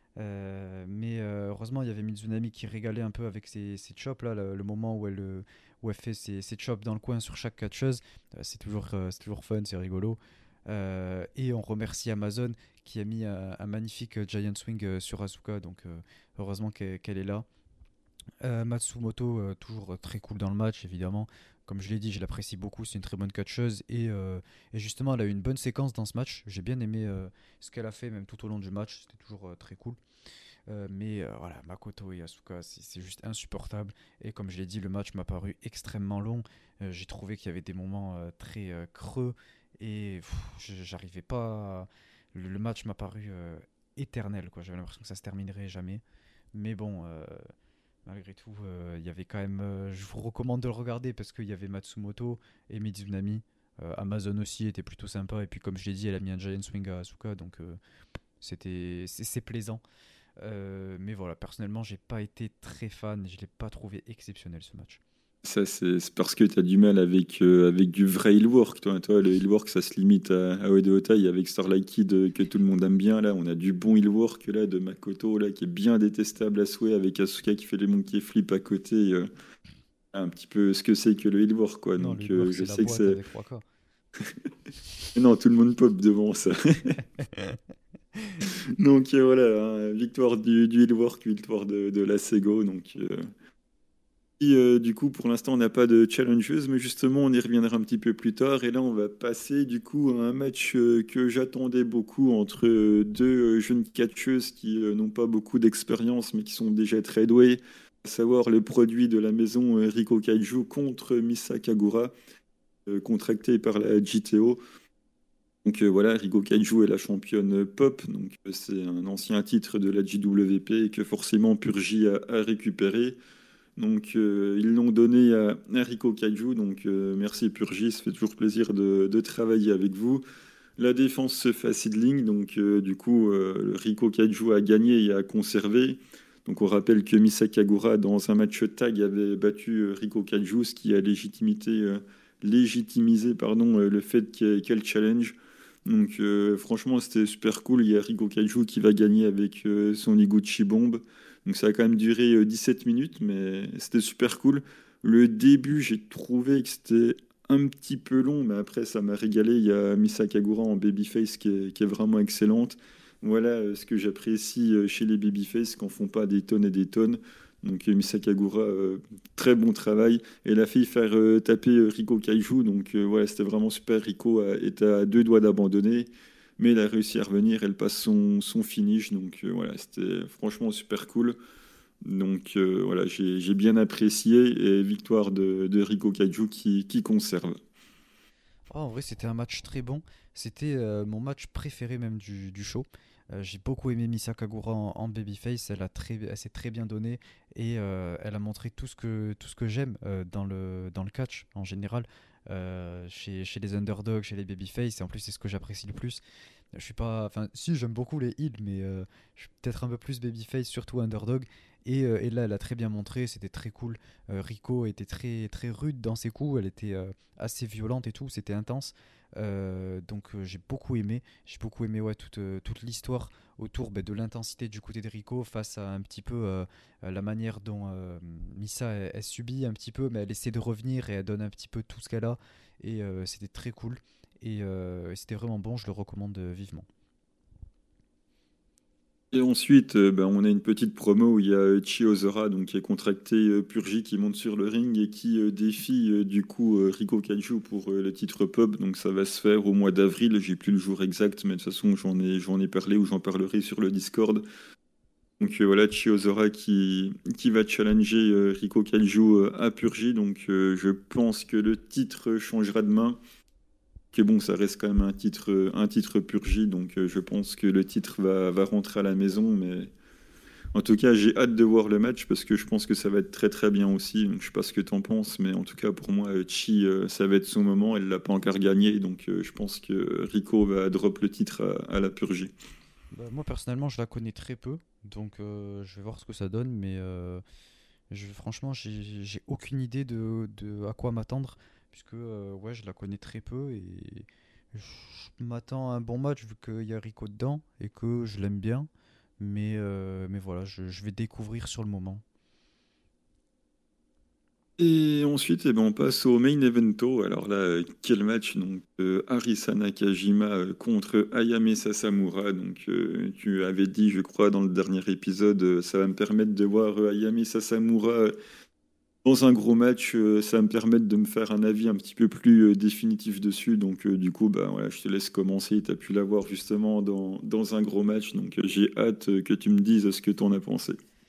Euh, mais euh, heureusement, il y avait Mizunami qui régalait un peu avec ses, ses chops là, le, le moment où elle, euh, où elle fait ses, ses chops dans le coin sur chaque catcheuse. Euh, c'est toujours, euh, c'est toujours fun, c'est rigolo. Euh, et on remercie Amazon qui a mis un, un magnifique euh, Giant Swing euh, sur Asuka, donc euh, heureusement qu'elle, qu'elle est là. Euh, Matsumoto, euh, toujours euh, très cool dans le match, évidemment. Comme je l'ai dit, je l'apprécie beaucoup, c'est une très bonne catcheuse. Et, euh, et justement, elle a eu une bonne séquence dans ce match. J'ai bien aimé euh, ce qu'elle a fait, même tout au long du match. C'était toujours euh, très cool. Euh, mais euh, voilà, Makoto et Asuka, c'est c'est juste insupportable. Et comme je l'ai dit, le match m'a paru extrêmement long. Euh, j'ai trouvé qu'il y avait des moments euh, très euh, creux. Et pff, j'arrivais pas. à- Le, le match m'a paru euh, éternel, quoi. J'avais l'impression que ça se terminerait jamais. Mais bon, euh, malgré tout, euh, il y avait quand même. Euh, je vous recommande de le regarder parce qu'il y avait Matsumoto et Mizunami. Euh, Amazon aussi était plutôt sympa. Et puis, comme je l'ai dit, elle a mis un Giant Swing à Asuka. Donc, euh, c'était, c'est, c'est plaisant. Euh, mais voilà, personnellement, j'ai pas été très fan. Je l'ai pas trouvé exceptionnel ce match. Ça, c'est c'est parce que tu as du mal avec, euh, avec du vrai heelwork. Toi, toi, le heelwork, ça se limite à, à Oedo Otai avec Starlight Kid euh, que tout le monde aime bien. Là, on a du bon heelwork là, de Makoto là, qui est bien détestable à souhait avec Asuka qui fait les monkey flips à côté. Euh, un petit peu ce que c'est que le heelwork, quoi. Non, le Donc, euh, Work, je c'est la sais que boîte c'est. avec trois K. Non, tout le monde pop devant ça. Donc, euh, voilà, hein, victoire du, du heelwork, victoire de, de la Sego. Donc. euh, Et, euh, du coup, pour l'instant, on n'a pas de challenges, mais justement, on y reviendra un petit peu plus tard. Et là, on va passer du coup à un match euh, que j'attendais beaucoup entre euh, deux euh, jeunes catcheuses qui euh, n'ont pas beaucoup d'expérience, mais qui sont déjà très douées, à savoir le produit de la maison euh, Riko Kaiju contre Misa Kagura, euh, contracté par la J T O. Donc euh, voilà, Riko Kaiju est la championne pop, donc euh, c'est un ancien titre de la J W P et que forcément Purgy a, a récupéré. Donc, euh, ils l'ont donné à, à Rico Kaiju. Donc, euh, merci Purgis, ça fait toujours plaisir de, de travailler avec vous. La défense se fait à Seedling. Donc, euh, du coup, euh, Rico Kaiju a gagné et a conservé. Donc, on rappelle que Misa Kagura, dans un match tag, avait battu euh, Rico Kaiju, ce qui a légitimité, euh, légitimisé pardon, euh, le fait qu'il y ait qu'il y ait le challenge. Donc, euh, franchement, c'était super cool. Il y a Rico Kaiju qui va gagner avec euh, son Iguchi Bomb. Donc ça a quand même duré euh, dix-sept minutes, mais c'était super cool. Le début, j'ai trouvé que c'était un petit peu long, mais après, ça m'a régalé. Il y a Misa Kagura en babyface qui est, qui est vraiment excellente. Voilà euh, ce que j'apprécie euh, chez les babyface, qu'en font pas des tonnes et des tonnes. Donc euh, Misa Kagura, euh, très bon travail. Et elle a fait faire euh, taper euh, Riko Kaiju. Donc euh, voilà, c'était vraiment super. Riko a- était à deux doigts d'abandonner. Mais elle a réussi à revenir, elle passe son, son finish, donc euh, voilà, c'était franchement super cool. Donc euh, voilà, j'ai j'ai bien apprécié et victoire de, de Riko Kaiju qui, qui conserve. Oh, en vrai, c'était un match très bon. C'était euh, mon match préféré même du, du show. Euh, j'ai beaucoup aimé Misa Kagura en, en babyface. Elle a très, elle s'est très bien donnée et euh, elle a montré tout ce que, tout ce que j'aime euh, dans le, dans le catch en général. Euh, chez, chez les underdogs, chez les babyface, et en plus c'est ce que j'apprécie le plus. Je suis pas. Enfin, si, j'aime beaucoup les heals, mais euh, je suis peut-être un peu plus babyface, surtout underdog. Et, euh, et là, elle a très bien montré, c'était très cool. Euh, Rico était très, très rude dans ses coups, elle était euh, assez violente et tout, c'était intense. Euh, donc euh, j'ai beaucoup aimé. J'ai beaucoup aimé ouais, toute, euh, toute l'histoire autour bah, de l'intensité du côté de Rico face à un petit peu euh, la manière dont euh, Misa elle, elle subit un petit peu, mais elle essaie de revenir et elle donne un petit peu tout ce qu'elle a. Et euh, c'était très cool. Et euh, c'était vraiment bon, je le recommande euh, vivement. Et ensuite, euh, ben, on a une petite promo où il y a euh, Chiozora, donc qui est contracté euh, Purgy, qui monte sur le ring et qui euh, défie euh, du coup euh, Rico Kaju pour euh, le titre pub. Donc ça va se faire au mois d'avril. J'ai plus le jour exact, mais de toute façon j'en ai j'en ai parlé ou j'en parlerai sur le Discord. Donc euh, voilà, Chiozora qui qui va challenger euh, Rico Kaju euh, à Purgy. Donc euh, je pense que le titre changera de main. Que bon, ça reste quand même un titre, un titre Purgy, donc euh, je pense que le titre va, va rentrer à la maison, mais en tout cas, j'ai hâte de voir le match parce que je pense que ça va être très très bien aussi. Donc, je sais pas ce que tu en penses, mais en tout cas, pour moi, euh, Chi, euh, ça va être son moment. Elle l'a pas encore gagné, donc euh, je pense que Rico va drop le titre à, à la Purgie. Bah, moi personnellement, je la connais très peu, donc euh, je vais voir ce que ça donne, mais euh, je, franchement, j'ai j'ai aucune idée de, de à quoi m'attendre, puisque euh, ouais, je la connais très peu et je m'attends à un bon match vu qu'il y a Rico dedans et que je l'aime bien, mais, euh, mais voilà, je, je vais découvrir sur le moment. Et ensuite, eh ben, on passe au main evento. Alors là, euh, quel match donc euh, Arisa Nakajima euh, contre Ayame Sasamura. Donc euh, tu avais dit, je crois, dans le dernier épisode, euh, ça va me permettre de voir euh, Ayame Sasamura euh, dans un gros match. Euh, ça va me permettre de me faire un avis un petit peu plus euh, définitif dessus. Donc euh, du coup, bah voilà, je te laisse commencer. Tu as pu la voir justement dans, dans un gros match. Donc euh, j'ai hâte euh, que tu me dises ce que tu en as pensé.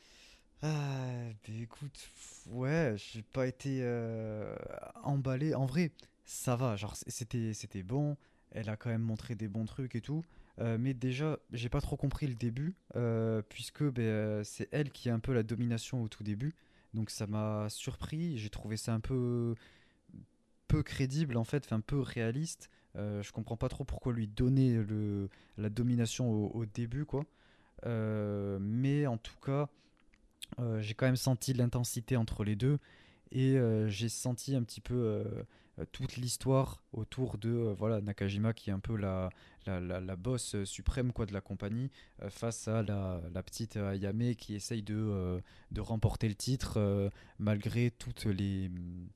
Ah, bah écoute, pff, ouais, j'ai pas été euh, emballé. En vrai, ça va, genre c- c'était c'était bon. Elle a quand même montré des bons trucs et tout. Euh, mais déjà, j'ai pas trop compris le début, euh, puisque ben, euh, c'est elle qui a un peu la domination au tout début. Donc ça m'a surpris. J'ai trouvé ça un peu peu crédible en fait, enfin peu réaliste. Euh, je comprends pas trop pourquoi lui donner le, la domination au, au début, quoi. Euh, mais en tout cas. Euh, j'ai quand même senti l'intensité entre les deux et euh, j'ai senti un petit peu euh, euh, toute l'histoire autour de euh, voilà Nakajima qui est un peu la, la, la, la boss suprême quoi de la compagnie euh, face à la, la petite Ayame qui essaye de, euh, de remporter le titre euh, malgré toutes les,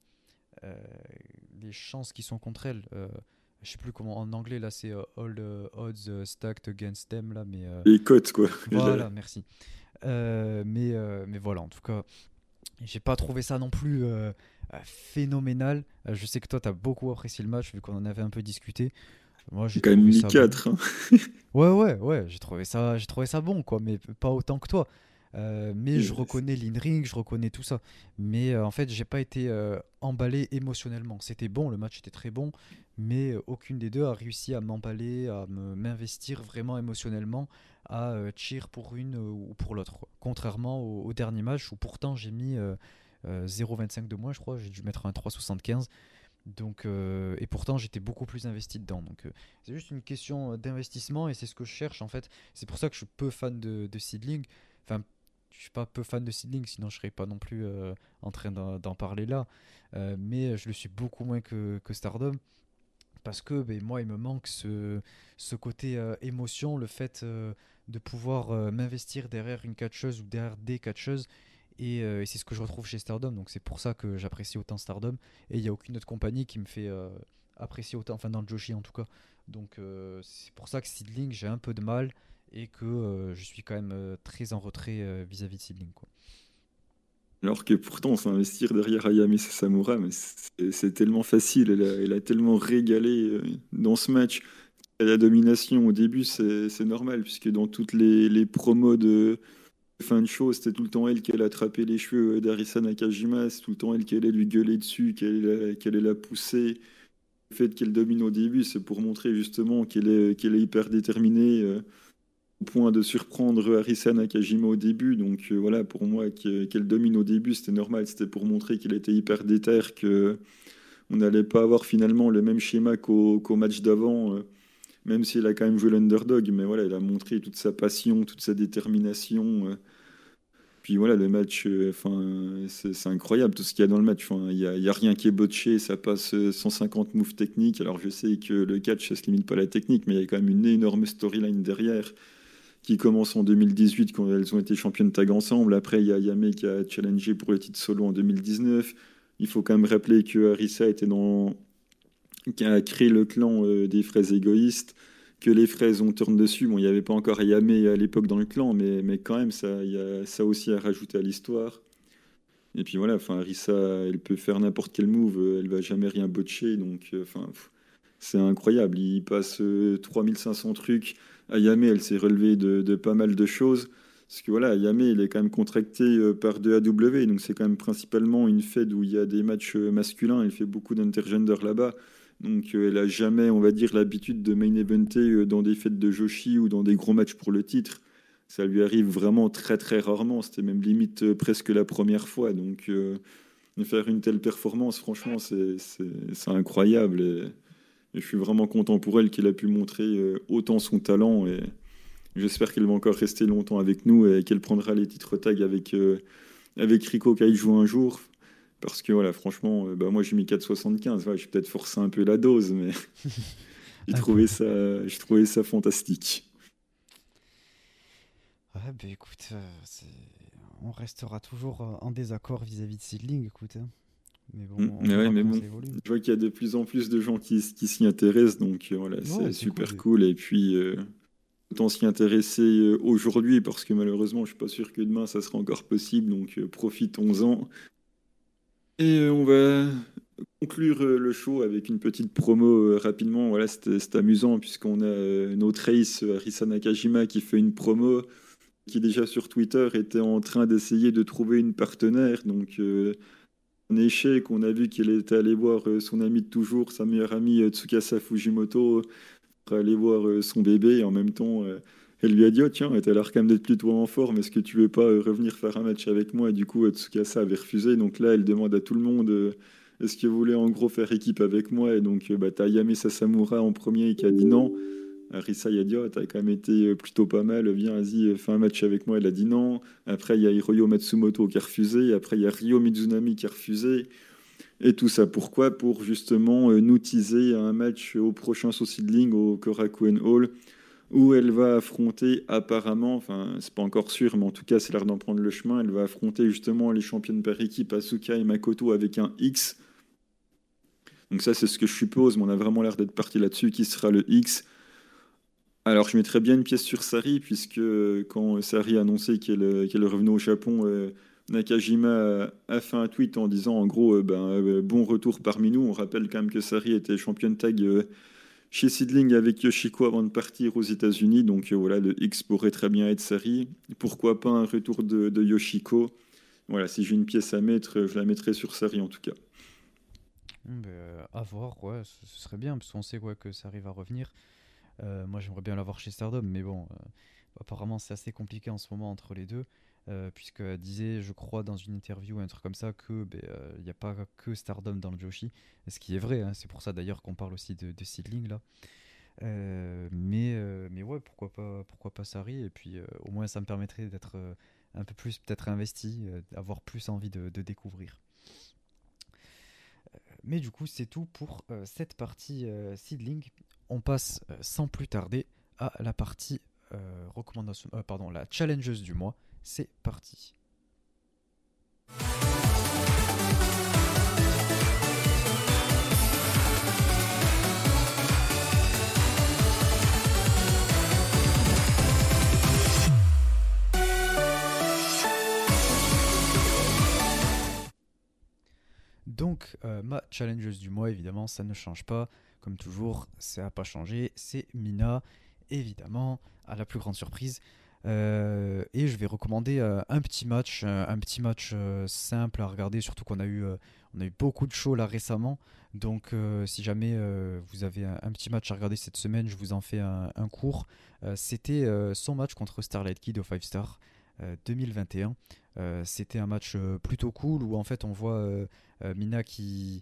euh, les chances qui sont contre elle. Euh, je sais plus comment en anglais là c'est euh, all the odds uh, stacked against them là mais euh, Les cotes, quoi. La- voilà merci. Euh, mais, euh, mais voilà, en tout cas, j'ai pas trouvé ça non plus euh, euh, phénoménal. Euh, je sais que toi, t'as beaucoup apprécié le match vu qu'on en avait un peu discuté. Moi, j'ai C'est quand même trouvé mis ça bon. quatre, hein. Ouais, ouais, ouais, j'ai trouvé ça, j'ai trouvé ça bon, quoi, mais pas autant que toi. Euh, mais je reconnais l'in-ring, je reconnais tout ça. Mais euh, en fait, j'ai pas été euh, emballé émotionnellement. C'était bon, le match était très bon, mais euh, aucune des deux a réussi à m'emballer, à me, m'investir vraiment émotionnellement, à euh, cheer pour une euh, ou pour l'autre, quoi. Contrairement au, au dernier match où pourtant j'ai mis euh, euh, zéro virgule vingt-cinq de moins, je crois, j'ai dû mettre un trois virgule soixante-quinze. Donc, euh, et pourtant, j'étais beaucoup plus investi dedans. Donc, euh, c'est juste une question euh, d'investissement et c'est ce que je cherche en fait. C'est pour ça que je suis peu fan de, de Seedling. Enfin, je suis pas peu fan de Seedling, sinon je serais pas non plus euh, en train d'en, d'en parler là. Euh, mais je le suis beaucoup moins que, que Stardom parce que ben, moi, il me manque ce, ce côté euh, émotion, le fait euh, de pouvoir euh, m'investir derrière une catcheuse ou derrière des catcheuses. Et, euh, et c'est ce que je retrouve chez Stardom. Donc c'est pour ça que j'apprécie autant Stardom. Et il n'y a aucune autre compagnie qui me fait euh, apprécier autant, enfin dans le Joshi en tout cas. Donc euh, c'est pour ça que Seedling, j'ai un peu de mal et que euh, je suis quand même euh, très en retrait euh, vis-à-vis de Seedling, quoi. Alors que pourtant, s'investir derrière Ayame Sasamura, mais c'est c'est tellement facile. Elle a, elle a tellement régalé euh, dans ce match. La domination au début, c'est c'est normal, puisque dans toutes les, les promos de fin de show, c'était tout le temps elle qui allait attraper les cheveux euh, d'Arisa Nakajima, c'est tout le temps elle qui allait lui gueuler dessus, qui allait la, qui allait la pousser. Le fait qu'elle domine au début, c'est pour montrer justement qu'elle est, qu'elle est hyper déterminée. Euh, au point de surprendre Arisa Nakajima au début. Donc euh, voilà, pour moi, que- qu'elle domine au début, c'était normal. C'était pour montrer qu'elle était hyper déter, que on n'allait pas avoir finalement le même schéma qu'au qu'au match d'avant. euh. même s'il a quand même joué l'underdog, mais voilà, il a montré toute sa passion, toute sa détermination. euh. Puis voilà, le match, euh, enfin, c'est c'est incroyable tout ce qu'il y a dans le match. Enfin, il y a, il y a rien qui est botché, ça passe euh, cent cinquante moves techniques. Alors je sais que le catch, ça se limite pas à la technique, mais il y a quand même une énorme storyline derrière qui commence en deux mille dix-huit quand elles ont été championnes tag ensemble. Après, il y a Yame qui a challengé pour le titre solo en deux mille dix-neuf. Il faut quand même rappeler que Arisa était dans, qui a créé le clan euh, des fraises égoïstes, que les fraises ont tourné dessus. Bon, il n'y avait pas encore Yame à l'époque dans le clan, mais, mais quand même, ça, il y a ça aussi à rajouter à l'histoire. Et puis voilà, enfin, Arisa, elle peut faire n'importe quel move, euh, elle va jamais rien botcher, donc euh, enfin, pff, c'est incroyable. Il passe euh, trois mille cinq cents trucs. Ayame, elle s'est relevée de, de pas mal de choses. Parce que voilà, Ayame, il est quand même contracté euh, par deux A W, donc c'est quand même principalement une fed où il y a des matchs euh, masculins. Elle fait beaucoup d'intergender là-bas. Donc euh, elle a jamais, on va dire, l'habitude de main eventer euh, dans des fêtes de Joshi ou dans des gros matchs pour le titre. Ça lui arrive vraiment très très rarement. C'était même limite euh, presque la première fois. Donc euh, faire une telle performance, franchement, c'est c'est- c'est incroyable. Et, et je suis vraiment content pour elle qu'elle a pu montrer euh, autant son talent. Et j'espère qu'elle va encore rester longtemps avec nous et qu'elle prendra les titres tag avec, euh, avec Rico Kaiju un jour. Parce que voilà, franchement, euh, bah, moi j'ai mis quatre virgule soixante-quinze. Ouais, j'ai peut-être forcé un peu la dose, mais j'ai Un peu. trouvé ça, j'ai trouvé ça fantastique. Ouais, bah écoute, euh, c'est... on restera toujours euh, en désaccord vis-à-vis de Seedling, écoute, hein. Mais bon, Mm, on mais ouais, verra mais comment bon, ça évolue. je vois qu'il y a de plus en plus de gens qui, s- qui s'y intéressent, donc euh, voilà, Ouais, c'est c'est super cool. cool. Et puis, euh, autant s'y intéresser euh, aujourd'hui, parce que malheureusement, je suis pas sûr que demain ça sera encore possible, donc euh, profitons-en. Et euh, on va conclure euh, le show avec une petite promo euh, rapidement. Voilà, c'était c'était amusant, puisqu'on a euh, notre ace, euh, Arisa Nakajima, qui fait une promo, qui déjà sur Twitter était en train d'essayer de trouver une partenaire, donc. euh, un échec, on a vu qu'il était allé voir euh, son ami de toujours, sa meilleure amie euh, Tsukasa Fujimoto, pour aller voir euh, son bébé. Et en même temps, euh, elle lui a dit: oh, tiens, t'as l'air quand même d'être plutôt en forme, est-ce que tu veux pas euh, revenir faire un match avec moi? Et du coup, euh, Tsukasa avait refusé. Donc là, elle demande à tout le monde: euh, est-ce que vous voulez en gros faire équipe avec moi? Et donc, euh, bah, t'as Ayame Sasamura en premier qui a dit non. Arisa, il a dit: oh, t'as quand même été euh, plutôt pas mal, viens, vas-y, euh, fais un match avec moi. Elle a dit non. Après, il y a Hiroyo Matsumoto qui a refusé. Après, il y a Ryo Mizunami qui a refusé. Et tout ça, pourquoi? Pour justement euh, nous teaser un match au prochain Seedling au Korakuen Hall, où elle va affronter apparemment, enfin c'est pas encore sûr, mais en tout cas c'est l'air d'en prendre le chemin, elle va affronter justement les championnes par équipe Asuka et Makoto avec un X. Donc ça c'est ce que je suppose, mais on a vraiment l'air d'être parti là-dessus, qui sera le X. Alors je mettrais bien une pièce sur Sari, puisque euh, quand Sari a annoncé qu'elle euh, qu'elle revenait au Japon, euh, Nakajima a, a fait un tweet en disant en gros euh, ben, euh, bon retour parmi nous. On rappelle quand même que Sari était championne tag euh, chez Sidling avec Yoshiko avant de partir aux États-Unis. Donc euh, voilà, le X pourrait très bien être Sari. Pourquoi pas un retour de, de Yoshiko? Voilà, si j'ai une pièce à mettre, je la mettrai sur Sari en tout cas. Hum, bah, euh, à voir, ouais, ce, ce serait bien, parce qu'on sait quoi, que ça arrive à revenir. Euh, moi, j'aimerais bien l'avoir chez Stardom, mais bon, euh, apparemment, c'est assez compliqué en ce moment entre les deux, euh, puisqu'elle disait, je crois, dans une interview, un truc comme ça, que ben, euh, il n'y a pas que Stardom dans le Joshi, ce qui est vrai, hein, c'est pour ça d'ailleurs qu'on parle aussi de, de Seedling là. Euh, mais, euh, mais ouais, pourquoi pas, pourquoi pas Sari, et puis euh, au moins ça me permettrait d'être euh, un peu plus peut-être investi, euh, d'avoir plus envie de, de découvrir. Mais du coup, c'est tout pour euh, cette partie euh, Seedling. On passe euh, sans plus tarder à la partie euh, recommandation, euh, pardon, la challengeuse du mois. C'est parti. Donc, euh, ma challengeuse du mois, évidemment, ça ne change pas. Comme toujours, ça n'a pas changé. C'est Mina, évidemment, à la plus grande surprise. Euh, et je vais recommander euh, un petit match, euh, un petit match euh, simple à regarder, surtout qu'on a eu, euh, on a eu beaucoup de shows là récemment. Donc, euh, si jamais euh, vous avez un, un petit match à regarder cette semaine, je vous en fais un, un court. Euh, C'était euh, son match contre Starlight Kid au five Star euh, deux mille vingt et un. Euh, C'était un match euh, plutôt cool où en fait on voit euh, euh, Mina qui,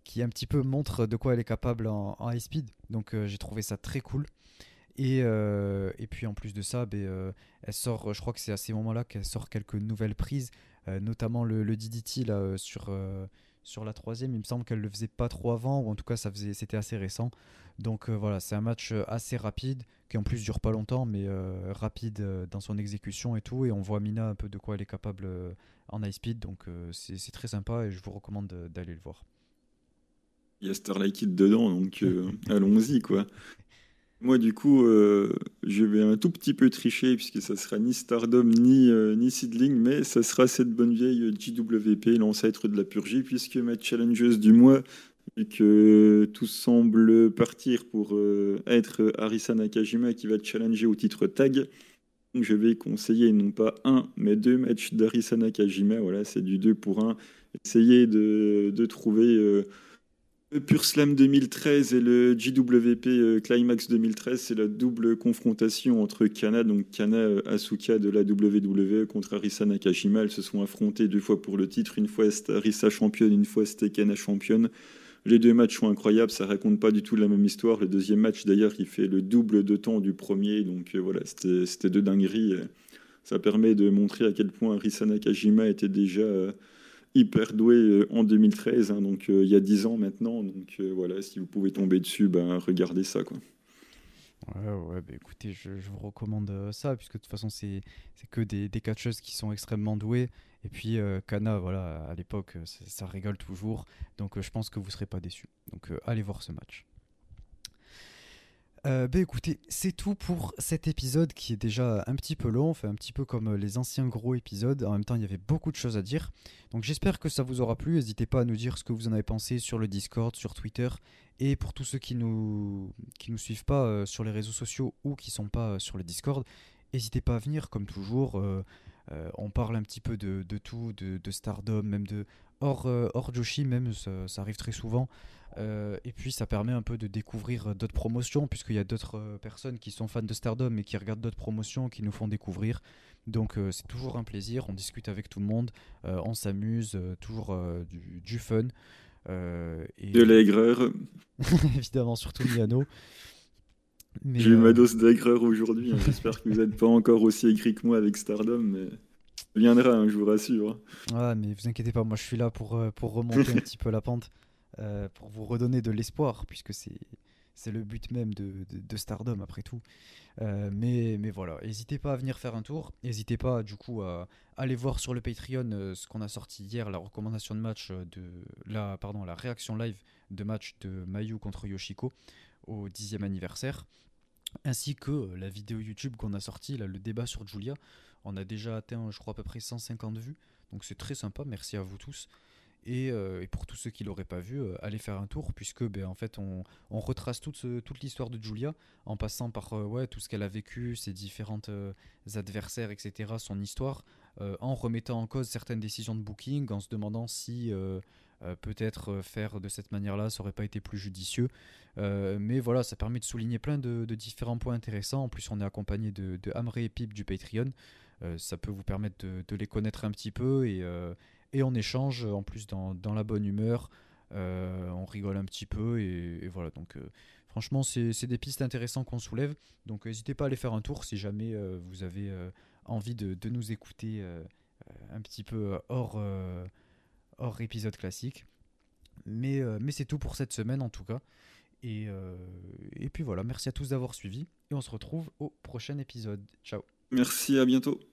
qui un petit peu montre de quoi elle est capable en, en high speed. Donc euh, j'ai trouvé ça très cool. Et, euh, et puis en plus de ça, ben, euh, elle sort, je crois que c'est à ces moments-là qu'elle sort quelques nouvelles prises, euh, notamment le, le D D T là, euh, sur, euh, sur la troisième. Il me semble qu'elle le faisait pas trop avant, ou en tout cas ça faisait, c'était assez récent. Donc euh, voilà, c'est un match euh, assez rapide, qui en plus dure pas longtemps, mais euh, rapide euh, dans son exécution et tout. Et on voit Mina un peu de quoi elle est capable euh, en high speed, donc euh, c'est, c'est très sympa et je vous recommande de- d'aller le voir. Il y a Starlight Kid dedans, donc euh, allons-y, quoi. Moi, du coup, euh, je vais un tout petit peu tricher, puisque ça sera ni Stardom ni, euh, ni Seedling, mais ça sera cette bonne vieille J W P, l'ancêtre de la purgie, puisque ma challengeuse du mois, et que tout semble partir pour euh, être Arisa Nakajima qui va challenger au titre tag. Donc je vais conseiller non pas un, mais deux matchs d'Arisa Nakajima. Voilà, c'est du deux pour un. Essayez de, de trouver euh, le Pure Slam deux mille treize et le J W P euh, Climax deux mille treize. C'est la double confrontation entre Kana, donc Kana euh, Asuka de la W W E contre Arisa Nakajima. Elles se sont affrontées deux fois pour le titre. Une fois c'était Arisa championne, une fois c'était Kana championne. Les deux matchs sont incroyables, ça raconte pas du tout la même histoire. Le deuxième match, d'ailleurs, il fait le double de temps du premier. Donc euh, voilà, c'était c'était de dinguerie. Ça permet de montrer à quel point Arisa Nakajima était déjà euh, hyper doué euh, en deux mille treize, hein, donc euh, il y a dix ans maintenant. Donc euh, voilà, si vous pouvez tomber dessus, ben, regardez ça, quoi. Ouais, ouais, bah écoutez, je, je vous recommande euh, ça, puisque de toute façon, c'est, c'est que des, des catcheuses qui sont extrêmement douées. Et puis, euh, Kana, voilà, à l'époque, euh, ça, ça rigole toujours. Donc, euh, je pense que vous ne serez pas déçus. Donc, euh, allez voir ce match. Euh, bah écoutez, c'est tout pour cet épisode qui est déjà un petit peu long, enfin un petit peu comme euh, les anciens gros épisodes. En même temps, il y avait beaucoup de choses à dire. Donc j'espère que ça vous aura plu. N'hésitez pas à nous dire ce que vous en avez pensé sur le Discord, sur Twitter. Et pour tous ceux qui nous qui nous suivent pas euh, sur les réseaux sociaux ou qui sont pas euh, sur le Discord, n'hésitez pas à venir comme toujours. Euh, euh, on parle un petit peu de, de tout, de, de Stardom, même de hors, euh, hors Joshi, même ça, ça arrive très souvent. Euh, et puis ça permet un peu de découvrir d'autres promotions, puisqu'il y a d'autres euh, personnes qui sont fans de Stardom et qui regardent d'autres promotions qui nous font découvrir. Donc euh, c'est toujours un plaisir, on discute avec tout le monde, euh, on s'amuse, euh, toujours euh, du, du fun. Euh, De et l'aigreur. évidemment surtout Miano. Mais J'ai eu ma euh, dose d'aigreur aujourd'hui, hein. J'espère que vous n'êtes pas encore aussi aigri que moi avec Stardom, mais ça viendra, hein, je vous rassure. ah, mais vous inquiétez pas, moi je suis là pour, euh, pour remonter un petit peu la pente, euh, pour vous redonner de l'espoir, puisque c'est, c'est le but même de, de, de Stardom après tout. Euh, mais, mais voilà, n'hésitez pas à venir faire un tour. N'hésitez pas du coup à aller voir sur le Patreon euh, ce qu'on a sorti hier, la recommandation de match euh, de la, pardon, la réaction live de match de Mayu contre Yoshiko au dixième anniversaire, ainsi que euh, la vidéo YouTube qu'on a sortie, là, le débat sur Julia. On a déjà atteint, je crois, à peu près cent cinquante vues, donc c'est très sympa. Merci à vous tous. Et, euh, et pour tous ceux qui l'auraient pas vu, euh, allez faire un tour, puisque ben, en fait on, on retrace toute, ce- toute l'histoire de Julia en passant par euh, ouais, tout ce qu'elle a vécu, ses différentes euh, adversaires, et cetera, son histoire, euh, en remettant en cause certaines décisions de booking, en se demandant si euh, euh, peut-être euh, faire de cette manière-là, ça aurait pas été plus judicieux. Euh, mais voilà, ça permet de souligner plein de, de différents points intéressants. En plus, on est accompagné de, de Amre et Pip du Patreon. Euh, ça peut vous permettre de, de les connaître un petit peu et, euh, et on échange en plus dans, dans la bonne humeur. Euh, on rigole un petit peu et, et voilà. Donc, euh, franchement, c'est c'est des pistes intéressantes qu'on soulève. Donc, n'hésitez pas à aller faire un tour si jamais euh, vous avez euh, envie de, de nous écouter euh, euh, un petit peu hors, euh, hors épisode classique. Mais, euh, mais c'est tout pour cette semaine en tout cas. Et, euh, et puis voilà, merci à tous d'avoir suivi et on se retrouve au prochain épisode. Ciao. Merci, à bientôt.